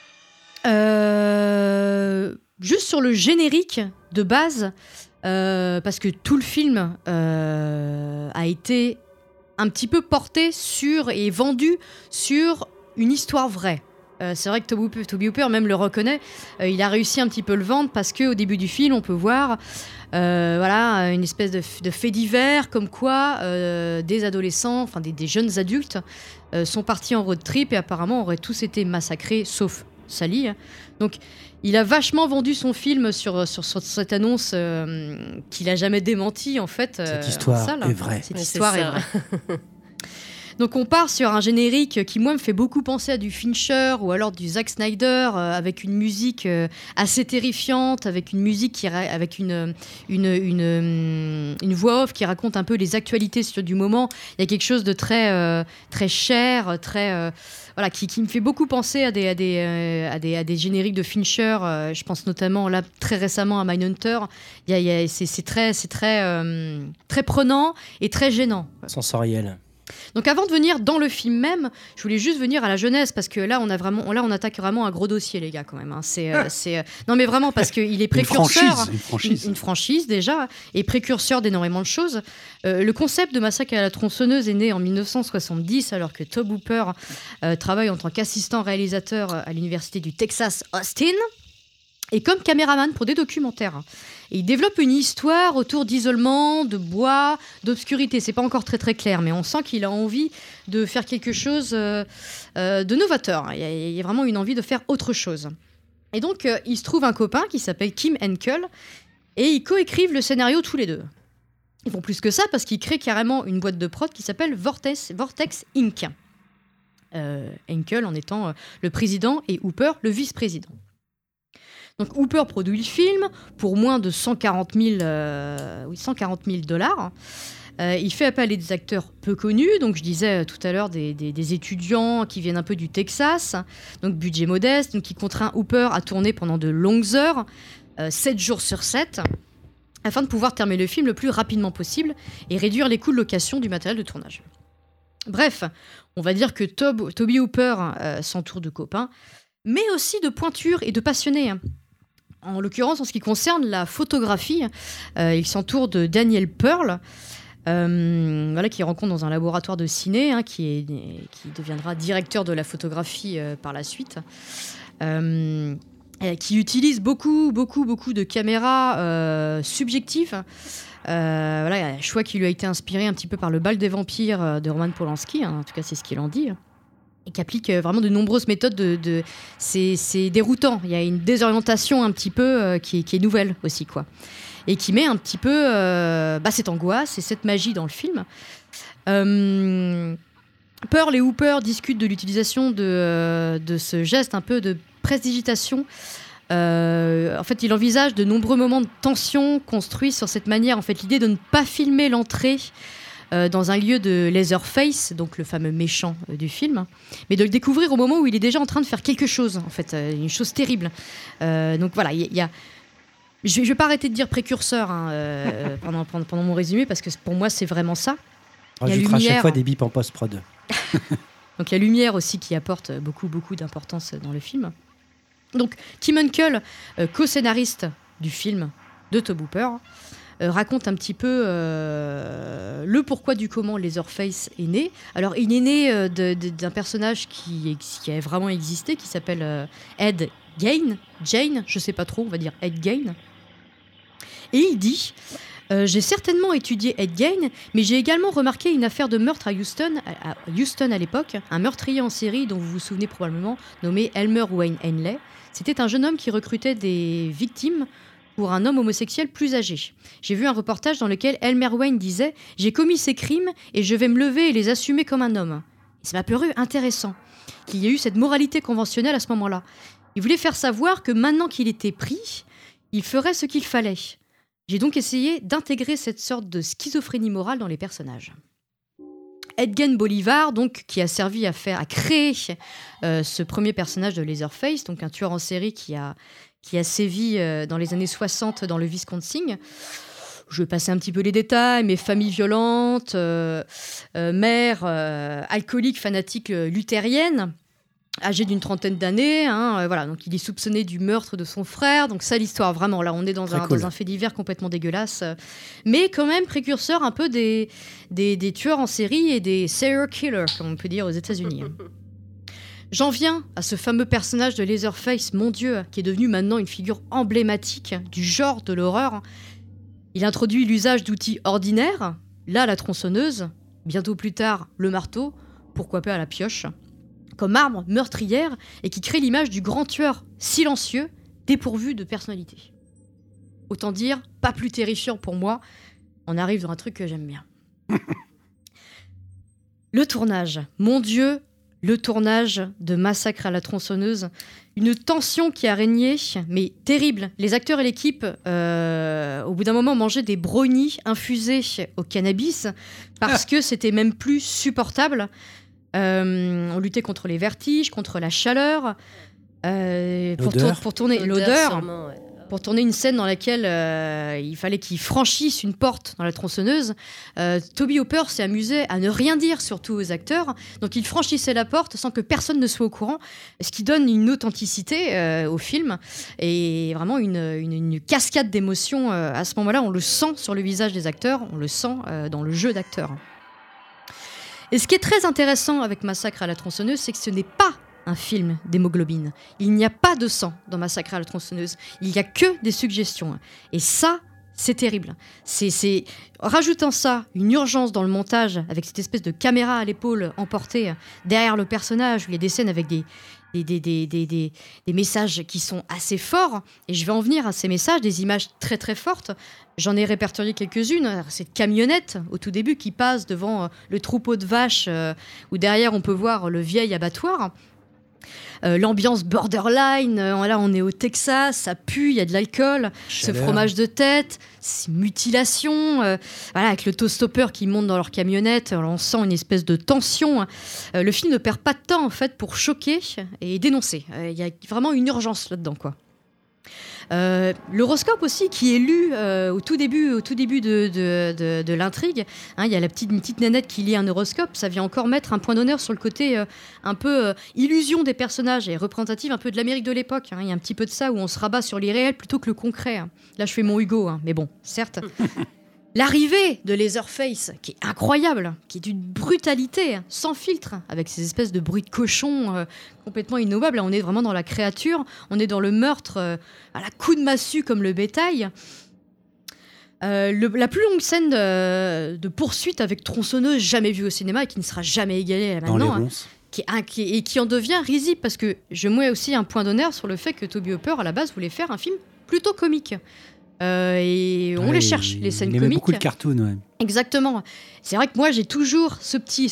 Juste sur le générique de base, parce que tout le film a été un petit peu porté sur et vendu sur une histoire vraie. C'est vrai que Tobe Hooper même le reconnaît. Il a réussi un petit peu le vendre parce qu'au début du film, on peut voir une espèce de fait divers comme quoi des adolescents, enfin des jeunes adultes sont partis en road trip et apparemment auraient tous été massacrés, sauf Sally. Donc il a vachement vendu son film sur cette annonce qu'il a jamais démenti en fait. Cette histoire est vraie. Cette histoire est vraie. Donc on part sur un générique qui moi me fait beaucoup penser à du Fincher ou alors du Zack Snyder, avec une musique assez terrifiante, avec une musique avec une voix off qui raconte un peu les actualités du moment. Il y a quelque chose de très très cher, très voilà, qui me fait beaucoup penser à des génériques de Fincher. Je pense notamment là très récemment à Mindhunter. C'est très prenant et très gênant. Sensoriel. Donc avant de venir dans le film même, je voulais juste venir à la jeunesse parce que là on attaque vraiment un gros dossier les gars quand même. Non mais vraiment parce qu'il est précurseur, une franchise déjà, et précurseur d'énormément de choses. Le concept de Massacre à la tronçonneuse est né en 1970 alors que Tobe Hooper travaille en tant qu'assistant réalisateur à l'université du Texas Austin et comme caméraman pour des documentaires. Et il développe une histoire autour d'isolement, de bois, d'obscurité. C'est pas encore très très clair, mais on sent qu'il a envie de faire quelque chose de novateur. Il y a vraiment une envie de faire autre chose. Et donc, il se trouve un copain qui s'appelle Kim Henkel, et ils coécrivent le scénario tous les deux. Ils font plus que ça parce qu'ils créent carrément une boîte de prod qui s'appelle Vortex Inc. Henkel en étant le président et Hooper le vice-président. Donc Hooper produit le film pour moins de 140 000 $. Il fait appel à des acteurs peu connus, donc je disais tout à l'heure des étudiants qui viennent un peu du Texas, donc budget modeste, donc qui contraint Hooper à tourner pendant de longues heures, 7 jours sur 7. afin de pouvoir terminer le film le plus rapidement possible et réduire les coûts de location du matériel de tournage. Bref, on va dire que Toby Hooper s'entoure de copains, mais aussi de pointures et de passionnés. En l'occurrence, en ce qui concerne la photographie, il s'entoure de Daniel Pearl, qu'il rencontre dans un laboratoire de ciné, qui deviendra directeur de la photographie par la suite, qui utilise beaucoup de caméras subjectives. Un choix qui lui a été inspiré un petit peu par le bal des vampires de Roman Polanski, en tout cas c'est ce qu'il en dit, et qui applique vraiment de nombreuses méthodes. C'est déroutant, il y a une désorientation un petit peu qui est nouvelle aussi, quoi. Et qui met un petit peu cette angoisse et cette magie dans le film. Pearl et Hooper discutent de l'utilisation de ce geste un peu de prestidigitation. En fait, il envisage de nombreux moments de tension construits sur cette manière. En fait, l'idée de ne pas filmer l'entrée dans un lieu de Leatherface, donc le fameux méchant du film, mais de le découvrir au moment où il est déjà en train de faire quelque chose, en fait, une chose terrible. Donc voilà, il y a... Je ne vais pas arrêter de dire précurseur pendant mon résumé, parce que pour moi, c'est vraiment ça. On rajoutera à chaque fois des bips en post-prod. Donc il y a Lumière aussi qui apporte beaucoup d'importance dans le film. Donc Kim Henkel, co-scénariste du film de Toby Hooper, raconte un petit peu le pourquoi du comment Leatherface est né. Alors il est né d'un personnage qui a vraiment existé, qui s'appelle Ed Gein, Jane, je sais pas trop, on va dire Ed Gein. Et il dit j'ai certainement étudié Ed Gein, mais j'ai également remarqué une affaire de meurtre à Houston à l'époque, un meurtrier en série dont vous vous souvenez probablement, nommé Elmer Wayne Henley. C'était un jeune homme qui recrutait des victimes pour un homme homosexuel plus âgé. J'ai vu un reportage dans lequel Elmer Wayne disait « J'ai commis ces crimes et je vais me lever et les assumer comme un homme ». Ça m'a paru intéressant qu'il y ait eu cette moralité conventionnelle à ce moment-là. Il voulait faire savoir que maintenant qu'il était pris, il ferait ce qu'il fallait. J'ai donc essayé d'intégrer cette sorte de schizophrénie morale dans les personnages. Edgen Bolivar, donc, qui a servi à créer ce premier personnage de Leatherface, donc un tueur en série qui a sévi dans les années 60 dans le Wisconsin. Je vais passer un petit peu les détails, mais famille violente, mère alcoolique, fanatique luthérienne, âgée d'une 30aine d'années, donc il est soupçonné du meurtre de son frère, donc ça l'histoire, vraiment, là on est dans un fait divers complètement dégueulasse, mais quand même précurseur un peu des tueurs en série et des serial killers, comme on peut dire aux États-Unis. J'en viens à ce fameux personnage de Leatherface, mon Dieu, qui est devenu maintenant une figure emblématique du genre de l'horreur. Il introduit l'usage d'outils ordinaires, là la tronçonneuse, bientôt plus tard le marteau, pourquoi pas la pioche, comme arme meurtrière et qui crée l'image du grand tueur silencieux, dépourvu de personnalité. Autant dire, pas plus terrifiant pour moi, on arrive dans un truc que j'aime bien. Le tournage, mon Dieu, le tournage de Massacre à la tronçonneuse, une tension qui a régné, mais terrible. Les acteurs et l'équipe, au bout d'un moment, mangeaient des brownies infusés au cannabis parce que c'était même plus supportable. On luttait contre les vertiges, contre la chaleur, pour tourner l'odeur. Pour tourner une scène dans laquelle il fallait qu'il franchisse une porte dans la tronçonneuse, Toby Hooper s'est amusé à ne rien dire, surtout aux acteurs. Donc il franchissait la porte sans que personne ne soit au courant, ce qui donne une authenticité au film et vraiment une cascade d'émotions. À ce moment-là, on le sent sur le visage des acteurs, on le sent dans le jeu d'acteurs. Et ce qui est très intéressant avec Massacre à la tronçonneuse, c'est que ce n'est pas un film d'hémoglobine. Il n'y a pas de sang dans Massacre à la tronçonneuse. Il n'y a que des suggestions. Et ça, c'est terrible. C'est rajoutant ça, une urgence dans le montage, avec cette espèce de caméra à l'épaule emportée derrière le personnage, où il y a des scènes avec des messages qui sont assez forts. Et je vais en venir à ces messages, des images très très fortes. J'en ai répertorié quelques-unes. Cette camionnette, au tout début, qui passe devant le troupeau de vaches, où derrière on peut voir le vieil abattoir. L'ambiance borderline, là on est au Texas, ça pue, il y a de l'alcool, ce fromage de tête, ces mutilations, avec le tow-stopper qui monte dans leur camionnette, on sent une espèce de tension. Le film ne perd pas de temps en fait pour choquer et dénoncer. Il y a vraiment une urgence là-dedans, quoi. L'horoscope aussi qui est lu au tout début de l'intrigue. Il y a une petite nanette qui lit un horoscope. Ça vient encore mettre un point d'honneur sur le côté un peu illusion des personnages et représentative un peu de l'Amérique de l'époque. Il y a un petit peu de ça où on se rabat sur l'irréel plutôt que le concret. Là, je fais mon Hugo, mais bon, certes. L'arrivée de Leatherface, qui est incroyable, qui est d'une brutalité sans filtre, avec ces espèces de bruits de cochon complètement innommables. Là, on est vraiment dans la créature, on est dans le meurtre à la coup de massue comme le bétail. La plus longue scène de poursuite avec tronçonneuse jamais vue au cinéma et qui ne sera jamais égalée maintenant. Qui en devient risible, parce que je mets aussi un point d'honneur sur le fait que Toby Hooper, à la base, voulait faire un film plutôt comique. Et on les cherche, les scènes comiques. Il aimait beaucoup le cartoon, ouais. Exactement. C'est vrai que moi, j'ai toujours ce petit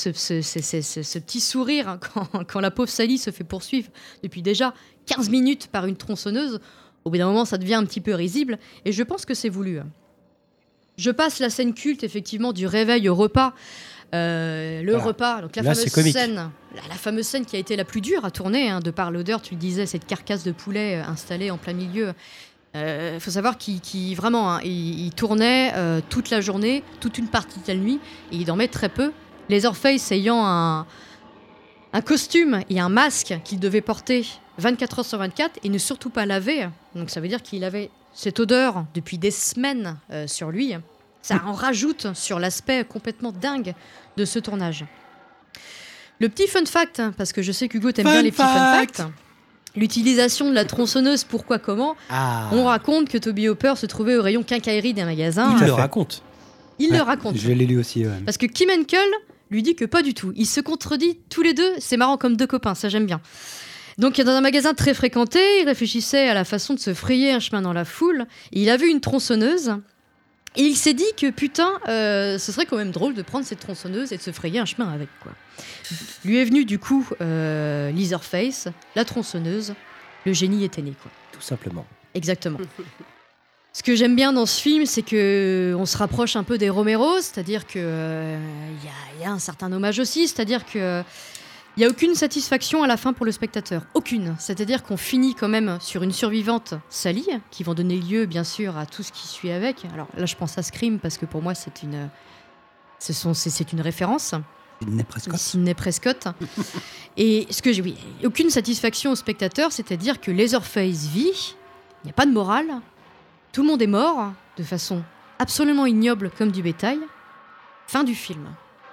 sourire quand la pauvre Sally se fait poursuivre depuis déjà 15 minutes par une tronçonneuse. Au bout d'un moment, ça devient un petit peu risible. Et je pense que c'est voulu. Je passe la scène culte, effectivement, du réveil au repas. Repas, donc la fameuse scène qui a été la plus dure à tourner, de par l'odeur, tu le disais, cette carcasse de poulet installée en plein milieu. Faut savoir qu'il vraiment, il tournait toute la journée, toute une partie de la nuit, et il dormait très peu. Leatherface ayant un costume et un masque qu'il devait porter 24 heures sur 24 et ne surtout pas laver. Donc ça veut dire qu'il avait cette odeur depuis des semaines sur lui. Ça en rajoute sur l'aspect complètement dingue de ce tournage. Le petit fun fact, parce que je sais qu'Hugo t'aime bien les petits fun facts. L'utilisation de la tronçonneuse, pourquoi, comment. On raconte que Toby Hooper se trouvait au rayon quincaillerie d'un magasin. Il le raconte. Il le raconte. Je l'ai lu aussi. Ouais. Parce que Kim Henkel lui dit que pas du tout. Ils se contredisent tous les deux. C'est marrant comme deux copains, ça j'aime bien. Donc dans un magasin très fréquenté, il réfléchissait à la façon de se frayer un chemin dans la foule. Et il a vu une tronçonneuse. Et il s'est dit que putain, ce serait quand même drôle de prendre cette tronçonneuse et de se frayer un chemin avec, quoi. Lui est venu du coup Leatherface, la tronçonneuse, le génie était né, quoi. Tout simplement. Exactement. Ce que j'aime bien dans ce film, c'est que on se rapproche un peu des Romero, c'est-à-dire que y a un certain hommage aussi, c'est-à-dire que il n'y a aucune satisfaction à la fin pour le spectateur. Aucune. C'est-à-dire qu'on finit quand même sur une survivante, Sally, qui va donner lieu, bien sûr, à tout ce qui suit avec. Alors là, je pense à Scream, parce que pour moi, c'est une référence. Sidney Prescott. Et aucune satisfaction au spectateur, c'est-à-dire que Leatherface vit, il n'y a pas de morale, tout le monde est mort, de façon absolument ignoble comme du bétail. Fin du film.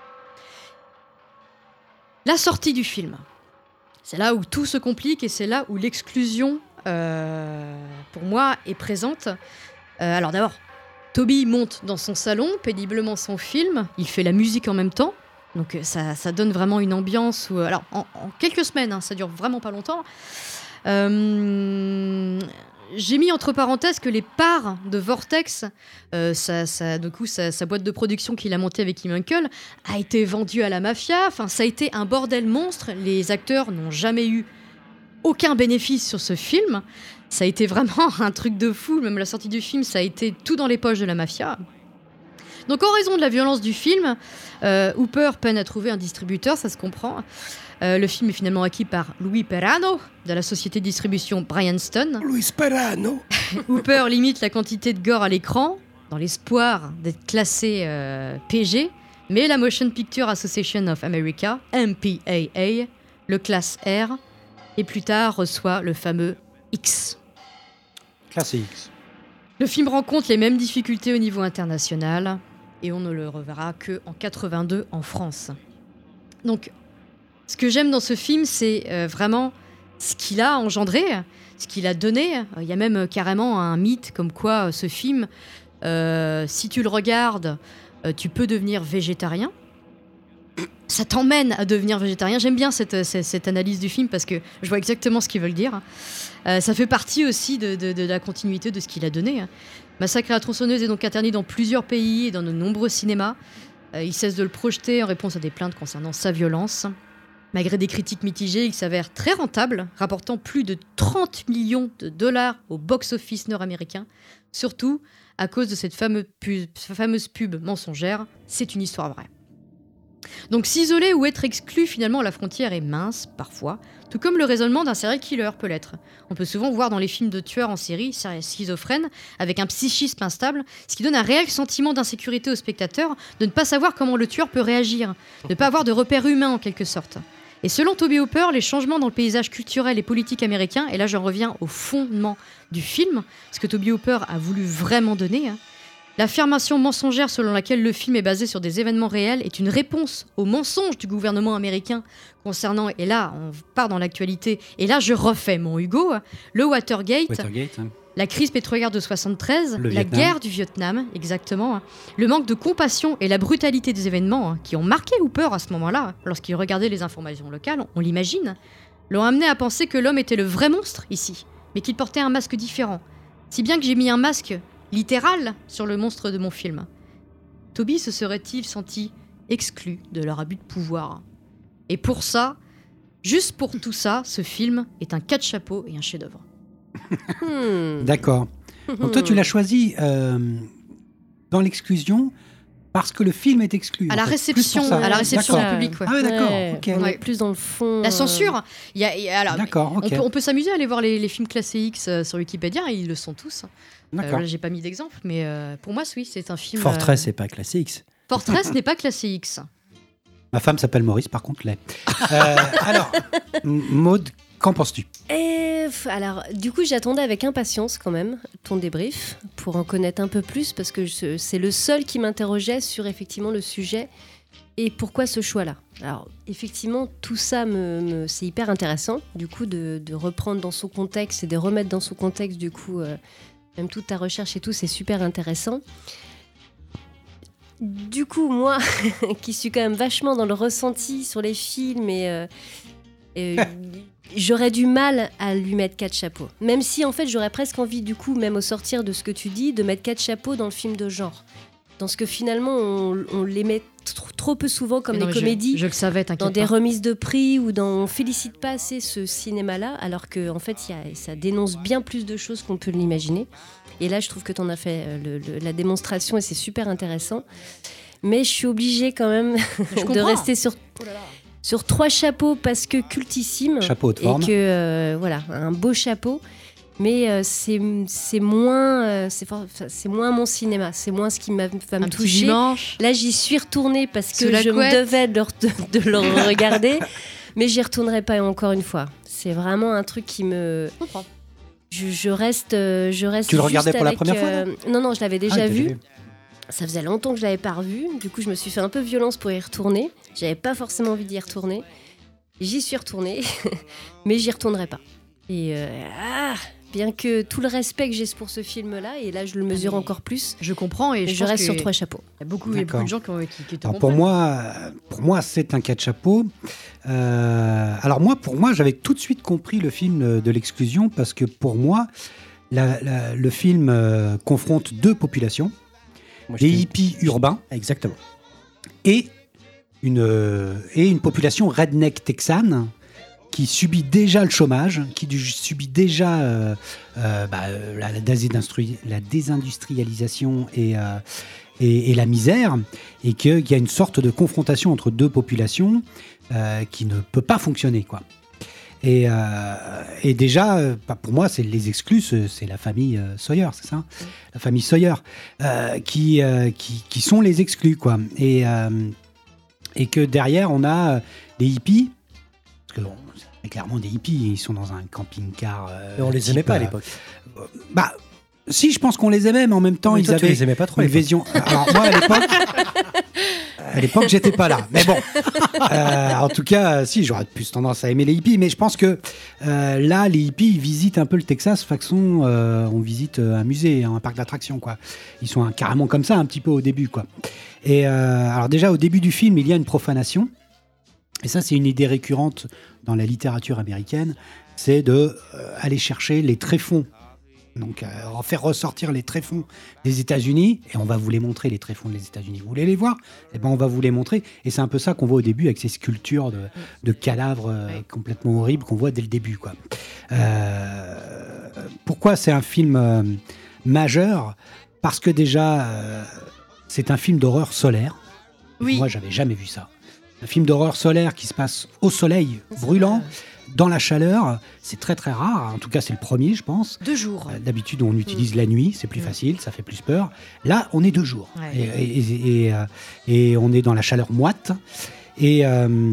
La sortie du film, c'est là où tout se complique et c'est là où l'exclusion, pour moi, est présente. Alors d'abord, Toby monte dans son salon, péniblement son film, il fait la musique en même temps, donc ça donne vraiment une ambiance où, alors en quelques semaines, ça dure vraiment pas longtemps. J'ai mis entre parenthèses que les parts de Vortex, sa boîte de production qu'il a montée avec Kim Henkel, a été vendue à la mafia. Enfin, ça a été un bordel monstre. Les acteurs n'ont jamais eu aucun bénéfice sur ce film. Ça a été vraiment un truc de fou. Même la sortie du film, ça a été tout dans les poches de la mafia. Donc, en raison de la violence du film, Hooper peine à trouver un distributeur, ça se comprend. Le film est finalement acquis par Louis Perano, de la société de distribution Bryanston. Louis Perano. Hooper limite la quantité de gore à l'écran, dans l'espoir d'être classé PG, mais la Motion Picture Association of America, MPAA, le classe R, et plus tard reçoit le fameux X. Classe X. Le film rencontre les mêmes difficultés au niveau international, et on ne le reverra qu'en 82 en France. Donc, ce que j'aime dans ce film, c'est vraiment ce qu'il a engendré, ce qu'il a donné. Il y a même carrément un mythe comme quoi ce film, si tu le regardes, tu peux devenir végétarien. Ça t'emmène à devenir végétarien. J'aime bien cette analyse du film parce que je vois exactement ce qu'ils veulent dire. Ça fait partie aussi de la continuité de ce qu'il a donné. Massacre à la tronçonneuse est donc interdit dans plusieurs pays et dans de nombreux cinémas. Il cesse de le projeter en réponse à des plaintes concernant sa violence. Malgré des critiques mitigées, il s'avère très rentable, rapportant plus de 30 millions de dollars au box-office nord-américain, surtout à cause de cette fameuse pub mensongère. C'est une histoire vraie. Donc s'isoler ou être exclu, finalement, la frontière est mince, parfois, tout comme le raisonnement d'un serial killer peut l'être. On peut souvent voir dans les films de tueurs en série, schizophrènes, avec un psychisme instable, ce qui donne un réel sentiment d'insécurité au spectateur, de ne pas savoir comment le tueur peut réagir, de ne pas avoir de repère humain en quelque sorte. Et selon Tobe Hooper, les changements dans le paysage culturel et politique américain, et là j'en reviens au fondement du film, ce que Tobe Hooper a voulu vraiment donner, l'affirmation mensongère selon laquelle le film est basé sur des événements réels est une réponse aux mensonges du gouvernement américain concernant, et là on part dans l'actualité, et là je refais mon Hugo, le Watergate. La crise pétrolière de 73, la guerre du Vietnam, exactement, le manque de compassion et la brutalité des événements qui ont marqué Hooper à ce moment-là, lorsqu'il regardait les informations locales, on l'imagine, l'ont amené à penser que l'homme était le vrai monstre ici, mais qu'il portait un masque différent. Si bien que j'ai mis un masque littéral sur le monstre de mon film. Toby se serait-il senti exclu de leur abus de pouvoir ? Et pour ça, juste pour tout ça, ce film est un quatre-chapeaux et un chef-d'œuvre. D'accord. Donc toi, tu l'as choisi dans l'exclusion parce que le film est exclu. À la réception du public. Ouais. Ah ouais, d'accord. Okay. On est plus dans le fond. La censure. Alors, d'accord. Okay. On peut s'amuser à aller voir les films classés X sur Wikipédia. Ils le sont tous. Là, j'ai pas mis d'exemple, mais pour moi, oui, c'est un film. Fortress n'est pas classé X. Fortress n'est pas classé X. Ma femme s'appelle Maurice, par contre, l'est. Alors, Maud, qu'en penses-tu ? Alors, du coup, j'attendais avec impatience quand même ton débrief pour en connaître un peu plus, parce que c'est le seul qui m'interrogeait sur effectivement le sujet et pourquoi ce choix-là. Alors, effectivement, tout ça, c'est hyper intéressant, du coup, de reprendre dans son contexte et de remettre dans son contexte, du coup, même toute ta recherche et tout, c'est super intéressant. Du coup, moi, qui suis quand même vachement dans le ressenti sur les films et j'aurais du mal à lui mettre 4 chapeaux. Même si, en fait, j'aurais presque envie, du coup, même au sortir de ce que tu dis, de mettre 4 chapeaux dans le film de genre. Dans ce que finalement, on les met trop peu souvent comme des comédies. Je le savais, t'inquiète pas. Dans des remises de prix ou on félicite pas assez ce cinéma-là, alors qu'en fait, ça dénonce bien plus de choses qu'on peut l'imaginer. Et là, je trouve que t'en as fait la démonstration et c'est super intéressant. Mais je suis obligée quand même de rester sur 3 chapeaux parce que cultissime. Chapeau de forme. Et que, voilà, un beau chapeau. Mais c'est moins mon cinéma, c'est moins ce qui va me toucher. Dimanche. Là, j'y suis retournée parce que je me devais de le regarder, mais j'y retournerai pas encore une fois. C'est vraiment un truc qui me... Je comprends. Je reste. Tu le regardais pour la première fois Non, je l'avais déjà vu. Ça faisait longtemps que je l'avais pas revu. Du coup, je me suis fait un peu violence pour y retourner. J'avais pas forcément envie d'y retourner. J'y suis retournée, mais j'y retournerai pas. Et bien que tout le respect que j'ai pour ce film-là, et là je le mesure encore plus. Je comprends et je reste sur 3 chapeaux. Il y a beaucoup de gens qui te comprennent. Pour moi, c'est un 4 chapeaux. Alors pour moi, j'avais tout de suite compris le film de l'exclusion parce que pour moi, le film confronte 2 populations, des hippies urbains, exactement, et une population redneck texane qui subit déjà le chômage, qui subit déjà la désindustrialisation et la misère, et qu'il y a une sorte de confrontation entre 2 populations qui ne peut pas fonctionner, quoi. Et déjà, pour moi, c'est les exclus, c'est la famille Sawyer, c'est ça ? La famille Sawyer, qui sont les exclus, quoi. Et que derrière, on a des hippies, parce que c'est clairement des hippies, ils sont dans un camping-car. Mais on les aimait pas à l'époque. Si, je pense qu'on les aimait, mais en même temps, ils avaient les aimais pas trop, une vision. Alors moi, à l'époque, j'étais pas là. Mais bon, en tout cas, si, j'aurais plus tendance à aimer les hippies, mais je pense que là, les hippies, ils visitent un peu le Texas façon on visite un musée, un parc d'attractions, quoi. Ils sont carrément comme ça, un petit peu au début, quoi. Et alors déjà, au début du film, il y a une profanation. Et ça, c'est une idée récurrente dans la littérature américaine, c'est de aller chercher les tréfonds. Donc, faire ressortir les tréfonds des États-Unis, et on va vous les montrer, les tréfonds des États-Unis. Vous voulez les voir ? Eh ben, on va vous les montrer. Et c'est un peu ça qu'on voit au début avec ces sculptures de cadavres complètement horribles qu'on voit dès le début, quoi. Pourquoi c'est un film majeur ? Parce que déjà, c'est un film d'horreur solaire. Oui. Moi, j'avais jamais vu ça. Un film d'horreur solaire qui se passe au soleil brûlant, dans la chaleur, c'est très très rare. En tout cas, c'est le premier, je pense. 2 jours. D'habitude, on utilise la nuit, c'est plus facile, ça fait plus peur. Là, on est 2 jours. Ouais. Et on est dans la chaleur moite. Et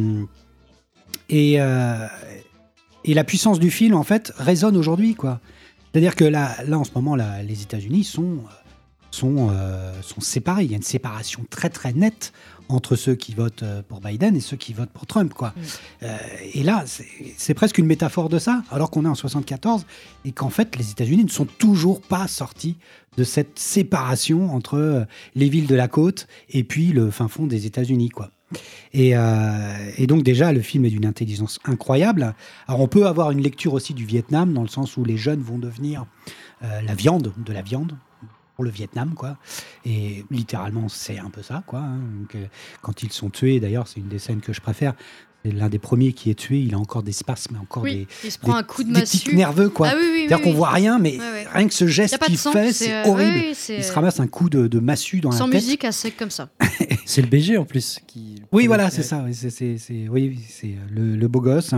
la puissance du film, en fait, résonne aujourd'hui, quoi. C'est-à-dire que là en ce moment, les États-Unis sont séparés. Il y a une séparation très très nette entre ceux qui votent pour Biden et ceux qui votent pour Trump, quoi. Et là, c'est presque une métaphore de ça, alors qu'on est en 74 et qu'en fait, les États-Unis ne sont toujours pas sortis de cette séparation entre les villes de la côte et puis le fin fond des États-Unis, quoi. Et donc déjà, le film est d'une intelligence incroyable. Alors on peut avoir une lecture aussi du Vietnam, dans le sens où les jeunes vont devenir de la viande pour le Vietnam, quoi. Et littéralement, c'est un peu ça, quoi. Donc, quand ils sont tués, d'ailleurs, c'est une des scènes que je préfère. C'est l'un des premiers qui est tué, il a encore des spasmes, encore il se prend un coup de massue. Des tics nerveux, quoi. C'est-à-dire qu'on voit rien, mais rien que ce geste qu'il fait, c'est horrible. Il se ramasse un coup de massue dans la tête. Sans musique, à sec comme ça. C'est le BG en plus. Oui, voilà, c'est ça. C'est le beau gosse.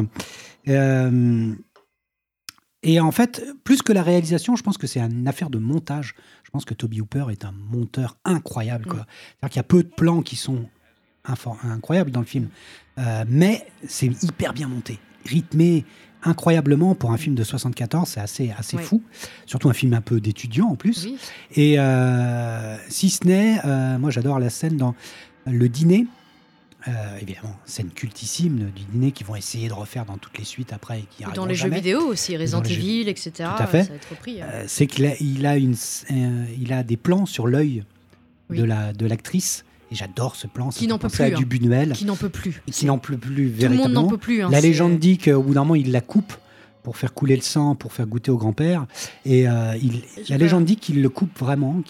Et en fait, plus que la réalisation, je pense que c'est une affaire de montage. Je pense que Toby Hooper est un monteur incroyable, quoi. C'est-à-dire qu'il y a peu de plans qui sont incroyables dans le film. Mais c'est hyper bien monté, rythmé incroyablement pour un film de 74, c'est assez fou. Surtout un film un peu d'étudiant en plus. Oui. Et si ce n'est, moi j'adore la scène dans le dîner. Évidemment, scène cultissime du dîner qu'ils vont essayer de refaire dans toutes les suites après. Et qui dans les jeux vidéo aussi, Resident Evil, etc. Tout à fait. Ça va être repris. C'est qu'il a des plans sur l'œil de l'actrice. Et j'adore ce plan. Qui n'en peut plus. Du Buñuel. Qui n'en peut plus. Qui n'en peut plus, véritablement. Tout le monde n'en peut plus. La légende dit qu'au bout d'un moment, il la coupe pour faire couler le sang, pour faire goûter au grand-père. Et la légende dit qu'il la coupe vraiment.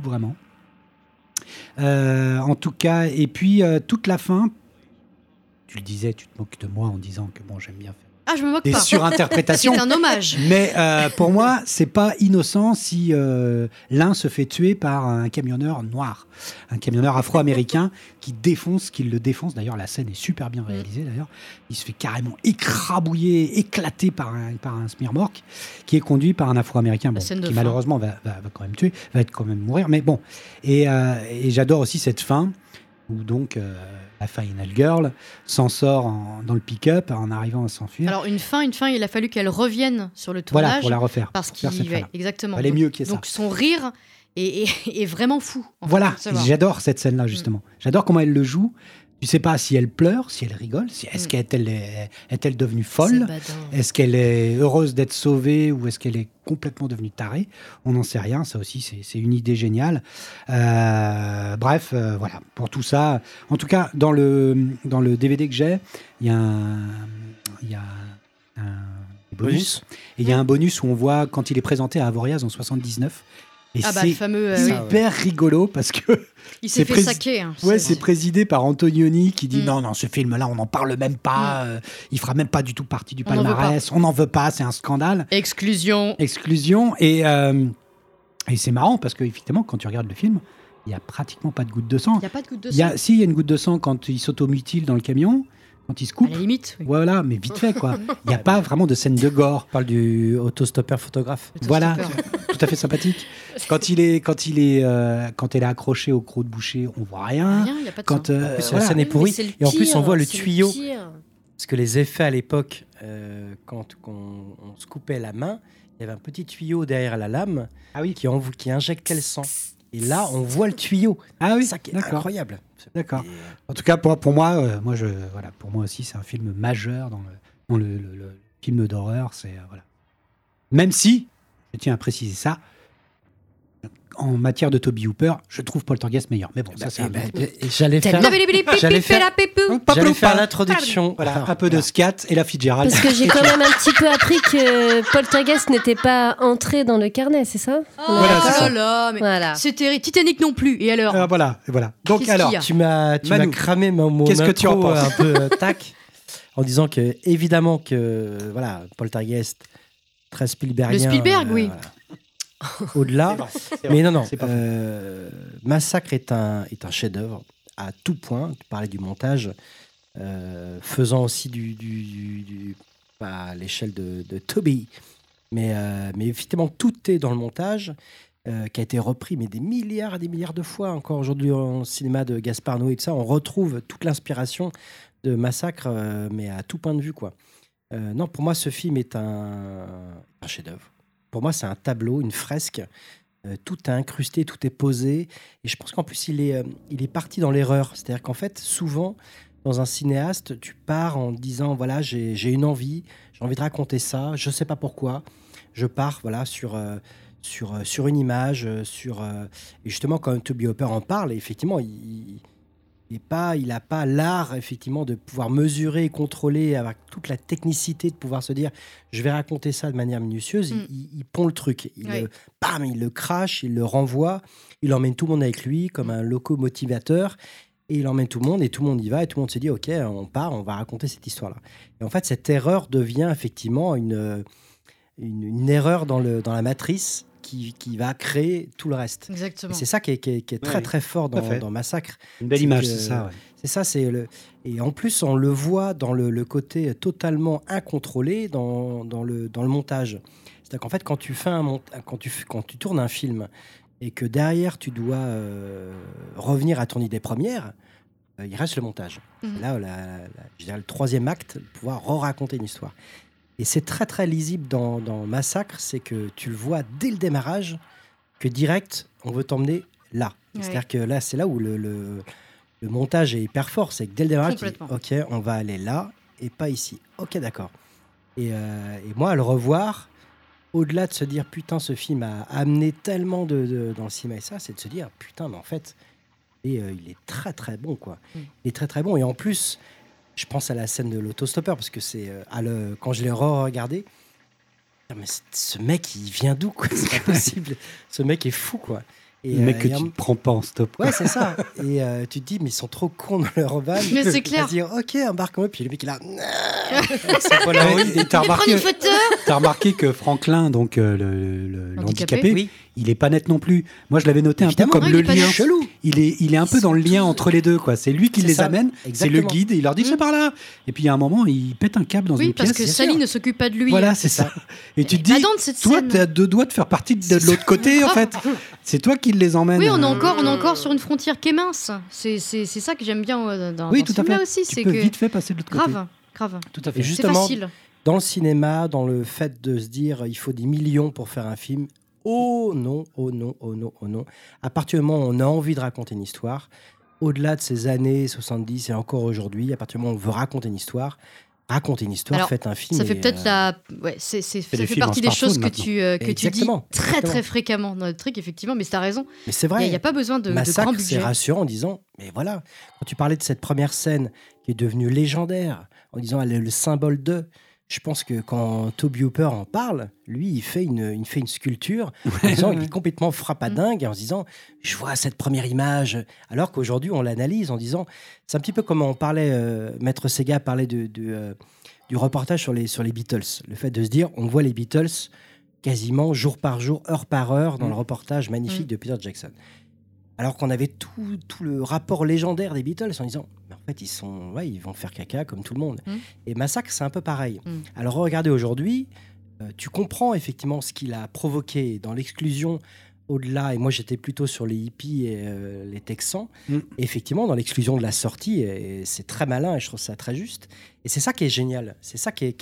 En tout cas, et puis toute la fin, tu le disais, tu te moques de moi en disant que bon, j'aime bien faire je me moque des pas. Surinterprétations. C'est un hommage. Mais pour moi, c'est pas innocent si l'un se fait tuer par un camionneur noir, un camionneur afro-américain qui le défonce. D'ailleurs, la scène est super bien réalisée. D'ailleurs, il se fait carrément écrabouiller, éclater par un smirmorque qui est conduit par un afro-américain, qui malheureusement va quand même tuer, va quand même mourir. Mais bon, et j'adore aussi cette fin où donc la Final Girl s'en sort dans le pick-up en arrivant à s'enfuir. Alors une fin, il a fallu qu'elle revienne sur le tournage. Voilà, pour la refaire. Parce qu'il exactement. Elle est mieux que ça. Donc son rire est vraiment fou. Voilà, j'adore cette scène-là justement. J'adore comment elle le joue. Tu sais pas si elle pleure, si elle rigole, est-elle devenue folle, est-ce qu'elle est heureuse d'être sauvée ou est-ce qu'elle est complètement devenue tarée. On n'en sait rien, ça aussi c'est une idée géniale. Bref, voilà, pour tout ça. En tout cas, dans le DVD que j'ai, il y a un bonus. Et il y a un bonus où on voit quand il est présenté à Avoriaz en 79. Et c'est le fameux, hyper rigolo parce que il s'est fait saquer. C'est présidé par Antonioni qui dit non, ce film-là, on n'en parle même pas. Il fera même pas du tout partie du palmarès. On n'en veut pas, c'est un scandale. Exclusion. Et c'est marrant parce que effectivement, quand tu regardes le film, il n'y a pratiquement pas de goutte de sang. Il n'y a pas de goutte de sang. Il y a une goutte de sang quand il s'automutile dans le camion. Quand il se coupe, à la limite, voilà, mais vite fait, quoi. Il n'y a pas vraiment de scène de gore. On parle du autostoppeur photographe. Voilà, tout à fait sympathique. Quand elle est accrochée au croc de boucher, on voit rien. Il n'y a pas de sang. En plus, la scène est pourrie. Et en plus, on voit le tuyau. Parce que les effets à l'époque, quand on se coupait la main, il y avait un petit tuyau derrière la lame qui injectait le sang. Et là, on voit le tuyau. Ah oui, ça qui est incroyable. D'accord. En tout cas, pour moi, pour moi aussi, c'est un film majeur dans le film d'horreur. Voilà. Même si, je tiens à préciser ça, en matière de Toby Hooper, je trouve Poltergeist meilleur. Mais bon, ça c'est j'allais faire l'introduction. Voilà, un peu de scat et la Fitzgerald. Parce que j'ai quand même un petit peu appris que Poltergeist n'était pas entré dans le carnet, c'est ça? Voilà. C'était Titanic non plus. Et alors voilà. Donc alors, tu m'as cramé mon mot. Qu'est-ce que tu en penses un peu tac en disant que évidemment que Poltergeist très Spielbergien. Le Spielberg, oui. Au-delà, mais non. Massacre est un chef-d'œuvre à tout point. Tu parlais du montage. faisant aussi pas à l'échelle de Toby, mais effectivement tout est dans le montage, qui a été repris mais des milliards et des milliards de fois. Encore aujourd'hui en cinéma de Gaspar Noé et tout ça, on retrouve toute l'inspiration de Massacre, mais à tout point de vue, quoi. Non, pour moi, ce film est un chef-d'œuvre. Pour moi, c'est un tableau, une fresque. Tout est incrusté, tout est posé. Et je pense qu'en plus, il est parti dans l'erreur. C'est-à-dire qu'en fait, souvent, dans un cinéaste, tu pars en disant, voilà, j'ai une envie, j'ai envie de raconter ça, je ne sais pas pourquoi. Je pars voilà, sur une image, et justement, quand Toby Hooper en parle, effectivement, il n'a pas l'art effectivement de pouvoir mesurer et contrôler avec toute la technicité de pouvoir se dire je vais raconter ça de manière minutieuse. Il pond le truc, il le crache, il le renvoie, il emmène tout le monde avec lui comme un locomotivateur et il emmène tout le monde et tout le monde y va et tout le monde se dit ok, on part, on va raconter cette histoire-là. Et en fait cette erreur devient effectivement une erreur dans la matrice qui va créer tout le reste. Exactement. Et c'est ça qui est très très fort dans Massacre. Une belle image, c'est ça. Ouais. C'est ça, et en plus on le voit dans le côté totalement incontrôlé dans le montage. C'est-à-dire qu'en fait quand tu tournes un film et que derrière tu dois revenir à ton idée première, il reste le montage. C'est là je dirais le troisième acte, pouvoir raconter une histoire. Et c'est très très lisible dans Massacre, c'est que tu le vois dès le démarrage, que direct, on veut t'emmener là. Ouais. C'est-à-dire que là, c'est là où le montage est hyper fort, c'est que dès le démarrage, tu dis, ok, on va aller là et pas ici. Ok, d'accord. Et moi, à le revoir, au-delà de se dire, putain, ce film a amené tellement dans le cinéma et ça, c'est de se dire, putain, mais en fait, il est très très bon, quoi. Il est très très bon. Et en plus... Je pense à la scène de l'autostoppeur parce que c'est quand je l'ai regardé, mais ce mec il vient d'où quoi? C'est pas possible. Ce mec est fou quoi. Et, le mec que tu ne prends pas en stop. Ouais, c'est ça. Et tu te dis, mais ils sont trop cons dans leur van. Mais c'est clair. Dire, ok, embarque-moi. Puis le mec, il a. C'est pas la rue. T'as remarqué que Franklin, donc le handicapé, il est pas net non plus. Moi, je l'avais noté un peu comme le lien. Chelou. Il est un peu dans le lien entre les deux, quoi. C'est lui qui les amène. C'est le guide. Et il leur dit, c'est par là. Et puis, il y a un moment, il pète un câble dans une pièce. Oui, parce que Sally ne s'occupe pas de lui. Voilà, c'est ça. Et tu te dis, toi, t'as deux doigts de faire partie de l'autre côté, en fait. C'est toi qui les emmène. Oui, on est encore sur une frontière qui est mince. C'est ça que j'aime bien dans oui, tout ce film-là aussi. Tu peux vite fait passer de l'autre côté. Grave. Tout à fait. C'est facile. Dans le cinéma, dans le fait de se dire il faut des millions pour faire un film, oh non. À partir du moment où on a envie de raconter une histoire, au-delà de ces années 70 et encore aujourd'hui, à partir du moment où on veut raconter une histoire, alors, faites un film. Ça fait peut-être ça fait partie des choses que tu dis très très fréquemment dans notre truc, effectivement, mais tu as raison. Mais c'est vrai. Il n'y a pas besoin de Massacre, grand budget. C'est rassurant en disant, mais voilà, quand tu parlais de cette première scène qui est devenue légendaire, en disant elle est le symbole de. Je pense que quand Toby Hooper en parle, lui, il fait une sculpture en disant, il est complètement frappadingue en se disant, je vois cette première image. Alors qu'aujourd'hui, on l'analyse en disant, c'est un petit peu comme on parlait, Maître Sega parlait du reportage sur les Beatles. Le fait de se dire, on voit les Beatles quasiment jour par jour, heure par heure dans le reportage magnifique de Peter Jackson. Alors qu'on avait tout le rapport légendaire des Beatles en disant, mais en fait, ils vont faire caca comme tout le monde. Et Massacre, c'est un peu pareil. Alors, regardez aujourd'hui, tu comprends effectivement ce qu'il a provoqué dans l'exclusion au-delà. Et moi, j'étais plutôt sur les hippies et les Texans. Et effectivement, dans l'exclusion de la sortie, et c'est très malin et je trouve ça très juste. Et c'est ça qui est génial. C'est ça qui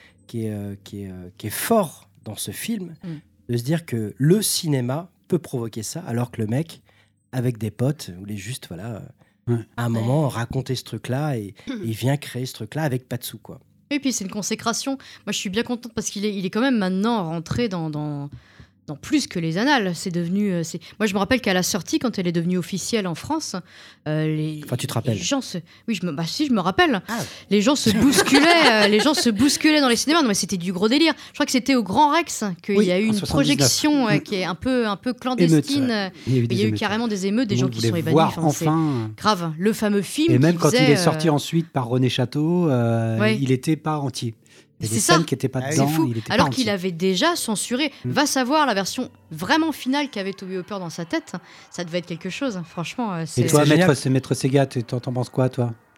est fort dans ce film, de se dire que le cinéma peut provoquer ça, alors que le mec, avec des potes, voulait juste, à un moment, raconter ce truc-là et il vient créer ce truc-là avec pas de sous, quoi. Et puis, c'est une consécration. Moi, je suis bien contente parce qu'il est quand même maintenant rentré dans plus que les annales. C'est devenu... Moi, je me rappelle qu'à la sortie, quand elle est devenue officielle en France, tu te rappelles? Les gens je me rappelle. Ah. Les gens se bousculaient dans les cinémas. Non, mais c'était du gros délire. Je crois que c'était au Grand Rex qu'il y a eu une projection qui est un peu clandestine. Il y a eu carrément des émeutes, des gens qui sont évanouis. Enfin, grave. Le fameux film. Et même quand il est sorti ensuite par René Château, il n'était pas entier. C'est ça qui n'étaient pas dedans. C'est fou. Alors qu'il avait déjà censuré. Va savoir la version vraiment finale qu'avait Toby Hooper dans sa tête. Ça devait être quelque chose. Franchement, et toi, Maître Sega, t'en penses quoi, toi?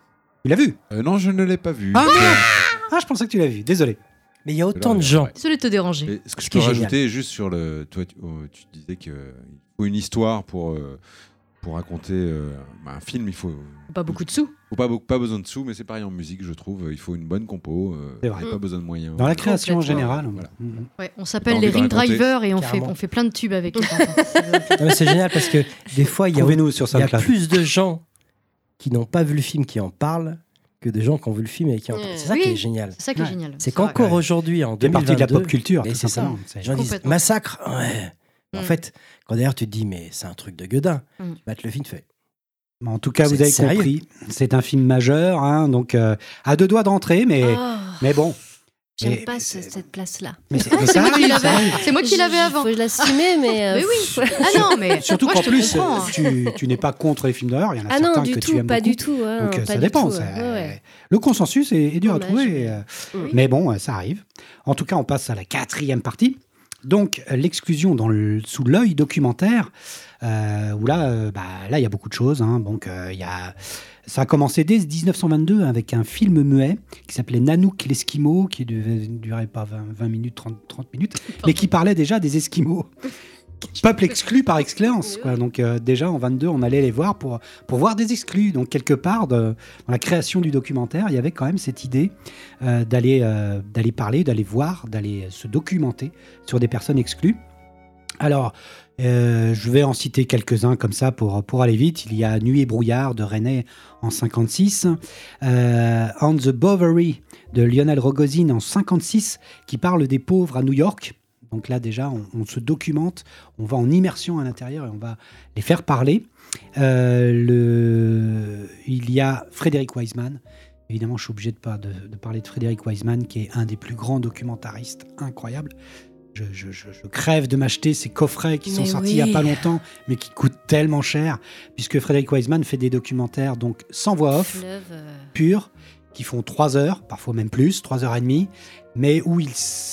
Tu l'as vu? Non, je ne l'ai pas vu. Ah non, je pensais que tu l'as vu. Désolé. Mais il y a autant de gens. Désolé de te déranger. Ce que je peux rajouter juste sur le... Toi, tu disais qu'il faut une histoire pour raconter un film. Il faut pas beaucoup de sous. Pas besoin de sous, mais c'est pareil en musique, je trouve. Il faut une bonne compo. C'est vrai. Pas besoin de moyens. Dans la création en général. Voilà. Ouais, on s'appelle les Ring Drivers et on fait plein de tubes avec eux. C'est génial parce que des fois, il y a plus de gens qui n'ont pas vu le film qui en parlent que de gens qui ont vu le film et qui en parlent. C'est ça qui est génial. C'est ça qui est génial. C'est qu'encore aujourd'hui, en 2022... C'est partie de la pop culture, c'est ça. Les gens disent « Massacre ». En fait, quand d'ailleurs tu te dis « mais c'est un truc de gueudin », tu mates le film, tu fais... En tout cas, vous avez compris, c'est un film majeur, hein, donc à 2 doigts de rentrer, mais bon... J'aime pas cette place-là. C'est moi qui l'avais avant. Il faut l'assumer, mais... mais oui. Ah non, mais surtout qu'en plus, tu n'es pas contre les films d'horreur. Il y en a certains que tu aimes pas beaucoup. Du tout. Donc ça dépend. Le consensus est dur à trouver. Mais bon, ça arrive. En tout cas, on passe à la 4e partie. Donc, l'exclusion sous l'œil documentaire, où là, il y a beaucoup de choses. Hein. Donc, ça a commencé dès 1922 avec un film muet qui s'appelait Nanook l'Esquimau, qui ne durait pas 20 minutes, 30 minutes, mais qui parlait déjà des Esquimaux. Peuple exclu par excellence. Quoi. Donc déjà, en 22, on allait les voir pour voir des exclus. Donc quelque part, dans la création du documentaire, il y avait quand même cette idée d'aller parler, d'aller voir, d'aller se documenter sur des personnes exclues. Alors, je vais en citer quelques-uns comme ça pour aller vite. Il y a Nuit et brouillard de René en 56, On the Bowery de Lionel Rogozin en 56, qui parle des pauvres à New York. Donc là, déjà, on se documente, on va en immersion à l'intérieur et on va les faire parler. Il y a Frédéric Wiseman. Évidemment, je suis obligé de parler de Frédéric Wiseman, qui est un des plus grands documentaristes incroyables. Je crève de m'acheter ces coffrets qui sont sortis il n'y a pas longtemps, mais qui coûtent tellement cher, puisque Frédéric Wiseman fait des documentaires donc sans voix off, purs, qui font 3 heures, parfois même plus, 3 heures et demie, mais où il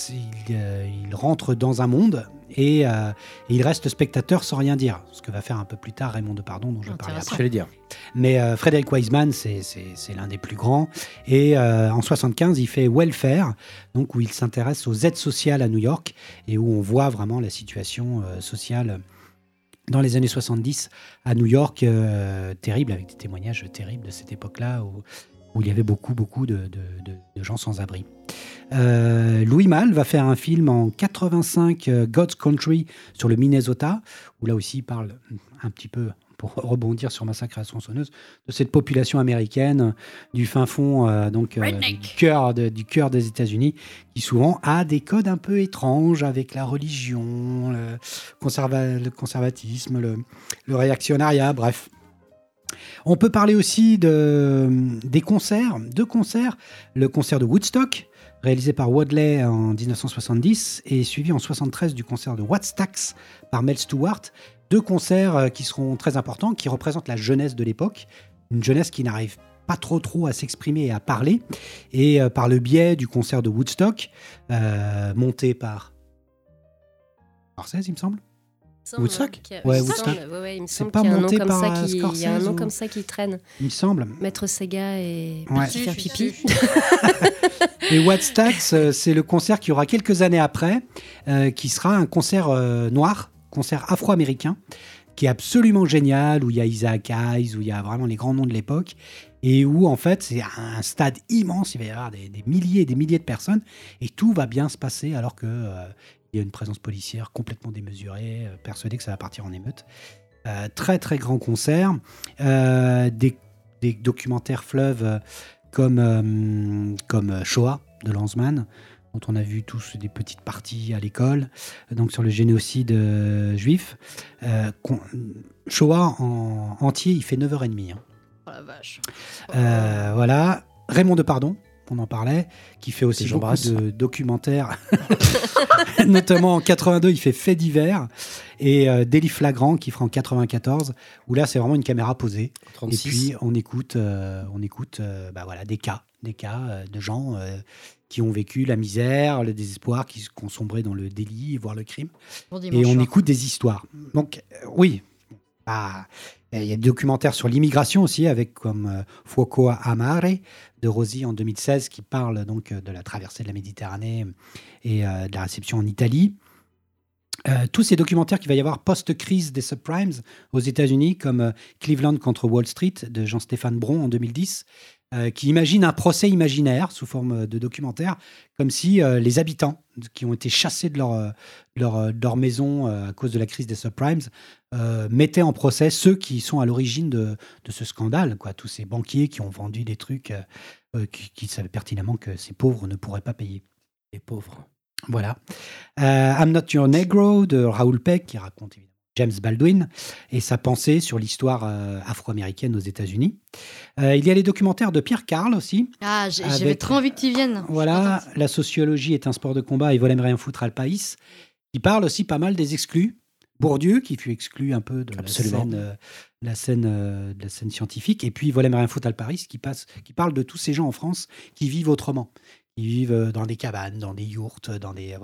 rentre dans un monde et il reste spectateur sans rien dire. Ce que va faire un peu plus tard Raymond Depardon, dont je vais parler après. Je vais le dire. Mais Frédéric Wiseman, c'est l'un des plus grands. Et en 75, il fait Welfare, donc où il s'intéresse aux aides sociales à New York et où on voit vraiment la situation sociale dans les années 70 à New York, terrible, avec des témoignages terribles de cette époque-là où il y avait beaucoup de gens sans abri. Louis Malle va faire un film en 85, God's Country, sur le Minnesota, où là aussi il parle un petit peu, pour rebondir sur Massacre à la tronçonneuse, de cette population américaine du fin fond, du cœur des États-Unis, qui souvent a des codes un peu étranges avec la religion, le conservatisme, le réactionnariat, bref. On peut parler aussi des concerts, 2 concerts. Le concert de Woodstock, réalisé par Wadley en 1970, et suivi en 1973 du concert de Wattstax par Mel Stewart. 2 concerts qui seront très importants, qui représentent la jeunesse de l'époque. Une jeunesse qui n'arrive pas trop à s'exprimer et à parler. Et par le biais du concert de Woodstock, monté par Scorsese, il me semble. Woodstock ? Woodstock. Il me semble qu'il y a un nom comme ça il y a un nom comme ça qui traîne. Il me semble. Maître Sega est parti faire pipi. Et Wattstax, c'est le concert qui aura quelques années après, qui sera un concert noir, concert afro-américain, qui est absolument génial, où il y a Isaac Hayes, où il y a vraiment les grands noms de l'époque, et où en fait c'est un stade immense, il va y avoir des milliers et des milliers de personnes, et tout va bien se passer alors que... il y a une présence policière complètement démesurée, persuadée que ça va partir en émeute. Très très grand concert. Des documentaires fleuves comme Shoah de Lanzmann, dont on a vu tous des petites parties à l'école, donc sur le génocide juif. Shoah en entier, il fait 9h30. Hein. Oh la vache. Voilà. Raymond Depardon, on en parlait, qui fait aussi beaucoup de documentaires. Notamment en 82, il fait Faits divers, et Délit flagrant qui fera en 94, où là c'est vraiment une caméra posée. 36. Et puis on écoute des cas de gens qui ont vécu la misère, le désespoir, qui ont sombré dans le délit, voire le crime. Et on écoute des histoires. Donc oui, Il y a des documentaires sur l'immigration aussi, avec comme Fuoco a Mare de Rosi en 2016, qui parle donc de la traversée de la Méditerranée et de la réception en Italie. Tous ces documentaires qu'il va y avoir post-crise des subprimes aux États-Unis, comme Cleveland contre Wall Street de Jean-Stéphane Bron en 2010, qui imagine un procès imaginaire sous forme de documentaire, comme si les habitants qui ont été chassés de leur maison à cause de la crise des subprimes mettaient en procès ceux qui sont à l'origine de ce scandale, quoi. Tous ces banquiers qui ont vendu des trucs qui savaient pertinemment que ces pauvres ne pourraient pas payer. Les pauvres. Voilà. I'm Not Your Negro de Raoul Peck, qui raconte évidemment James Baldwin et sa pensée sur l'histoire afro-américaine aux États-Unis. Il y a les documentaires de Pierre Carl aussi. J'avais trop envie que tu viennes. Voilà, La sociologie est un sport de combat et Voilà mais rien foutre al país, qui parle aussi pas mal des exclus. Bourdieu, qui fut exclu un peu de la scène scientifique. Et puis Voilà mais rien foutre al país, qui parle de tous ces gens en France qui vivent autrement. Qui vivent dans des cabanes, dans des yourtes,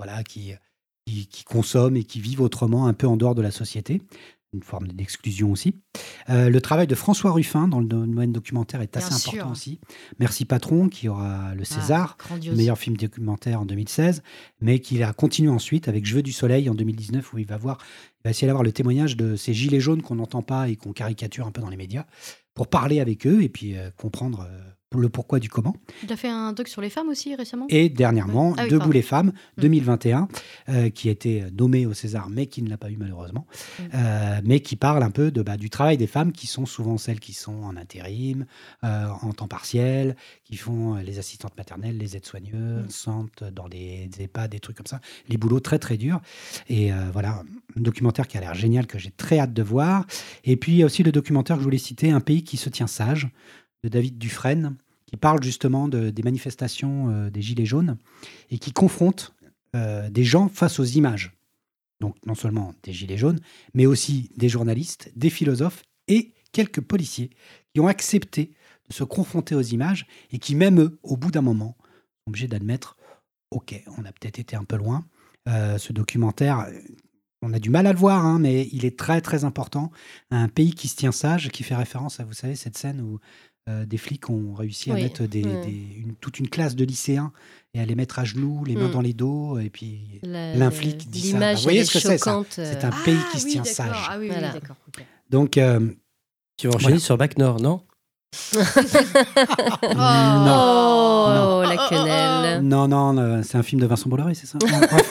qui consomment et qui vivent autrement, un peu en dehors de la société. Une forme d'exclusion aussi. Le travail de François Ruffin dans le domaine documentaire est assez important aussi. Merci Patron, qui aura le César, le meilleur film documentaire en 2016, mais qui a continué ensuite avec Je veux du soleil en 2019, où il va essayer d'avoir le témoignage de ces gilets jaunes qu'on n'entend pas et qu'on caricature un peu dans les médias, pour parler avec eux et puis comprendre le pourquoi du comment. Il a fait un doc sur les femmes aussi récemment. Et dernièrement, Debout les femmes, 2021, qui a été nommé au César, mais qui ne l'a pas eu malheureusement, mais qui parle un peu du travail des femmes, qui sont souvent celles qui sont en intérim, en temps partiel, qui font les assistantes maternelles, les aides-soigneuses, sentent dans les EHPAD, des trucs comme ça, les boulots très très durs. Et voilà, un documentaire qui a l'air génial, que j'ai très hâte de voir. Et puis il y a aussi le documentaire que je voulais citer, Un pays qui se tient sage, de David Dufresne, qui parle justement des manifestations des Gilets jaunes et qui confronte des gens face aux images. Donc non seulement des Gilets jaunes, mais aussi des journalistes, des philosophes et quelques policiers qui ont accepté de se confronter aux images et qui, même eux, au bout d'un moment, sont obligés d'admettre « Ok, on a peut-être été un peu loin ». Ce documentaire, on a du mal à le voir, hein, mais il est très très important. Un pays qui se tient sage, qui fait référence à, vous savez, cette scène où des flics ont réussi à mettre toute une classe de lycéens et à les mettre à genoux, les mains dans les dos, et puis l'un flic dit ça. Vous voyez ce que c'est, ça ? C'est un pays qui se tient sage. Ah oui, voilà. D'accord. Okay. Donc, tu vas enchaîner sur Bac Nord, non ? Non, la quenelle. Non, c'est un film de Vincent Bolloré, c'est ça ?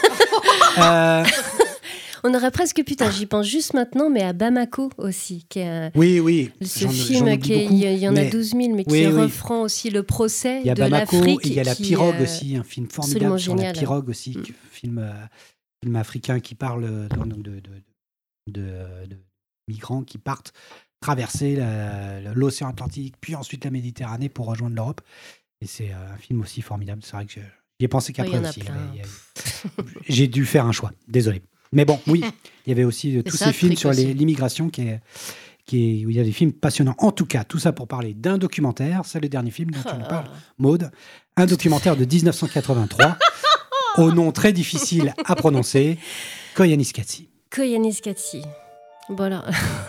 On aurait presque j'y pense juste maintenant, mais à Bamako aussi. Qui est, oui. Ce film, il y en a 12 000, mais qui reprend aussi le procès de Bamako, l'Afrique. Il y a La Pirogue aussi, un film formidable sur la pirogue aussi, film africain qui parle de migrants qui partent traverser l'océan Atlantique, puis ensuite la Méditerranée pour rejoindre l'Europe. Et c'est un film aussi formidable. C'est vrai que j'y ai pensé qu'après aussi. J'ai dû faire un choix, désolé. Mais bon, oui, il y avait aussi tous ces films sur l'immigration où il y a des films passionnants. En tout cas, tout ça pour parler d'un documentaire. C'est le dernier film dont tu nous parles, Maud. Un documentaire de 1983, au nom très difficile à prononcer, Koyaanisqatsi. Koyaanisqatsi. Voilà.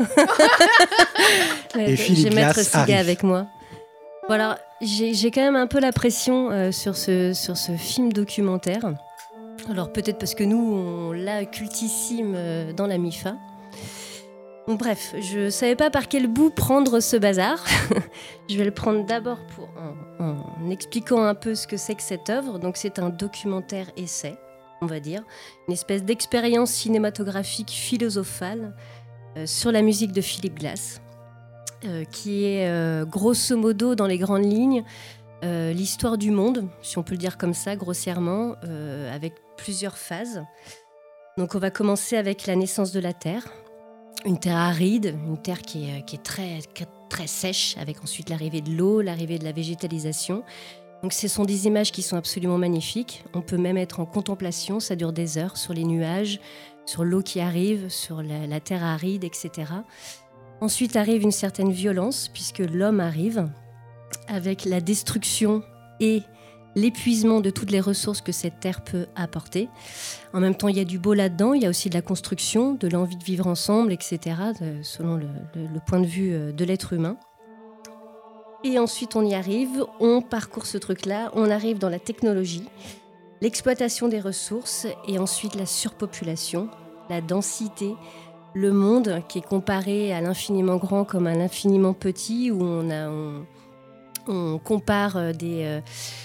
Et Philippe Glass. Je vais mettre Siga arrive avec moi. Voilà, j'ai quand même un peu la pression sur ce film documentaire. Alors peut-être parce que nous, on l'a cultissime dans la MIFA. Bon, bref, je ne savais pas par quel bout prendre ce bazar. Je vais le prendre d'abord en expliquant un peu ce que c'est que cette œuvre. Donc c'est un documentaire-essai, on va dire. Une espèce d'expérience cinématographique philosophale sur la musique de Philippe Glass, qui est grosso modo, dans les grandes lignes, l'histoire du monde, si on peut le dire comme ça, grossièrement, avec plusieurs phases. Donc on va commencer avec la naissance de la Terre, une terre aride, une terre qui est très, très sèche, avec ensuite l'arrivée de l'eau, l'arrivée de la végétalisation. Donc ce sont des images qui sont absolument magnifiques. On peut même être en contemplation, ça dure des heures, sur les nuages, sur l'eau qui arrive, sur la terre aride, etc. Ensuite arrive une certaine violence, puisque l'homme arrive, avec la destruction et l'épuisement de toutes les ressources que cette terre peut apporter. En même temps, il y a du beau là-dedans, il y a aussi de la construction, de l'envie de vivre ensemble, etc., selon le point de vue de l'être humain. Et ensuite, on y arrive, on parcourt ce truc-là, on arrive dans la technologie, l'exploitation des ressources et ensuite la surpopulation, la densité, le monde qui est comparé à l'infiniment grand comme à l'infiniment petit, où on compare des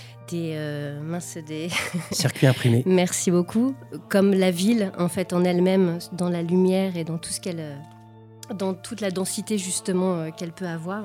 circuits imprimés. Merci beaucoup. Comme la ville, en fait, en elle-même, dans la lumière et dans tout dans toute la densité justement qu'elle peut avoir.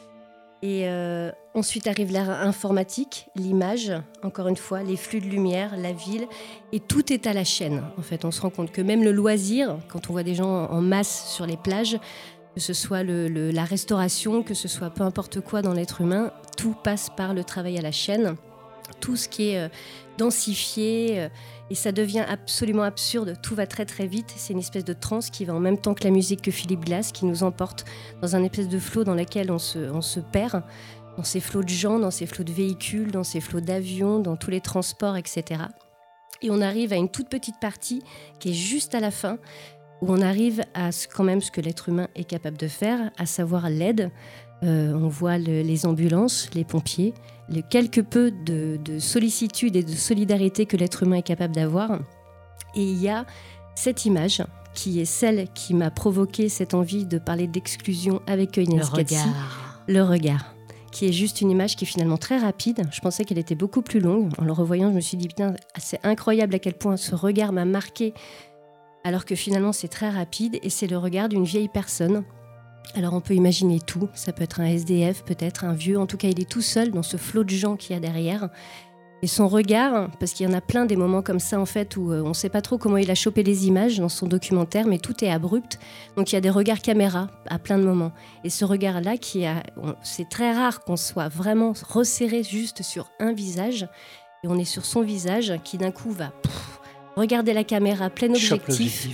Et ensuite arrive l'ère informatique, l'image, encore une fois, les flux de lumière, la ville, et tout est à la chaîne. En fait, on se rend compte que même le loisir, quand on voit des gens en masse sur les plages, que ce soit la restauration, que ce soit peu importe quoi dans l'être humain, tout passe par le travail à la chaîne. Tout ce qui est densifié, et ça devient absolument absurde. Tout va très très vite. C'est une espèce de transe qui va en même temps que la musique que Philippe Glass, qui nous emporte dans un espèce de flot dans lequel on se perd, dans ces flots de gens, dans ces flots de véhicules, dans ces flots d'avions, dans tous les transports, etc. Et on arrive à une toute petite partie qui est juste à la fin, où on arrive à quand même ce que l'être humain est capable de faire, à savoir l'aide. On voit les ambulances, les pompiers, les quelque peu de sollicitude et de solidarité que l'être humain est capable d'avoir. Et il y a cette image qui est celle qui m'a provoqué cette envie de parler d'exclusion avec Inès Katsi. Le regard, qui est juste une image qui est finalement très rapide. Je pensais qu'elle était beaucoup plus longue. En le revoyant, je me suis dit, putain, c'est incroyable à quel point ce regard m'a marqué, alors que finalement c'est très rapide, et c'est le regard d'une vieille personne. Alors on peut imaginer tout, ça peut être un SDF, peut-être un vieux, en tout cas il est tout seul dans ce flot de gens qu'il y a derrière. Et son regard, parce qu'il y en a plein des moments comme ça en fait où on ne sait pas trop comment il a chopé les images dans son documentaire, mais tout est abrupt, donc il y a des regards caméra à plein de moments. Et ce regard-là, c'est très rare qu'on soit vraiment resserré juste sur un visage, et on est sur son visage qui d'un coup va regarder la caméra plein objectif.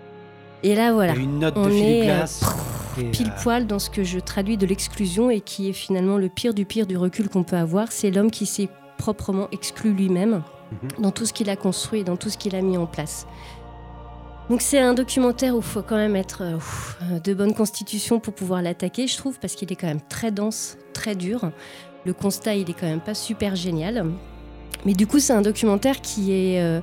Et là voilà, une note on de Philippe est Glass. Pile poil dans ce que je traduis de l'exclusion et qui est finalement le pire du recul qu'on peut avoir. C'est l'homme qui s'est proprement exclu lui-même dans tout ce qu'il a construit, dans tout ce qu'il a mis en place. Donc c'est un documentaire où il faut quand même être de bonne constitution pour pouvoir l'attaquer, je trouve, parce qu'il est quand même très dense, très dur. Le constat, il est quand même pas super génial. Mais du coup, c'est un documentaire qui est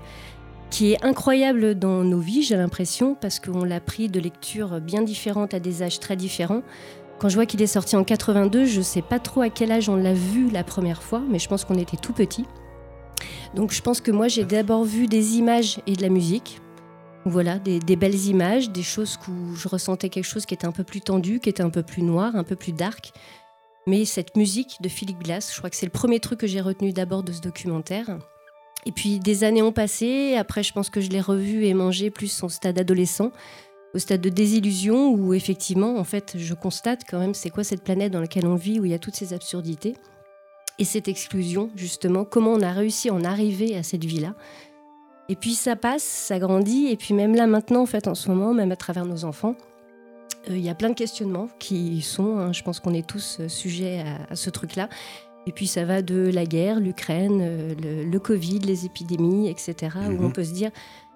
incroyable dans nos vies, j'ai l'impression, parce qu'on l'a pris de lectures bien différentes à des âges très différents. Quand je vois qu'il est sorti en 82, je ne sais pas trop à quel âge on l'a vu la première fois, mais je pense qu'on était tout petits. Donc je pense que moi, j'ai d'abord vu des images et de la musique. Voilà, des belles images, des choses où je ressentais quelque chose qui était un peu plus tendu, qui était un peu plus noir, un peu plus dark. Mais cette musique de Philippe Glass, je crois que c'est le premier truc que j'ai retenu d'abord de ce documentaire. Et puis des années ont passé, après je pense que je l'ai revu et mangé plus au stade adolescent, au stade de désillusion, où effectivement, en fait, je constate quand même c'est quoi cette planète dans laquelle on vit, où il y a toutes ces absurdités. Et cette exclusion, justement, comment on a réussi à en arriver à cette vie-là. Et puis ça passe, ça grandit, et puis même là maintenant, en fait, en ce moment, même à travers nos enfants, il y a plein de questionnements qui sont, je pense qu'on est tous sujets à ce truc-là. Et puis ça va de la guerre, l'Ukraine, le Covid, les épidémies, etc. Où on peut se dire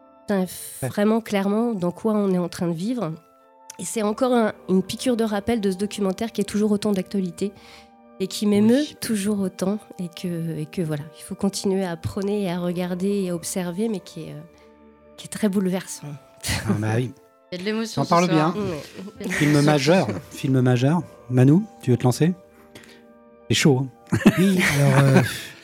vraiment clairement dans quoi on est en train de vivre. Et c'est encore une piqûre de rappel de ce documentaire qui est toujours autant d'actualité et qui m'émeut toujours autant. Et que voilà, il faut continuer à prôner et à regarder et à observer, mais qui est très bouleversant. Ah bah oui. Il y a de l'émotion. On parle bien. Film majeur. Manu, tu veux te lancer ? C'est chaud. Oui, alors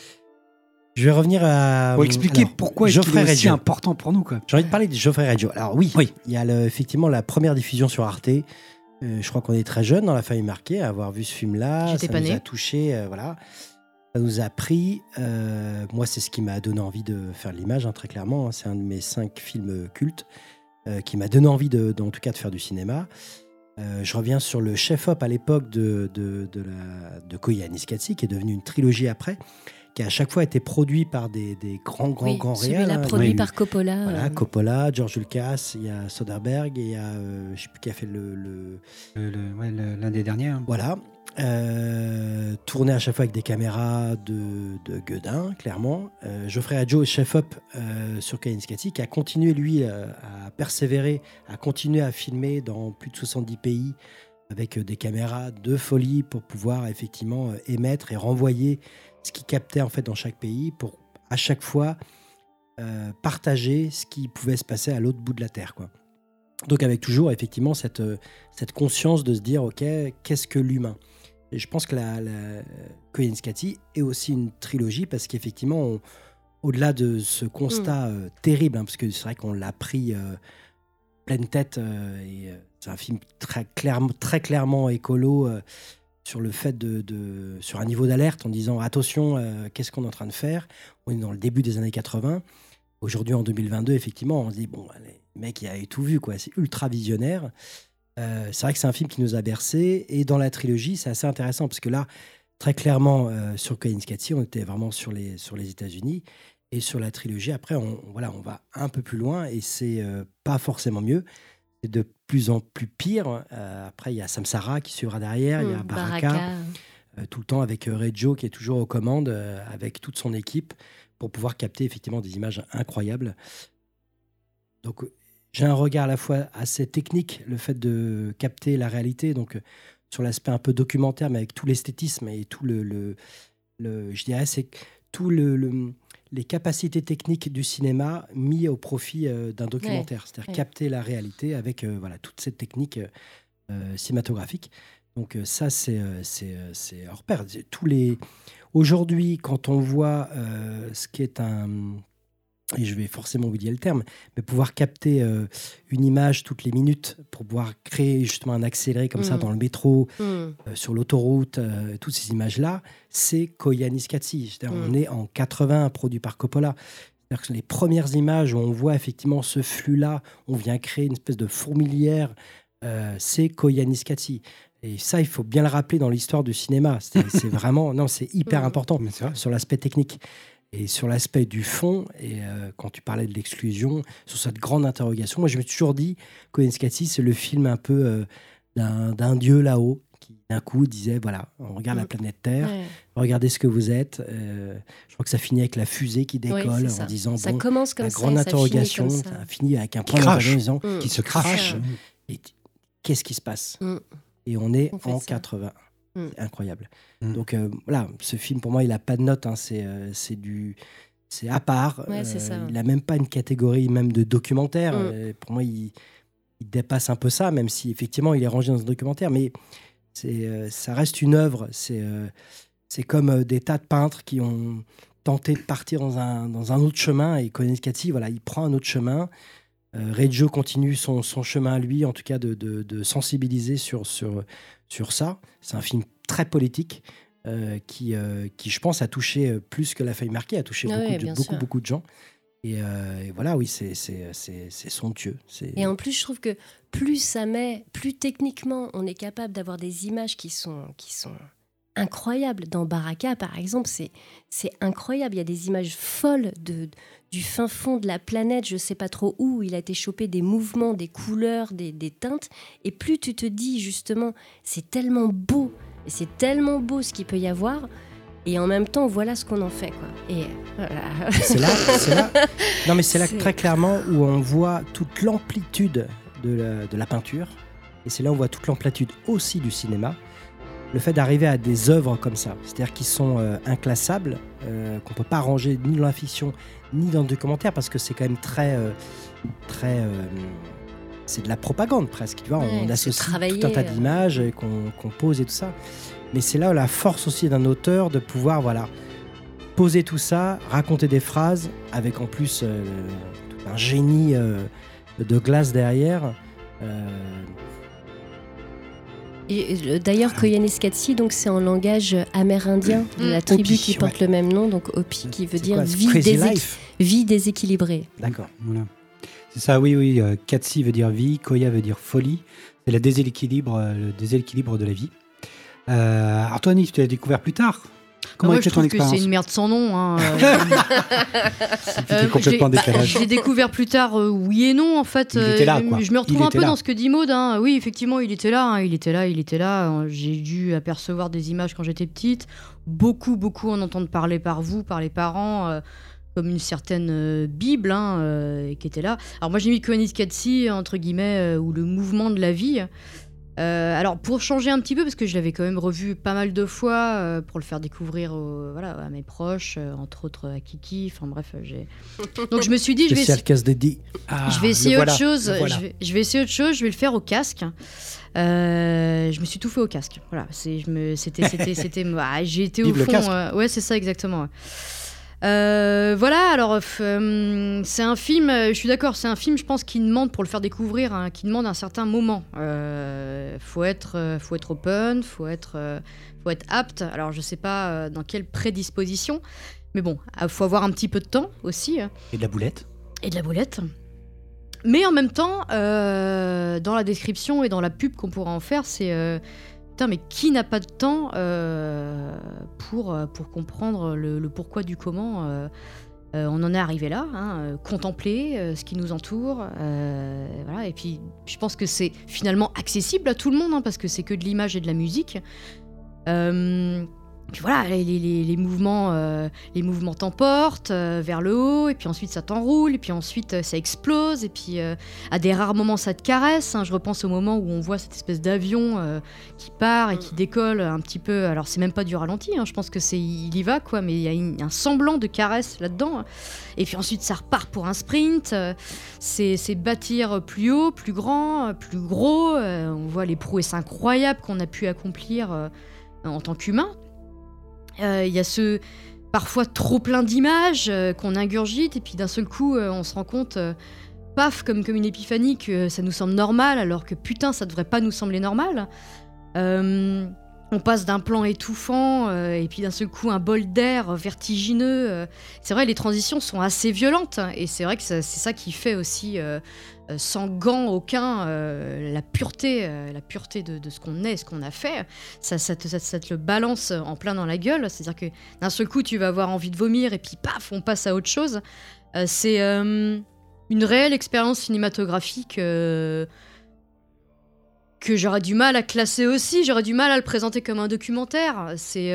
je vais revenir à. Faut expliquer pourquoi Geoffrey Reggio est aussi important pour nous, quoi. J'ai envie de parler de Geoffrey Reggio. Alors oui. Il y a effectivement la première diffusion sur Arte. Je crois qu'on est très jeunes dans la famille Marquet à avoir vu ce film-là. J'étais pas née. Ça nous a touchés, voilà. Ça nous a pris. Moi, c'est ce qui m'a donné envie de faire de l'image, très clairement. C'est un de mes 5 films cultes qui m'a donné envie, en tout cas, de faire du cinéma. Je reviens sur le chef-op à l'époque de Koya Niskatsi, qui est devenu une trilogie après, qui a à chaque fois été produit par des grands réals. Celui-là produit par Coppola. Voilà, Coppola, George Lucas, il y a Soderbergh, et il y a, je ne sais plus qui a fait l'un des derniers. Hein. Voilà. Tourné à chaque fois avec des caméras de Guedin, clairement. Geoffrey Adjo, chef-op sur Koyaanisqatsi, qui a continué, lui, à persévérer, à continuer à filmer dans plus de 70 pays avec des caméras de folie pour pouvoir effectivement émettre et renvoyer ce qu'il captait en fait dans chaque pays pour à chaque fois partager ce qui pouvait se passer à l'autre bout de la Terre, quoi. Donc avec toujours effectivement cette conscience de se dire ok, qu'est-ce que l'humain? Et je pense que la Koyaanisqatsi est aussi une trilogie parce qu'effectivement, au-delà de ce constat terrible, parce que c'est vrai qu'on l'a pris pleine tête, et c'est un film très clairement écolo sur le fait sur un niveau d'alerte en disant attention, qu'est-ce qu'on est en train de faire? On est dans le début des années 80. Aujourd'hui, en 2022, effectivement, on se dit bon, les mecs, ils avaient tout vu, quoi. C'est ultra visionnaire. C'est vrai que c'est un film qui nous a bercés. Et dans la trilogie, c'est assez intéressant parce que là, très clairement, sur Koyaanisqatsi, on était vraiment sur les États-Unis. Et sur la trilogie, après, on va un peu plus loin et c'est pas forcément mieux. C'est de plus en plus pire. Après, il y a Samsara qui suivra derrière. Il y a Baraka. Tout le temps avec Reggio qui est toujours aux commandes avec toute son équipe pour pouvoir capter effectivement des images incroyables. Donc, j'ai un regard à la fois assez technique, le fait de capter la réalité, donc sur l'aspect un peu documentaire, mais avec tout l'esthétisme et tout je dirais, c'est tout les capacités techniques du cinéma mis au profit d'un documentaire, c'est-à-dire capter la réalité avec toute cette technique cinématographique. Donc ça, c'est hors pair. Aujourd'hui, quand on voit ce qui est et je vais forcément oublier le terme, mais pouvoir capter une image toutes les minutes pour pouvoir créer justement un accéléré comme ça dans le métro, sur l'autoroute, toutes ces images-là, c'est Koyaanisqatsi. On est en 80, produit par Coppola. C'est-à-dire que les premières images où on voit effectivement ce flux-là, on vient créer une espèce de fourmilière, c'est Koyaanisqatsi. Et ça, il faut bien le rappeler dans l'histoire du cinéma. C'est vraiment, non, c'est hyper important sur l'aspect technique. Et sur l'aspect du fond, et quand tu parlais de l'exclusion, sur cette grande interrogation, moi je me suis toujours dit Koyaanisqatsi, c'est le film un peu d'un dieu là-haut qui d'un coup disait voilà, on regarde la planète Terre, regardez ce que vous êtes. Je crois que ça finit avec la fusée qui décolle en disant ça commence comme la grande interrogation, ça finit avec un point d'interrogation qui se crache. Et qu'est-ce qui se passe? Et on est en 80. C'est incroyable. Donc voilà, ce film pour moi il a pas de note, hein. C'est à part. Il n'a même pas une catégorie même de documentaire. Pour moi il dépasse un peu ça, même si effectivement il est rangé dans un documentaire, mais ça reste une œuvre. C'est comme des tas de peintres qui ont tenté de partir dans un autre chemin, et Koyaanisqatsi, voilà, il prend un autre chemin. Reggio continue son chemin à lui, en tout cas de sensibiliser sur ça. C'est un film très politique qui, je pense, a touché plus que La Feuille marquée, a touché beaucoup de gens. Et voilà, oui, c'est somptueux. Et en plus, je trouve que plus ça met, plus techniquement, on est capable d'avoir des images qui sont incroyables. Dans Baraka, par exemple, c'est incroyable. Il y a des images folles du fin fond de la planète, je ne sais pas trop où. Il a été chopé des mouvements, des couleurs, des teintes. Et plus tu te dis, justement, c'est tellement beau. Et c'est tellement beau ce qu'il peut y avoir. Et en même temps, voilà ce qu'on en fait, quoi. Et voilà. C'est là. Non, mais c'est là très clairement où on voit toute l'amplitude de la peinture. Et c'est là où on voit toute l'amplitude aussi du cinéma. Le fait d'arriver à des œuvres comme ça, c'est-à-dire qui sont inclassables, qu'on ne peut pas ranger ni dans la fiction, ni dans le documentaire, parce que c'est quand même très c'est de la propagande presque. Tu vois, on associe tout un tas d'images qu'on pose et tout ça. Mais c'est là la force aussi d'un auteur de pouvoir poser tout ça, raconter des phrases, avec en plus tout un génie de glace derrière. Et d'ailleurs, Koyaanisqatsi, donc c'est en langage amérindien de la tribu Hopi, qui porte le même nom, donc Hopi, qui veut dire vie déséquilibrée. D'accord. Voilà. C'est ça, oui. Qatsi veut dire vie, Koya veut dire folie. C'est le déséquilibre de la vie. Alors toi, Nick, tu l'as découvert plus tard? Comment était ton expérience ? C'est une merde sans nom. Hein. C'était complètement décalage. J'ai découvert plus tard, oui et non, en fait. Il était là, quoi. Je me retrouve un peu dans ce que dit Maud. Hein. Oui, effectivement, il était là. Il était là. J'ai dû apercevoir des images quand j'étais petite. Beaucoup en entendre parler par vous, par les parents. Comme une certaine Bible qui était là. Alors moi j'ai mis Koyaanisqatsi entre guillemets ou le mouvement de la vie. Alors pour changer un petit peu parce que je l'avais quand même revu pas mal de fois pour le faire découvrir à mes proches, entre autres à Kiki. Enfin bref, donc je me suis dit je vais essayer autre chose. Je vais essayer autre chose. Je vais le faire au casque. Je me suis tout fait au casque. Voilà, j'ai été au fond. Ouais, c'est ça exactement. Ouais. Alors c'est un film, je suis d'accord, c'est un film, je pense, qui demande, pour le faire découvrir, qui demande un certain moment. Faut être open, faut être apte. Alors je sais pas dans quelle prédisposition, mais bon, faut avoir un petit peu de temps aussi. Et de la boulette. Mais en même temps, dans la description et dans la pub qu'on pourra en faire, c'est... Putain, mais qui n'a pas de temps pour comprendre le pourquoi du comment on en est arrivé là, contempler ce qui nous entoure. Et puis, je pense que c'est finalement accessible à tout le monde, parce que c'est que de l'image et de la musique. Puis voilà, les mouvements t'emportent vers le haut, et puis ensuite ça t'enroule, et puis ensuite ça explose, et puis à des rares moments ça te caresse. Je repense au moment où on voit cette espèce d'avion qui part et qui décolle un petit peu. Alors c'est même pas du ralenti, je pense que il y va, quoi, mais il y a un semblant de caresse là-dedans. Et puis ensuite ça repart pour un sprint. C'est bâtir plus haut, plus grand, plus gros. On voit les prouesses incroyables qu'on a pu accomplir en tant qu'humain. Il y a ce parfois trop plein d'images qu'on ingurgite, et puis d'un seul coup on se rend compte, paf, comme une épiphanie, que ça nous semble normal, alors que putain ça devrait pas nous sembler normal. On passe d'un plan étouffant et puis d'un seul coup un bol d'air vertigineux. C'est vrai, les transitions sont assez violentes, et c'est vrai que c'est ça qui fait aussi, sans gants aucun, la pureté de ce qu'on est, ce qu'on a fait. Ça te le balance en plein dans la gueule. C'est-à-dire que d'un seul coup tu vas avoir envie de vomir, et puis paf, on passe à autre chose. C'est une réelle expérience cinématographique que j'aurais du mal à classer aussi. J'aurais du mal à le présenter comme un documentaire. C'est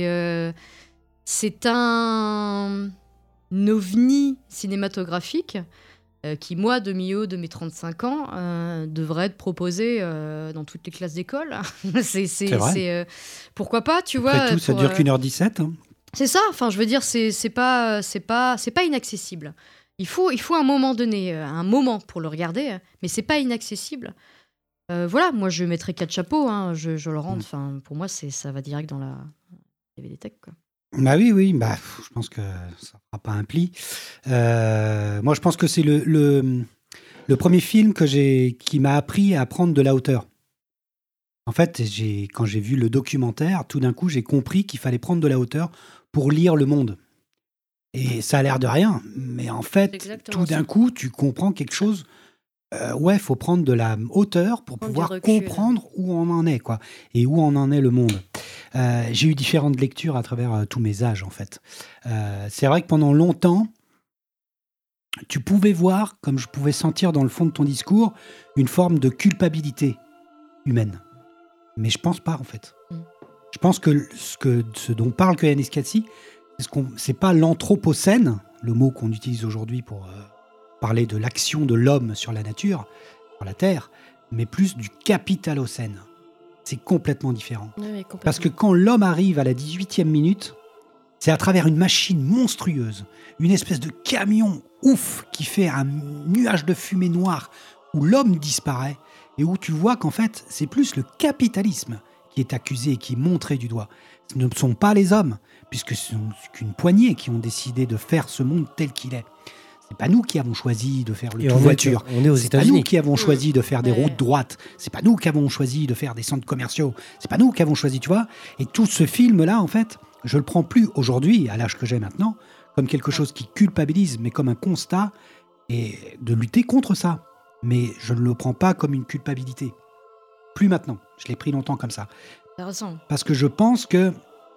un ovni cinématographique qui, moi, de mi-haut de mes 35 ans, devrait être proposé dans toutes les classes d'école. C'est vrai. Pourquoi pas, tu vois. Après tout, ça dure qu'1h17. C'est ça. Enfin, je veux dire, c'est pas inaccessible. Il faut un moment donné, un moment pour le regarder, mais c'est pas inaccessible. Moi je mettrais 4 chapeaux, je le rends. Enfin, pour moi, ça va direct dans la DVD-tech, quoi. Bah oui, je pense que ça fera pas un pli. Moi, je pense que c'est le premier film qui m'a appris à prendre de la hauteur. En fait, quand j'ai vu le documentaire, tout d'un coup, j'ai compris qu'il fallait prendre de la hauteur pour lire le monde. Et ça a l'air de rien, mais en fait, tout d'un coup, tu comprends quelque chose. Faut prendre de la hauteur pour pouvoir comprendre où on en est, quoi, et où on en est le monde. J'ai eu différentes lectures à travers tous mes âges, en fait. C'est vrai que pendant longtemps, tu pouvais voir, comme je pouvais sentir dans le fond de ton discours, une forme de culpabilité humaine. Mais je pense pas, en fait. Je pense que ce dont parle Koyaanisqatsi, c'est pas l'anthropocène, le mot qu'on utilise aujourd'hui pour parler de l'action de l'homme sur la nature, sur la Terre, mais plus du capitalocène. C'est complètement différent. Oui, complètement. Parce que quand l'homme arrive à la 18e minute, c'est à travers une machine monstrueuse, une espèce de camion ouf qui fait un nuage de fumée noire où l'homme disparaît et où tu vois qu'en fait, c'est plus le capitalisme qui est accusé et qui est montré du doigt. Ce ne sont pas les hommes, puisque ce sont qu'une poignée qui ont décidé de faire ce monde tel qu'il est. C'est pas nous qui avons choisi de faire le tout-voiture. C'est pas nous qui avons choisi de faire des routes droites. C'est pas nous qui avons choisi de faire des centres commerciaux. C'est pas nous qui avons choisi, tu vois. Et tout ce film-là, en fait, je le prends plus aujourd'hui, à l'âge que j'ai maintenant, comme quelque chose qui culpabilise, mais comme un constat, et de lutter contre ça. Mais je ne le prends pas comme une culpabilité. Plus maintenant. Je l'ai pris longtemps comme ça. T'as raison. Parce que je pense que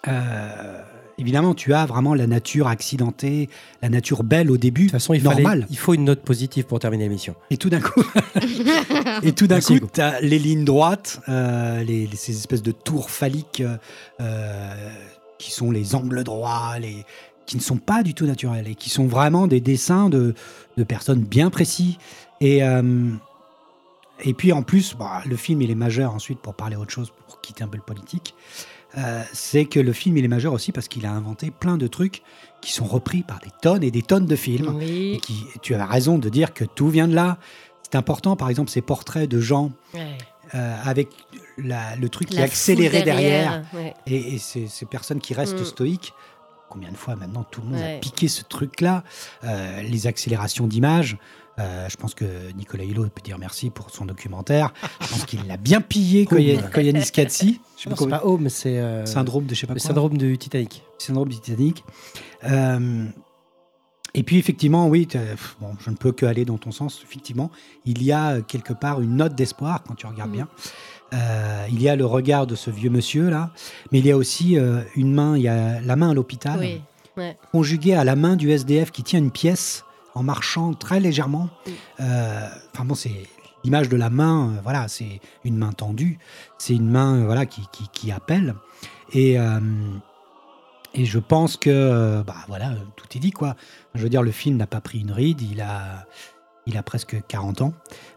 évidemment, tu as vraiment la nature accidentée, la nature belle au début. De toute façon, il faut une note positive pour terminer l'émission. Et tout d'un coup, tu as les lignes droites, ces espèces de tours phalliques qui sont les angles droits, qui ne sont pas du tout naturels et qui sont vraiment des dessins de personnes bien précis. Et puis en plus, le film il est majeur ensuite pour parler autre chose, pour quitter un peu le politique. C'est que le film il est majeur aussi parce qu'il a inventé plein de trucs qui sont repris par des tonnes et des tonnes de films. Oui. Et tu as raison de dire que tout vient de là. C'est important, par exemple, ces portraits de gens avec le truc qui est accéléré derrière. Ouais. Et ces personnes qui restent stoïques. Combien de fois maintenant tout le monde a piqué ce truc-là, les accélérations d'images. Je pense que Nicolas Hulot peut dire merci pour son documentaire. Je pense qu'il l'a bien pillé, Koyaanisqatsi. C'est pas Home, c'est syndrome de je sais pas quoi. Syndrome du Titanic. Syndrome du Titanic. Et puis effectivement, oui, je ne peux que aller dans ton sens. Effectivement, il y a quelque part une note d'espoir quand tu regardes bien. Il y a le regard de ce vieux monsieur là, mais il y a aussi une main. Il y a la main à l'hôpital, conjuguée à la main du SDF qui tient une pièce en marchant très légèrement. C'est l'image de la main. C'est une main tendue. C'est une main qui appelle. Et je pense que tout est dit quoi. Je veux dire, le film n'a pas pris une ride. Il a presque 40 ans.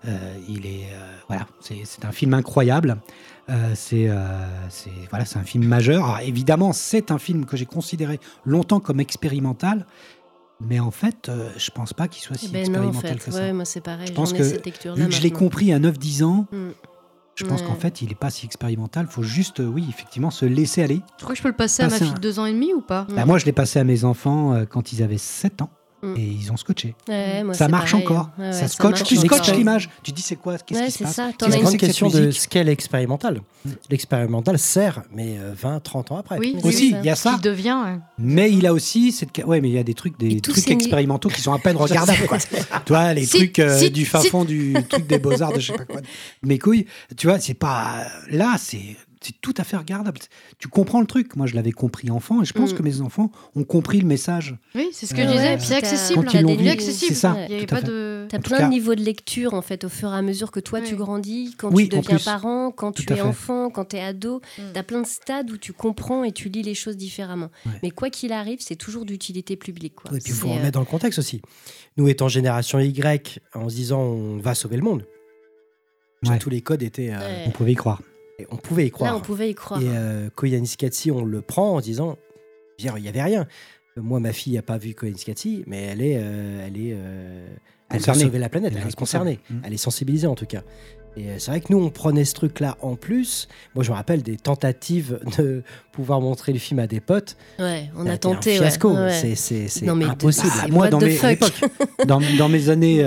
C'est un film incroyable. C'est un film majeur. Alors, évidemment, c'est un film que j'ai considéré longtemps comme expérimental. Mais en fait, je pense pas qu'il soit si expérimental que ça. Ouais, moi c'est pareil. Je pense que, vu que je l'ai compris à 9-10 ans, je pense qu'en fait, il n'est pas si expérimental. Il faut juste, effectivement, se laisser aller. Tu crois que je peux le passer à ma fille de 2 ans et demi ou pas ? Moi, je l'ai passé à mes enfants quand ils avaient 7 ans. Et ils ont scotché. Ça marche encore. Ça scotche. Tu scotches l'image. Tu dis c'est quoi ? Qu'est-ce qui se passe ? C'est une question de ce qu'est l'expérimental. L'expérimental sert, mais 20-30 ans après. Oui, aussi, il y a ça. Qui devient. Mais il a aussi mais il y a des trucs expérimentaux qui sont à peine regardables. Quoi. Tu vois, les trucs du fin fond du truc des Beaux-Arts de je sais pas quoi. Mes couilles, tu vois, c'est pas là, c'est tout à fait regardable. Tu comprends le truc. Moi, je l'avais compris enfant et je pense que mes enfants ont compris le message. Oui, c'est ce que je disais. C'est accessible. Quand ils l'ont vu, c'est ça. Il y avait pas de... T'as plein de niveaux de lecture en fait au fur et à mesure que toi tu grandis, quand tu deviens parent, quand tu es enfant, quand tu es ado. T'as plein de stades où tu comprends et tu lis les choses différemment. Mais quoi qu'il arrive, c'est toujours d'utilité publique. Quoi. Et puis il faut remettre dans le contexte aussi. Nous étant génération Y, en se disant on va sauver le monde. Tous les codes étaient... On pouvait y croire. Et on pouvait y croire. Là, on pouvait y croire. Et Koyaanisqatsi, on le prend en se disant, il n'y avait rien. Moi, ma fille n'a pas vu Koyaanisqatsi, mais elle veut sauver la planète, elle est concernée. Elle est sensibilisée en tout cas. Et c'est vrai que nous, on prenait ce truc-là en plus. Moi, je me rappelle des tentatives de pouvoir montrer le film à des potes. Ouais, on a tenté. Un fiasco, c'est impossible. Moi, dans mes époques, dans mes années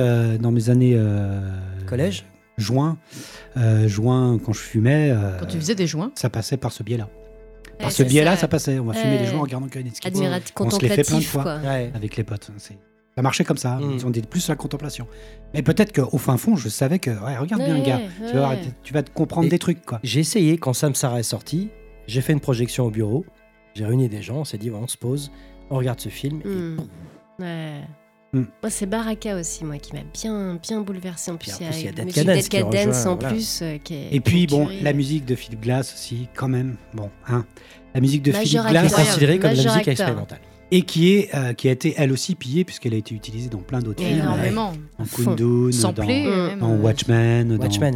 collège. Joint, quand je fumais. Quand tu faisais des joints, ça passait par ce biais-là. Par ce biais-là, ça passait. On va fumer des joints en regardant Koyaanisqatsi. On se les fait plein de fois avec les potes. Ça marchait comme ça. Ils ont plus la contemplation. Mais peut-être qu'au fin fond, je savais que regarde bien, gars. Tu vas te comprendre des trucs, quoi. J'ai essayé quand Samsara est sorti. J'ai fait une projection au bureau. J'ai réuni des gens. On s'est dit, on se pose, on regarde ce film. Moi, c'est Baraka aussi, moi, qui m'a bien bouleversé. En plus, il y a Dead Cadence en plus. Et puis, la musique de Philip Glass aussi, quand même. La musique de Philip Glass est considérée comme la musique expérimentale. Et qui a été, elle aussi, pillée, puisqu'elle a été utilisée dans plein d'autres films. Énormément. Dans Kundun, dans Watchmen.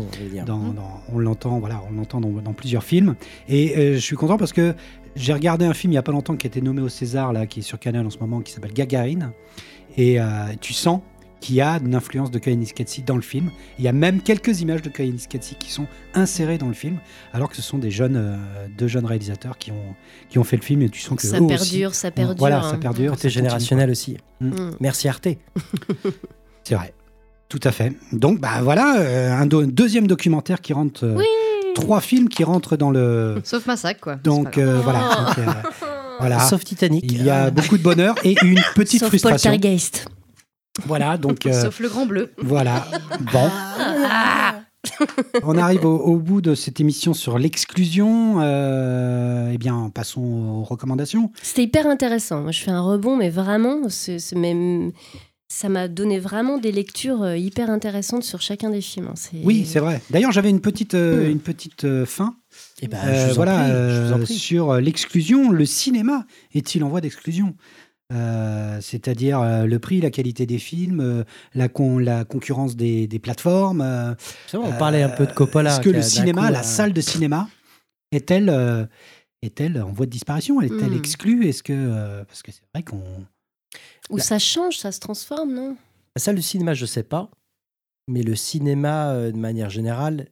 On l'entend dans plusieurs films. Et je suis content parce que j'ai regardé un film il n'y a pas longtemps qui a été nommé au César, là, qui est sur Canal en ce moment, qui s'appelle Gagarine. Et tu sens qu'il y a une influence de Koyaanisqatsi dans le film. Il y a même quelques images de Koyaanisqatsi qui sont insérées dans le film, alors que ce sont deux jeunes réalisateurs qui ont fait le film. Et tu sens que ça perdure. Voilà, ça perdure. C'est générationnel aussi. Merci Arte. C'est vrai, tout à fait. Donc un deuxième documentaire qui rentre. 3 films qui rentrent dans le. Sauf Massacre, quoi. Donc voilà. Voilà. Sauf Titanic. Il y a beaucoup de bonheur et une petite Sauf frustration. Poltergeist. Voilà, donc. Sauf le Grand Bleu. Voilà. Bon. On arrive au bout de cette émission sur l'exclusion. Eh bien, passons aux recommandations. C'était hyper intéressant. Moi, je fais un rebond, mais vraiment, ça m'a donné vraiment des lectures hyper intéressantes sur chacun des films. Oui, c'est vrai. D'ailleurs, j'avais une petite fin. Et je vous en prie. Sur l'exclusion. Le cinéma est-il en voie d'exclusion ? C'est-à-dire le prix, la qualité des films, la concurrence des plateformes. On parlait un peu de Coppola. Est-ce que le cinéma, la salle de cinéma, est-elle en voie de disparition ? Est-elle exclue ? Est-ce que parce que c'est vrai qu'on ou ça change, ça se transforme, non ? La salle de cinéma, je sais pas, mais le cinéma, de manière générale,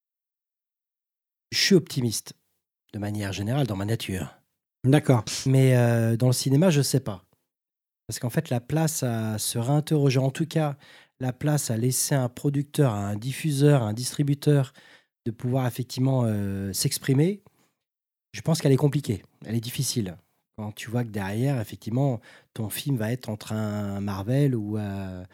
je suis optimiste de manière générale dans ma nature. D'accord. Mais dans le cinéma, je sais pas. Parce qu'en fait, la place à se réinterroger, en tout cas, la place à laisser un producteur, à un diffuseur, à un distributeur de pouvoir effectivement s'exprimer, je pense qu'elle est compliquée. Elle est difficile. Quand tu vois que derrière, effectivement, ton film va être entre un Marvel ou un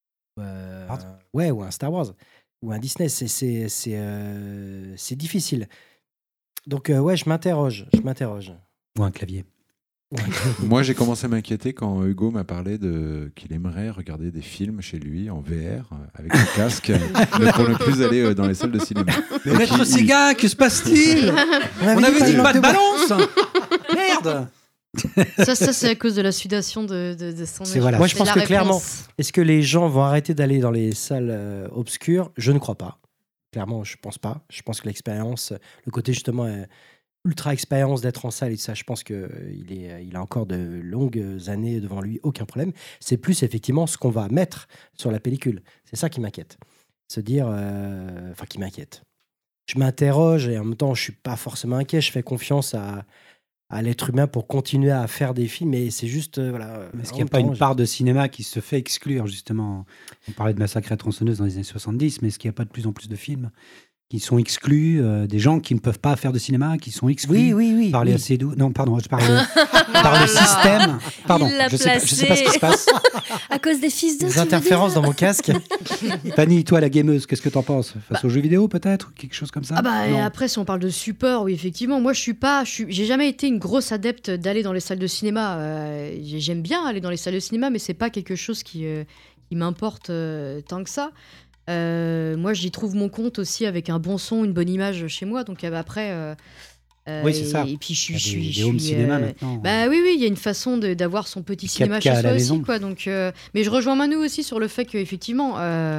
Star Wars ou un Disney. C'est difficile. Donc, je m'interroge. Ou un clavier. Moi, j'ai commencé à m'inquiéter quand Hugo m'a parlé qu'il aimerait regarder des films chez lui en VR avec un casque pour ne plus aller dans les salles de cinéma. Mais Maître Sega, que se passe-t-il ? On avait dit pas de balance. Merde. Ça c'est à cause de la sudation de son âge. Voilà. Moi, je pense que clairement, est-ce que les gens vont arrêter d'aller dans les salles obscures ? Je ne crois pas. Clairement, je pense pas. Je pense que l'expérience, le côté justement ultra expérience d'être en salle et ça, je pense qu'il a encore de longues années devant lui, aucun problème. C'est plus effectivement ce qu'on va mettre sur la pellicule. C'est ça qui m'inquiète. Se dire, qui m'inquiète. Je m'interroge et en même temps, je suis pas forcément inquiet. Je fais confiance à l'être humain pour continuer à faire des films, mais c'est juste, voilà. Est-ce qu'il n'y a pas une part de cinéma qui se fait exclure, justement ? On parlait de Massacre à la tronçonneuse dans les années 70, mais est-ce qu'il n'y a pas de plus en plus de films qui sont exclus, des gens qui ne peuvent pas faire de cinéma, qui sont exclus par les ACDU. Non, pardon, je parle par le système. Pardon, je sais pas ce qui se passe. À cause des fils de... Des interférences dans mon casque. Fanny, toi, la gameuse, qu'est-ce que t'en penses ? Face aux jeux vidéo, peut-être ? Quelque chose comme ça ? Après, si on parle de support, oui, effectivement. Moi, j'ai jamais été une grosse adepte d'aller dans les salles de cinéma. J'aime bien aller dans les salles de cinéma, mais c'est pas quelque chose qui m'importe tant que ça. Moi, j'y trouve mon compte aussi avec un bon son, une bonne image chez moi. Donc après, oui, c'est ça. Et puis je suis cinéma maintenant. Oui, il y a une façon d'avoir son petit cinéma chez soi aussi, quoi. Donc, mais je rejoins Manu aussi sur le fait qu'effectivement,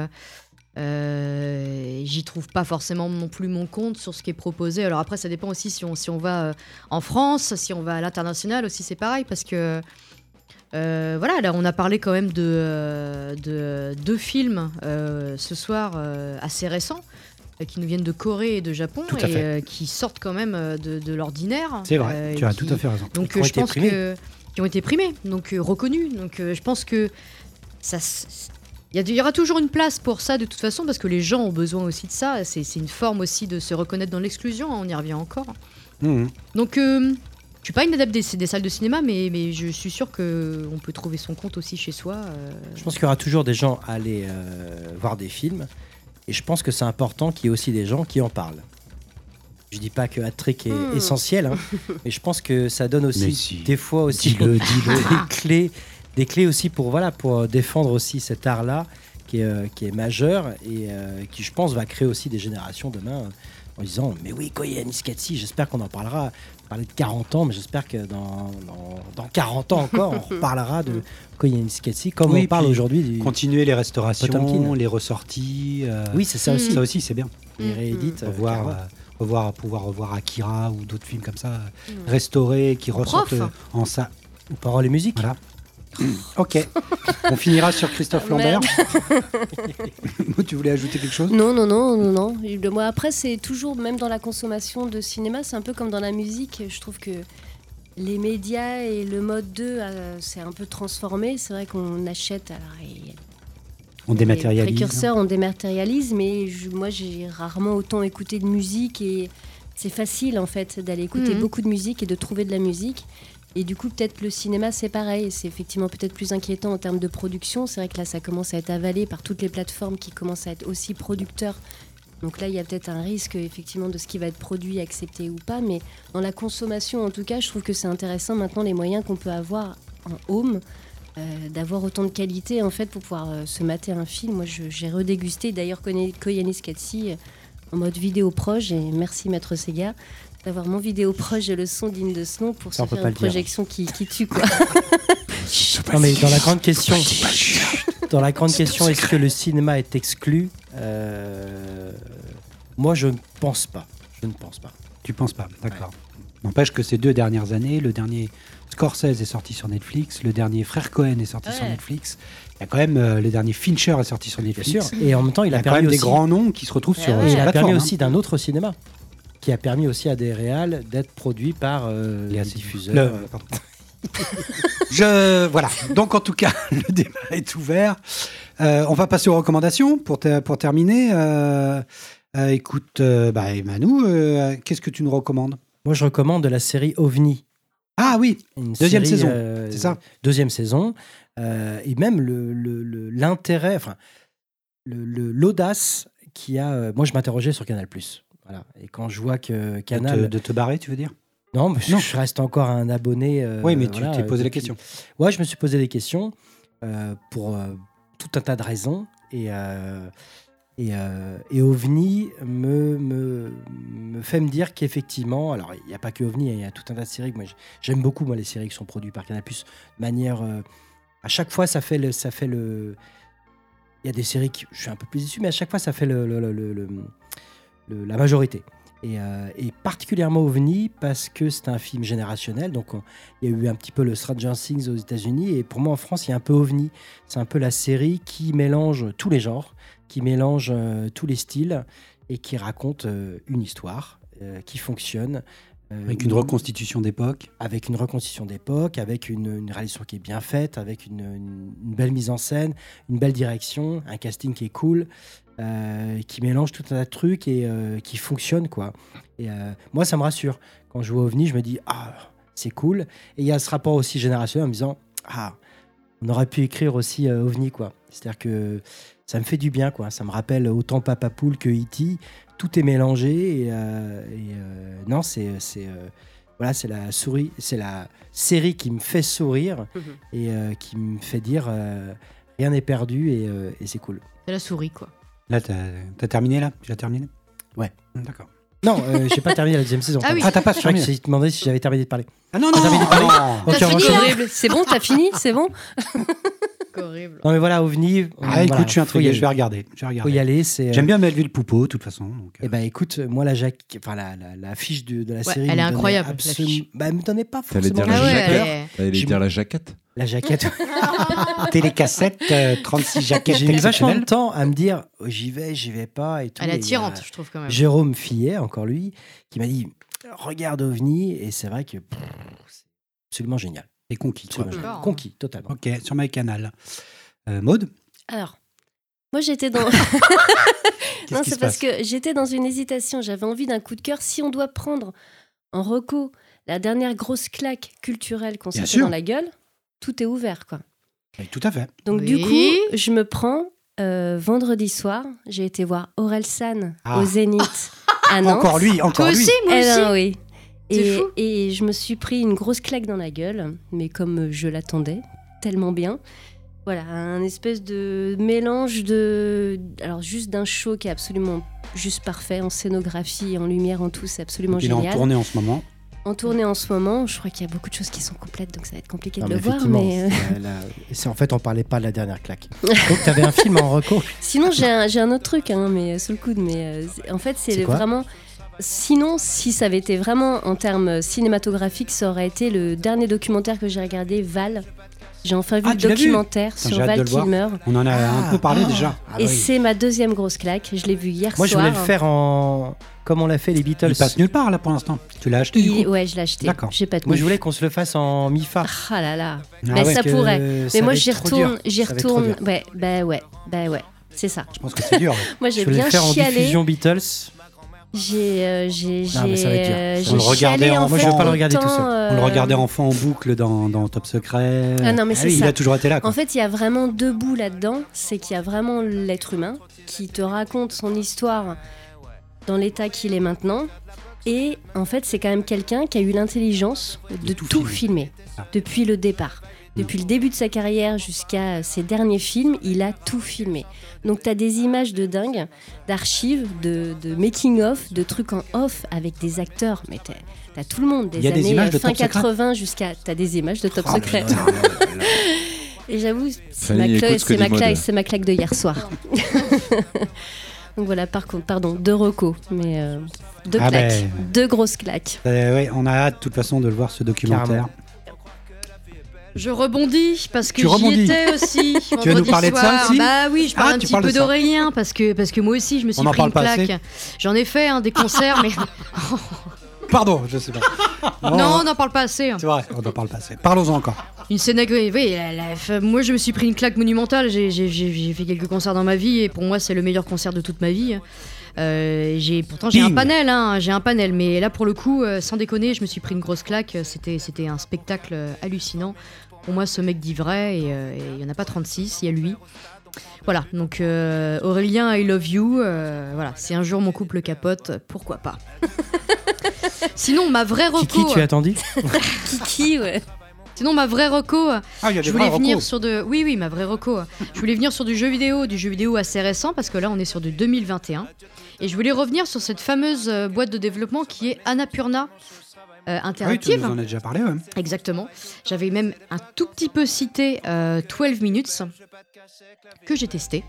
j'y trouve pas forcément non plus mon compte sur ce qui est proposé. Alors après, ça dépend aussi si on va en France, si on va à l'international aussi, c'est pareil parce que. Là, on a parlé quand même de deux films ce soir assez récents qui nous viennent de Corée et de Japon et qui sortent quand même de l'ordinaire. C'est vrai, tu as tout à fait raison. Donc je pense qui ont été primés, donc reconnus. Donc je pense que il y aura toujours une place pour ça de toute façon parce que les gens ont besoin aussi de ça. C'est une forme aussi de se reconnaître dans l'exclusion. On y revient encore. Donc je suis pas une adepte des salles de cinéma, mais je suis sûre qu'on peut trouver son compte aussi chez soi. Je pense qu'il y aura toujours des gens à aller voir des films. Et je pense que c'est important qu'il y ait aussi des gens qui en parlent. Je dis pas que Hat-Trick est essentiel, mais je pense que ça donne aussi des fois aussi des clés aussi pour défendre aussi cet art-là qui est majeur et qui, je pense, va créer aussi des générations demain en disant mais oui, Koya Niskatsi, j'espère qu'on en parlera. On parlait de 40 ans, mais j'espère que dans 40 ans encore, on reparlera de Koya Niskatsi comme on parle aujourd'hui. Continuer les restaurations, les ressorties. Oui, c'est ça aussi. Ça aussi, c'est bien. Les réédites. Pouvoir revoir Akira ou d'autres films comme ça, restaurés, qui ressortent en ça. Ou paroles et musique. Voilà. Ok, on finira sur Christophe Lambert. Tu voulais ajouter quelque chose ? Non. Moi, après, c'est toujours, même dans la consommation de cinéma, c'est un peu comme dans la musique. Je trouve que les médias et le mode 2 c'est un peu transformé. C'est vrai qu'on achète. On dématérialise. Les précurseurs, on dématérialise, mais moi, j'ai rarement autant écouté de musique et c'est facile en fait d'aller écouter beaucoup de musique et de trouver de la musique. Et du coup, peut-être le cinéma, c'est pareil. C'est effectivement peut-être plus inquiétant en termes de production. C'est vrai que là, ça commence à être avalé par toutes les plateformes qui commencent à être aussi producteurs Donc là, il y a peut-être un risque, effectivement, de ce qui va être produit, accepté ou pas. Mais dans la consommation, en tout cas, je trouve que c'est intéressant maintenant les moyens qu'on peut avoir en home, d'avoir autant de qualité, en fait, pour pouvoir se mater un film. Moi, j'ai redégusté, d'ailleurs, Koyanis Katsi en mode vidéo proche. Et merci, Maître Sega, d'avoir mon vidéo proche et le son digne de ce nom pour se faire une projection qui tue, quoi. Non, mais dans la grande question... Dans la grande question, est-ce que le cinéma est exclu ? Moi, je ne pense pas. Je ne pense pas. Tu penses pas, d'accord. N'empêche que ces 2 dernières années, le dernier Scorsese est sorti sur Netflix, le dernier Frère Cohen est sorti sur Netflix. Il y a quand même le dernier Fincher est sorti sur Netflix. Bien sûr. Et en même temps, il a quand même des grands noms qui se retrouvent sur il a permis plateforme, aussi d'un autre cinéma, qui a permis aussi à des réals d'être produits par les diffuseurs. Voilà. Donc en tout cas, le débat est ouvert. On va passer aux recommandations pour terminer. Écoute, Emmanou, qu'est-ce que tu nous recommandes ? Moi, je recommande la série OVNI. Ah oui, deuxième saison, c'est ça ? Deuxième saison. Et même l'intérêt, enfin, l'audace qu'il y a. Moi, je m'interrogeais sur Canal+. Voilà. Et quand je vois que Canal... De te barrer, tu veux dire ? Non, mais je reste encore un abonné. Oui, mais tu t'es posé la question. Ouais, je me suis posé des questions pour tout un tas de raisons. Et OVNI me fait me dire qu'effectivement, alors il n'y a pas que OVNI, il y a tout un tas de séries que moi j'aime beaucoup, moi, les séries qui sont produites par Canal+. De manière, à chaque fois, ça fait le. Il y a des séries qui je suis un peu plus déçu, mais à chaque fois, ça fait la majorité. Et particulièrement OVNI parce que c'est un film générationnel. Donc il y a eu un petit peu le Stranger Things aux États-Unis, et pour moi en France il y a un peu OVNI. C'est un peu la série qui mélange tous les genres, qui mélange tous les styles et qui raconte une histoire qui fonctionne. Avec une reconstitution d'époque. Avec une reconstitution d'époque, avec une réalisation qui est bien faite, avec une belle mise en scène, une belle direction, un casting qui est cool. Qui mélange tout un tas de trucs et qui fonctionne, quoi. Et moi, ça me rassure. Quand je vois OVNI, je me dis c'est cool. Et il y a ce rapport aussi générationnel en me disant on aurait pu écrire aussi OVNI, quoi. C'est-à-dire que ça me fait du bien, quoi. Ça me rappelle autant Papa Poule que E.T. Tout est mélangé non, c'est la série qui me fait sourire et qui me fait dire rien n'est perdu et c'est cool. C'est la souris, quoi. Là, t'as terminé, là ? Tu as terminé ? Ouais. D'accord. Non, j'ai pas terminé la deuxième saison. Ah oui. T'as pas terminé ? J'ai demandé si j'avais terminé de parler. Ah non, terminé de parler. T'as fini, horrible. C'est bon, t'as fini, c'est bon. Horrible. Non mais voilà, OVNI. Écoute, je suis intrigué, je vais regarder. Faut y aller. J'aime bien Melville Poupeau, de toute façon. Donc, Eh ben, écoute, moi la fiche de la série. Elle est incroyable. Elle me donnait pas forcément. T'allais dire la jaquette. La jaquette. Télécassette, 36 jaquettes. J'ai mis vachement de temps à me dire j'y vais pas et tout. Elle est attirante, je trouve, quand même. Jérôme Fillet, encore lui, qui m'a dit regarde OVNI, et c'est vrai que c'est absolument génial. Et conquis. Conquis, totalement. Ok, sur MyCanal. Maud ? Alors, moi j'étais dans. Non, c'est parce que j'étais dans une hésitation. J'avais envie d'un coup de cœur. Si on doit prendre en reco la dernière grosse claque culturelle qu'on s'est fait dans la gueule, tout est ouvert, quoi. Oui, tout à fait. Donc du coup, je me prends vendredi soir. J'ai été voir Orelsan au Zénith à Nantes. Encore lui. Toi aussi, moi aussi. Non, oui. Et je me suis pris une grosse claque dans la gueule, mais comme je l'attendais, tellement bien. Voilà, un espèce de mélange alors juste d'un show qui est absolument juste parfait, en scénographie, en lumière, en tout, c'est absolument génial. Il est en tournée en ce moment. Je crois qu'il y a beaucoup de choses qui sont complètes, donc ça va être compliqué de le voir. Mais en fait, on parlait pas de la dernière claque. Donc, tu avais un film en reco. Sinon, j'ai un autre truc, mais sous le coude. Mais en fait, c'est vraiment. Sinon, si ça avait été vraiment en termes cinématographiques, ça aurait été le dernier documentaire que j'ai regardé, Val. J'ai enfin vu le documentaire sur Val Kilmer. On en a un peu parlé déjà. Et c'est ma deuxième grosse claque. Je l'ai vu hier soir. Moi, je voulais le faire comme on l'a fait les Beatles. Il passe nulle part là pour l'instant. Tu l'as acheté du coup ? Ouais, je l'ai acheté. D'accord. J'ai pas de Moi, je voulais qu'on se le fasse en mi-fa. Ah là là. Mais ça pourrait. Mais moi, j'y retourne. Ouais. C'est ça. Je pense que c'est dur. Moi, j'ai bien chialé. Je voulais le faire en diffusion Beatles. Non, mais ça va être dur. On le regardait moi, je vais pas le regarder tout seul. On le regardait enfant en boucle dans Top Secret. Ah non, mais c'est ça. Il a toujours été là, quoi. En fait, il y a vraiment deux bouts là-dedans. C'est qu'il y a vraiment l'être humain qui te raconte son histoire dans l'état qu'il est maintenant. Et en fait, c'est quand même quelqu'un qui a eu l'intelligence de tout filmer depuis le départ. Depuis le début de sa carrière jusqu'à ses derniers films, il a tout filmé. Donc tu as des images de dingue, d'archives, de making-of, de trucs en off avec des acteurs. Mais t'as tout le monde, des années fin 80 jusqu'à... T'as des images de Top Secret. Et j'avoue, c'est ma claque de hier soir. Donc voilà, pardon, 2 recos, mais 2 claques, 2 grosses claques. Ouais, on a hâte de toute façon de le voir ce documentaire. Carrément. Je rebondis parce que j'y étais aussi. Tu vas nous parler de ça aussi ? Bah oui, je parle un petit peu d'Aurélien parce que moi aussi je me suis pris une claque. J'en ai fait des concerts, mais. Pardon, je sais pas. Non, on n'en parle pas assez. C'est vrai, on n'en parle pas assez. Parlons-en encore. Une scène oui, moi je me suis pris une claque monumentale. J'ai fait quelques concerts dans ma vie et pour moi c'est le meilleur concert de toute ma vie. Pourtant j'ai un panel, mais là pour le coup, sans déconner, je me suis pris une grosse claque. C'était un spectacle hallucinant. Pour moi, ce mec dit vrai et il y en a pas 36, il y a lui. Voilà, donc Aurélien, I love you. Voilà, si un jour mon couple capote, pourquoi pas. Sinon, ma vraie reco. Kiki, tu as attendu Kiki, ouais. Sinon, ma vraie reco, je voulais venir sur Oui, ma vraie reco. Je voulais venir sur du jeu vidéo assez récent, parce que là, on est sur du 2021. Et je voulais revenir sur cette fameuse boîte de développement qui est Annapurna Interactive. Oui, tu nous en as déjà parlé, ouais. Exactement. J'avais même un tout petit peu cité 12 Minutes, que j'ai testé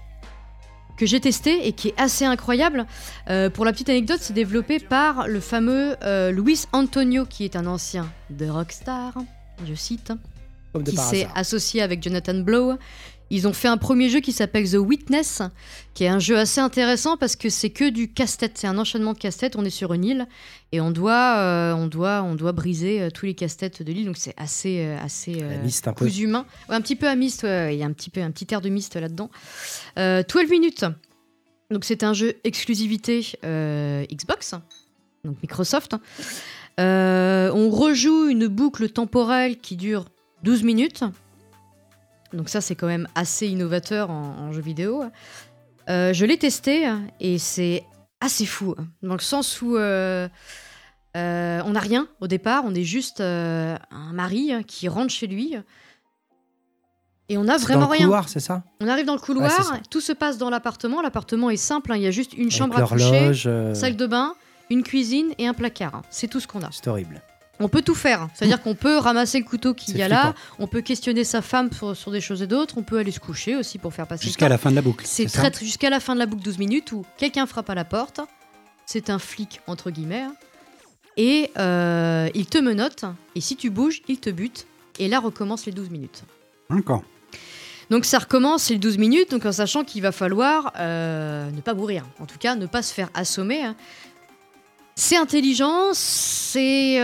et qui est assez incroyable. Pour la petite anecdote, c'est développé par le fameux Luis Antonio, qui est un ancien de Rockstar, je cite, qui s'est associé avec Jonathan Blow. Ils ont fait un premier jeu qui s'appelle The Witness, qui est un jeu assez intéressant parce que c'est que du casse-tête, c'est un enchaînement de casse-tête. On est sur une île et on doit briser tous les casse-têtes de l'île, donc c'est assez plus humain. Ouais, un petit peu à Myst, il y a un petit air de Myst là-dedans. 12 minutes. Donc c'est un jeu exclusivité Xbox, donc Microsoft. On rejoue une boucle temporelle qui dure 12 minutes. Donc ça, c'est quand même assez innovateur en jeu vidéo. Je l'ai testé et c'est assez fou. Dans le sens où on n'a rien au départ. On est juste un mari qui rentre chez lui. Et on n'a vraiment rien. Dans le couloir, c'est ça ? On arrive dans le couloir, tout se passe dans l'appartement. L'appartement est simple, il y a juste une chambre à coucher, salle de bain, une cuisine et un placard. C'est tout ce qu'on a. C'est horrible. On peut tout faire, c'est-à-dire qu'on peut ramasser le couteau qu'il y a là, on peut questionner sa femme sur des choses et d'autres, on peut aller se coucher aussi pour faire passer jusqu'à la fin de la boucle. C'est jusqu'à la fin de la boucle, 12 minutes, où quelqu'un frappe à la porte, c'est un flic entre guillemets, et il te menotte, et si tu bouges, il te bute, et là recommence les 12 minutes. D'accord. Donc ça recommence les 12 minutes, donc en sachant qu'il va falloir ne pas mourir, en tout cas ne pas se faire assommer. C'est intelligent, c'est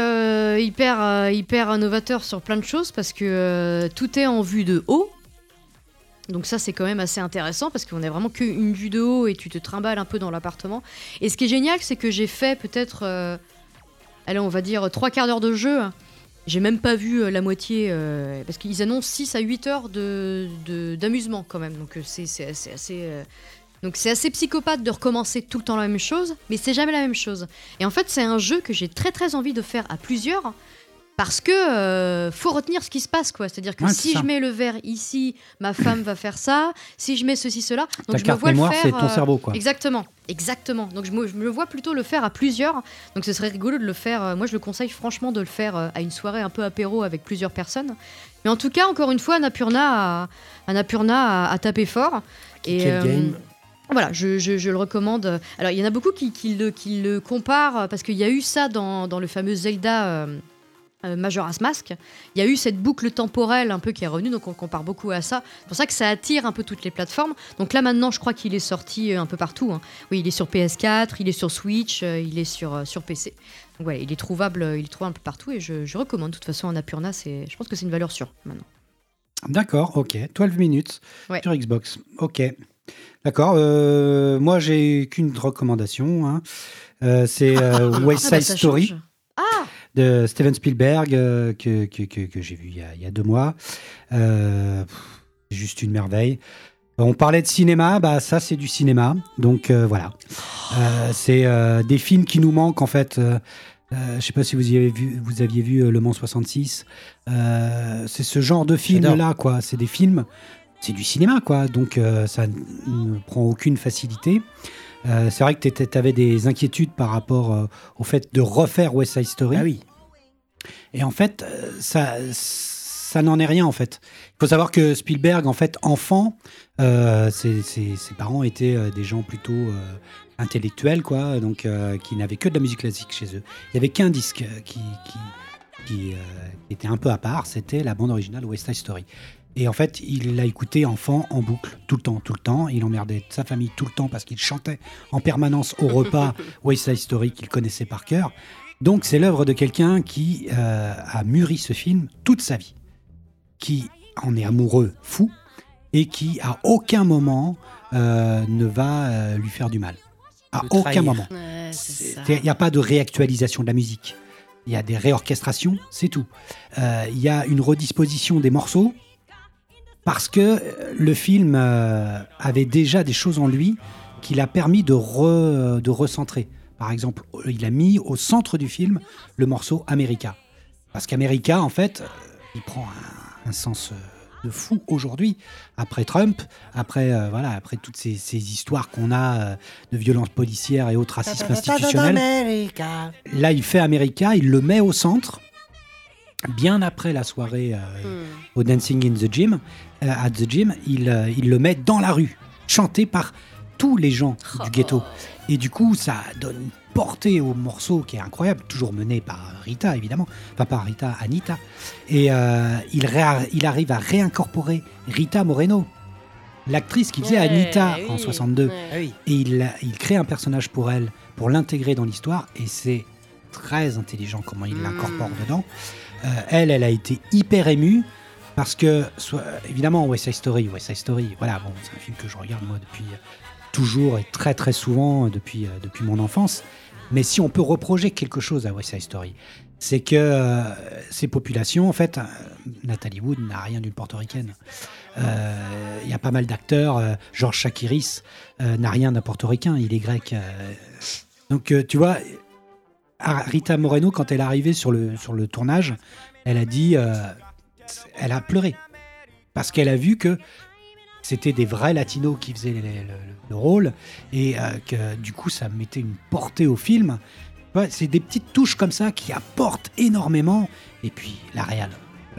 hyper novateur sur plein de choses parce que tout est en vue de haut. Donc ça, c'est quand même assez intéressant parce qu'on n'a vraiment qu'une vue de haut et tu te trimbales un peu dans l'appartement. Et ce qui est génial, c'est que j'ai fait peut-être, on va dire 3/4 d'heure de jeu. J'ai même pas vu la moitié parce qu'ils annoncent 6 à 8 heures d'amusement quand même. Donc c'est assez... Donc c'est assez psychopathe de recommencer tout le temps la même chose, mais c'est jamais la même chose. Et en fait, c'est un jeu que j'ai très très envie de faire à plusieurs, parce que faut retenir ce qui se passe, quoi. C'est-à-dire que si je mets le verre ici, ma femme va faire ça. Si je mets ceci, cela, donc ta carte mémoire, c'est ton cerveau, quoi. Exactement. Donc je me vois plutôt le faire à plusieurs. Donc ce serait rigolo de le faire. Moi, je le conseille franchement de le faire à une soirée un peu apéro avec plusieurs personnes. Mais en tout cas, encore une fois, Annapurna a tapé fort. Et game. Voilà, je le recommande. Alors, il y en a beaucoup qui le comparent, parce qu'il y a eu ça dans le fameux Zelda Majora's Mask. Il y a eu cette boucle temporelle un peu qui est revenue, donc on compare beaucoup à ça. C'est pour ça que ça attire un peu toutes les plateformes. Donc là, maintenant, je crois qu'il est sorti un peu partout. Oui, il est sur PS4, il est sur Switch, il est sur PC. Donc voilà, il est trouvable un peu partout, et je recommande. De toute façon, Annapurna, je pense que c'est une valeur sûre, maintenant. D'accord, ok. 12 minutes sur Xbox. Ok. D'accord. Moi, j'ai qu'une recommandation. C'est West Side Story de Steven Spielberg que j'ai vu il y a 2 mois. Juste une merveille. On parlait de cinéma, ça c'est du cinéma, donc voilà. C'est des films qui nous manquent en fait. Je ne sais pas si vous aviez vu Le Mans 66. C'est ce genre de film-là, quoi. C'est des films, c'est du cinéma, quoi. Donc ça ne prend aucune facilité. C'est vrai que tu avais des inquiétudes par rapport au fait de refaire West Side Story. Ah oui. Et en fait, ça n'en est rien, en fait. Il faut savoir que Spielberg, en fait, enfant, ses parents étaient des gens plutôt intellectuels, quoi, donc qui n'avaient que de la musique classique chez eux. Il n'y avait qu'un disque qui était un peu à part, c'était la bande originale West Side Story. Et en fait, il l'a écouté enfant en boucle, tout le temps. Il emmerdait sa famille tout le temps parce qu'il chantait en permanence au repas West Side Story qu'il connaissait par cœur. Donc, c'est l'œuvre de quelqu'un qui a mûri ce film toute sa vie, qui en est amoureux fou et qui, à aucun moment, ne va lui faire du mal. À aucun moment. Il n'y a pas de réactualisation de la musique. Il y a des réorchestrations, c'est tout. Il y a une redisposition des morceaux parce que le film avait déjà des choses en lui qui l'a permis de recentrer. Par exemple, il a mis au centre du film le morceau America. Parce qu'America, en fait, il prend un sens de fou aujourd'hui, après Trump, après toutes ces histoires qu'on a de violences policières et autres racisme institutionnel. Là, il fait America, il le met au centre, bien après la soirée au Dancing in the Gym, at the Gym, il le met dans la rue, chanté par tous les gens du ghetto. Et du coup, ça donne une portée au morceau qui est incroyable, toujours mené par Rita, évidemment. Enfin, pas Rita, Anita. Et il arrive à réincorporer Rita Moreno, l'actrice qui faisait Anita en 62. Ouais. Et il crée un personnage pour elle, pour l'intégrer dans l'histoire. Et c'est très intelligent comment il l'incorpore dedans. Elle a été hyper émue. Parce que, évidemment, West Side Story, voilà, bon, c'est un film que je regarde, moi, depuis toujours et très très souvent depuis mon enfance. Mais si on peut reprocher quelque chose à West Side Story, c'est que ces populations, en fait, Nathalie Wood n'a rien d'une portoricaine. Il y a pas mal d'acteurs, Georges Chakiris n'a rien d'un portoricain, il est grec. Donc tu vois, Rita Moreno, quand elle est arrivée sur le tournage, elle a dit, elle a pleuré parce qu'elle a vu que c'était des vrais latinos qui faisaient le rôle et que du coup ça mettait une portée au film. Ouais, c'est des petites touches comme ça qui apportent énormément. Et puis la réal.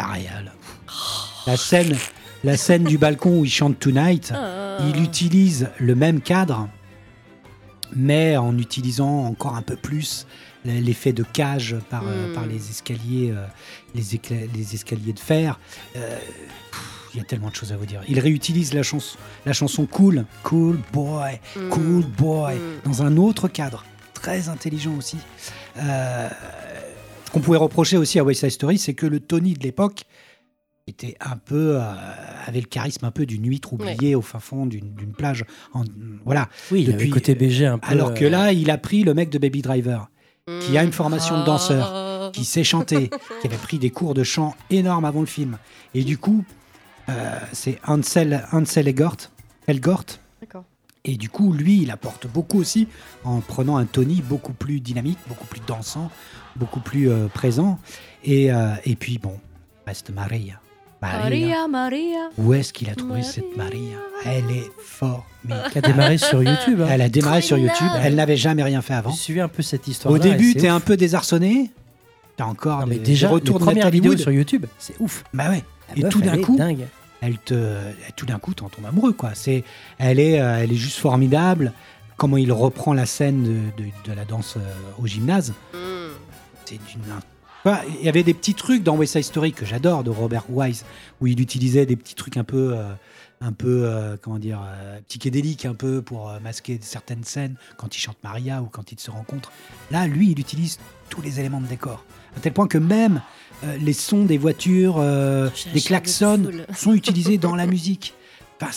La scène du balcon où il chante Tonight, il utilise le même cadre, mais en utilisant encore un peu plus l'effet de cage par les escaliers, les escaliers de fer. Il y a tellement de choses à vous dire. Il réutilise la chanson Cool Boy, dans un autre cadre, très intelligent aussi. Ce qu'on pouvait reprocher aussi à West Side Story, c'est que le Tony de l'époque était un peu, avait le charisme un peu d'une huître oubliée au fin fond d'une plage. Voilà. Oui, il avait le côté BG un peu. Alors que là, il a pris le mec de Baby Driver, qui a une formation de danseur, qui sait chanter, qui avait pris des cours de chant énormes avant le film. Et du coup, c'est Ansel Elgort. D'accord. Et du coup, lui, il apporte beaucoup aussi en prenant un Tony beaucoup plus dynamique, beaucoup plus dansant, beaucoup plus présent. Et puis, bon, reste Maria. Où est-ce qu'il a trouvé cette Maria ? Elle est formidable. Elle a démarré sur YouTube. Hein. Elle a démarré sur YouTube. Elle n'avait jamais rien fait avant. J'ai suivi un peu cette histoire. Au début, t'es un peu désarçonné. T'as encore des retours de première vidéo sur YouTube. C'est ouf. Bah ouais. Et tout d'un coup, dingue. Tout d'un coup, t'en tombes amoureux, quoi. Elle est juste formidable. Comment il reprend la scène de la danse au gymnase. C'est il y avait des petits trucs dans West Side Story que j'adore de Robert Wise, où il utilisait des petits trucs un peu psychédéliques, un peu pour masquer certaines scènes quand il chante Maria ou quand ils se rencontrent. Là, lui, il utilise tous les éléments de décor, à tel point que même les sons des voitures, des klaxons sont utilisés dans la musique. Enfin,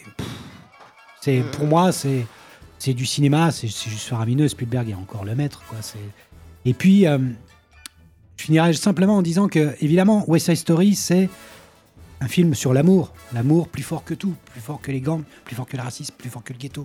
pour moi, c'est du cinéma, c'est juste faramineux. Spielberg est encore le maître, quoi. Et puis, je finirai simplement en disant que, évidemment, West Side Story, c'est un film sur l'amour. L'amour plus fort que tout, plus fort que les gangs, plus fort que le racisme, plus fort que le ghetto.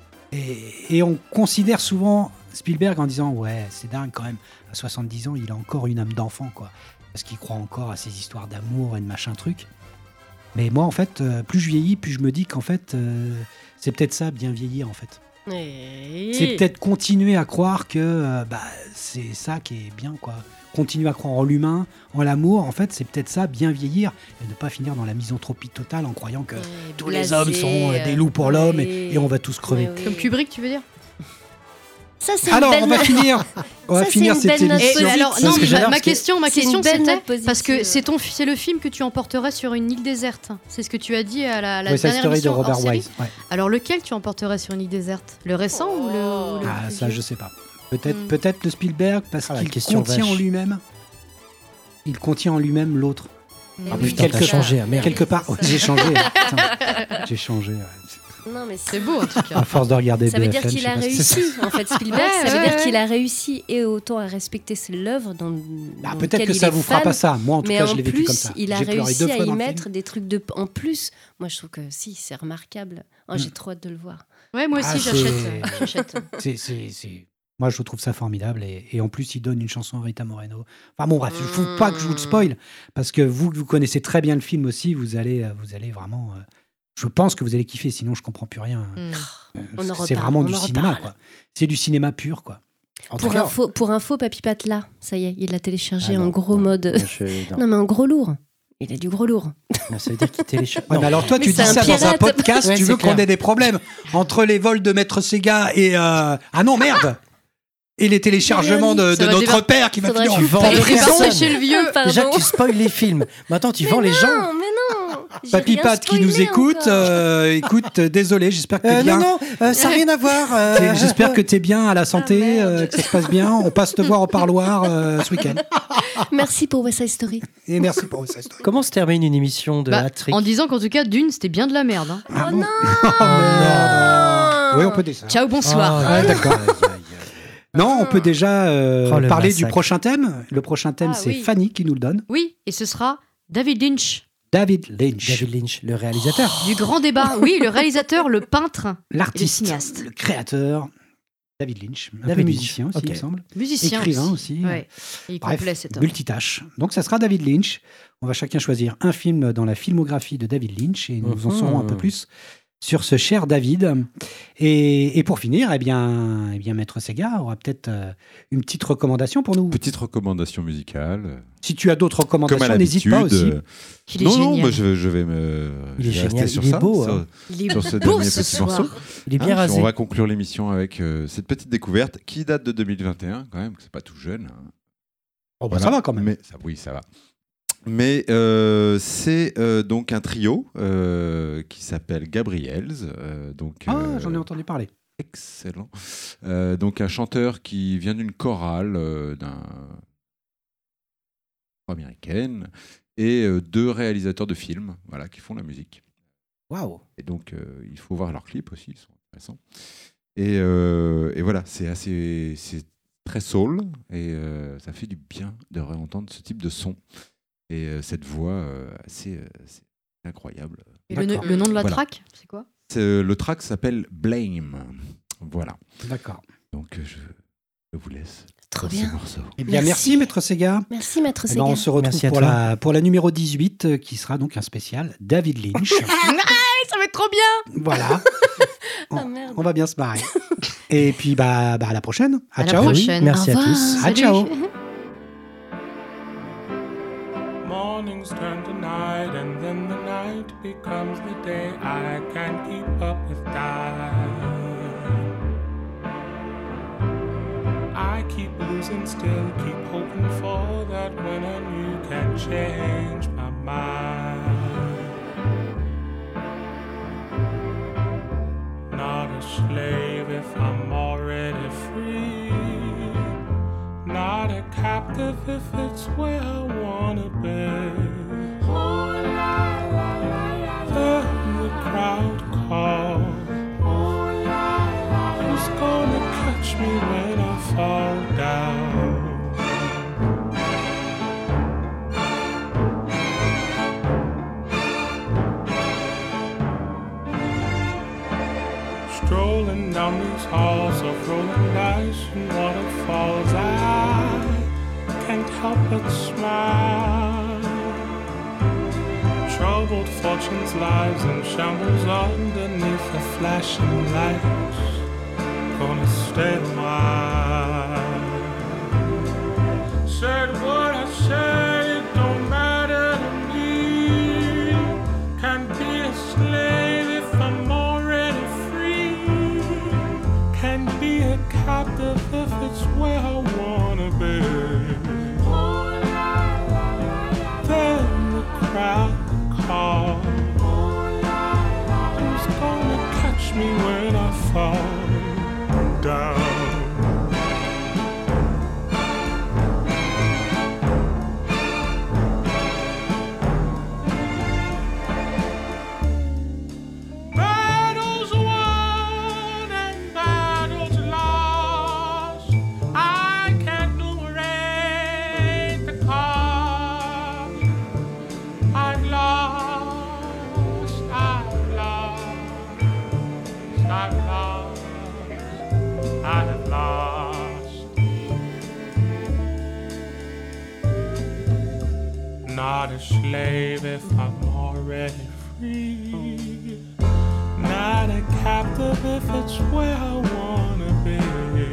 Et on considère souvent Spielberg en disant « Ouais, c'est dingue quand même, à 70 ans, il a encore une âme d'enfant, quoi. » Parce qu'il croit encore à ces histoires d'amour et de machin truc. Mais moi, en fait, plus je vieillis, plus je me dis qu'en fait, c'est peut-être ça, bien vieillir, en fait. C'est peut-être continuer à croire que c'est ça qui est bien, quoi. Continuer à croire en l'humain, en l'amour, en fait, c'est peut-être ça, bien vieillir, et ne pas finir dans la misanthropie totale en croyant que tous les hommes sont des loups pour l'homme et on va tous crever. Comme Kubrick, tu veux dire ? Ça, c'est alors, on va finir cette émission. Alors, non, ma question c'était parce que c'est le film que tu emporterais sur une île déserte. C'est ce que tu as dit à la dernière émission de Robert Wise. Ouais. Alors, lequel tu emporterais sur une île déserte ? Le récent ou le Ah, ça, je sais pas. Peut-être le Spielberg parce qu'il contient en lui-même. Il contient en lui-même l'autre. Ah putain, t'as changé, merde. Quelque part, j'ai changé. J'ai changé. Non, mais c'est beau en tout cas. À force de regarder ça veut dire qu'il a réussi en fait Spielberg, ça veut dire qu'il a réussi et autant à respecter l'œuvre dans peut-être que ça vous fera pas ça. Moi en tout cas, je l'ai vécu comme ça. Mais en plus, il a réussi à y mettre des trucs en plus. Moi je trouve que si, c'est remarquable. J'ai trop hâte de le voir. Ouais, moi aussi j'achète. Moi, je trouve ça formidable. Et en plus, il donne une chanson à Rita Moreno. Enfin bon, bref, il ne faut pas que je vous le spoil. Parce que vous connaissez très bien le film aussi, vous allez vraiment... je pense que vous allez kiffer, sinon je ne comprends plus rien. C'est vraiment du cinéma, quoi. C'est du cinéma pur, quoi. Pour info, Papy Pat, là, ça y est, il l'a téléchargé en gros mode... Non, mais en gros lourd. Il a du gros lourd. Ça veut dire qu'il télécharge. Ouais, mais alors toi, tu dis ça dans un podcast, tu veux qu'on ait des problèmes entre les vols de Maître Sega et... Ah non, merde. Et les téléchargements de notre père qui va finir en prison chez le vieux. Déjà que tu spoil les films. Maintenant, tu vends les gens. Mais non. Papy Pat qui nous écoute, écoute, désolé, j'espère que t'es bien. Non, ça n'a rien à voir. J'espère que t'es bien à la santé, que ça se passe bien. On passe te voir au parloir ce week-end. Merci pour West Side Story. Et merci pour West Side Story. Comment se termine une émission de Hat-Trick ? En disant qu'en tout cas, Dune, c'était bien de la merde. Hein. Ah bon ? Non. Oui, on peut dire ça. Ciao, bonsoir. D'accord. Non, on peut déjà parler du prochain thème. Le prochain thème, c'est Fanny qui nous le donne. Oui, et ce sera David Lynch. David Lynch, le réalisateur. Du grand débat. Oui, le réalisateur, le peintre, l'artiste, le cinéaste. Le créateur. David Lynch, un peu musicien aussi, il me semble. Musicien écrivain aussi. Ouais. Il complet cet homme. Multitâche. Donc ça sera David Lynch. On va chacun choisir un film dans la filmographie de David Lynch et nous en saurons un peu plus sur ce cher David. Et pour finir, eh bien, Maître Sega aura peut-être une petite recommandation pour nous. Petite recommandation musicale. Si tu as d'autres recommandations, n'hésite pas aussi. Non, moi je vais rester sur ça. Beau, sur ce dernier petit morceau. Il est bien rasé. On va conclure l'émission avec cette petite découverte qui date de 2021, quand même, c'est pas tout jeune. Hein. Oh, bah, voilà. Ça va quand même. Mais, ça va. Mais c'est donc un trio qui s'appelle Gabriels. J'en ai entendu parler. Excellent. Donc un chanteur qui vient d'une chorale américaine et deux réalisateurs de films qui font la musique. Waouh. Et donc il faut voir leurs clips aussi, ils sont intéressants. Et voilà, c'est très soul et ça fait du bien de réentendre ce type de son. Et cette voix, c'est incroyable. Et le nom de la track, c'est quoi ? Le track s'appelle Blame. Voilà. D'accord. Donc je vous laisse. Trop bien. Eh bien, merci Maître Sega. Merci Maître Sega. On se retrouve pour la numéro 18 qui sera donc un spécial David Lynch. Ça va être trop bien. Voilà. On va bien se marrer. Et puis à la prochaine. À ciao. La prochaine. Merci à tous. À ciao. Mornings turn to night and then the night becomes the day. I can't keep up with time. I keep losing still, keep hoping for that when I knew can change my mind. Not a slave if I'm already free. Not a captive if it's where I wanna be. Oh, la, la, la, la, then the crowd calls. Oh, la, la, la, who's gonna catch me when I fall down? down these halls of rolling dice and waterfalls, I can't help but smile. Troubled fortunes, lives in shambles underneath the flashing lights. Gonna stay a while. Said what I said, it don't matter to me. Can't be a slave if I'm already free. Can't be a captive if it's where I wanna be. Then the crowd call. Who's gonna catch me when I fall down? Not a slave if I'm already free. Not a captive if it's where I wanna be.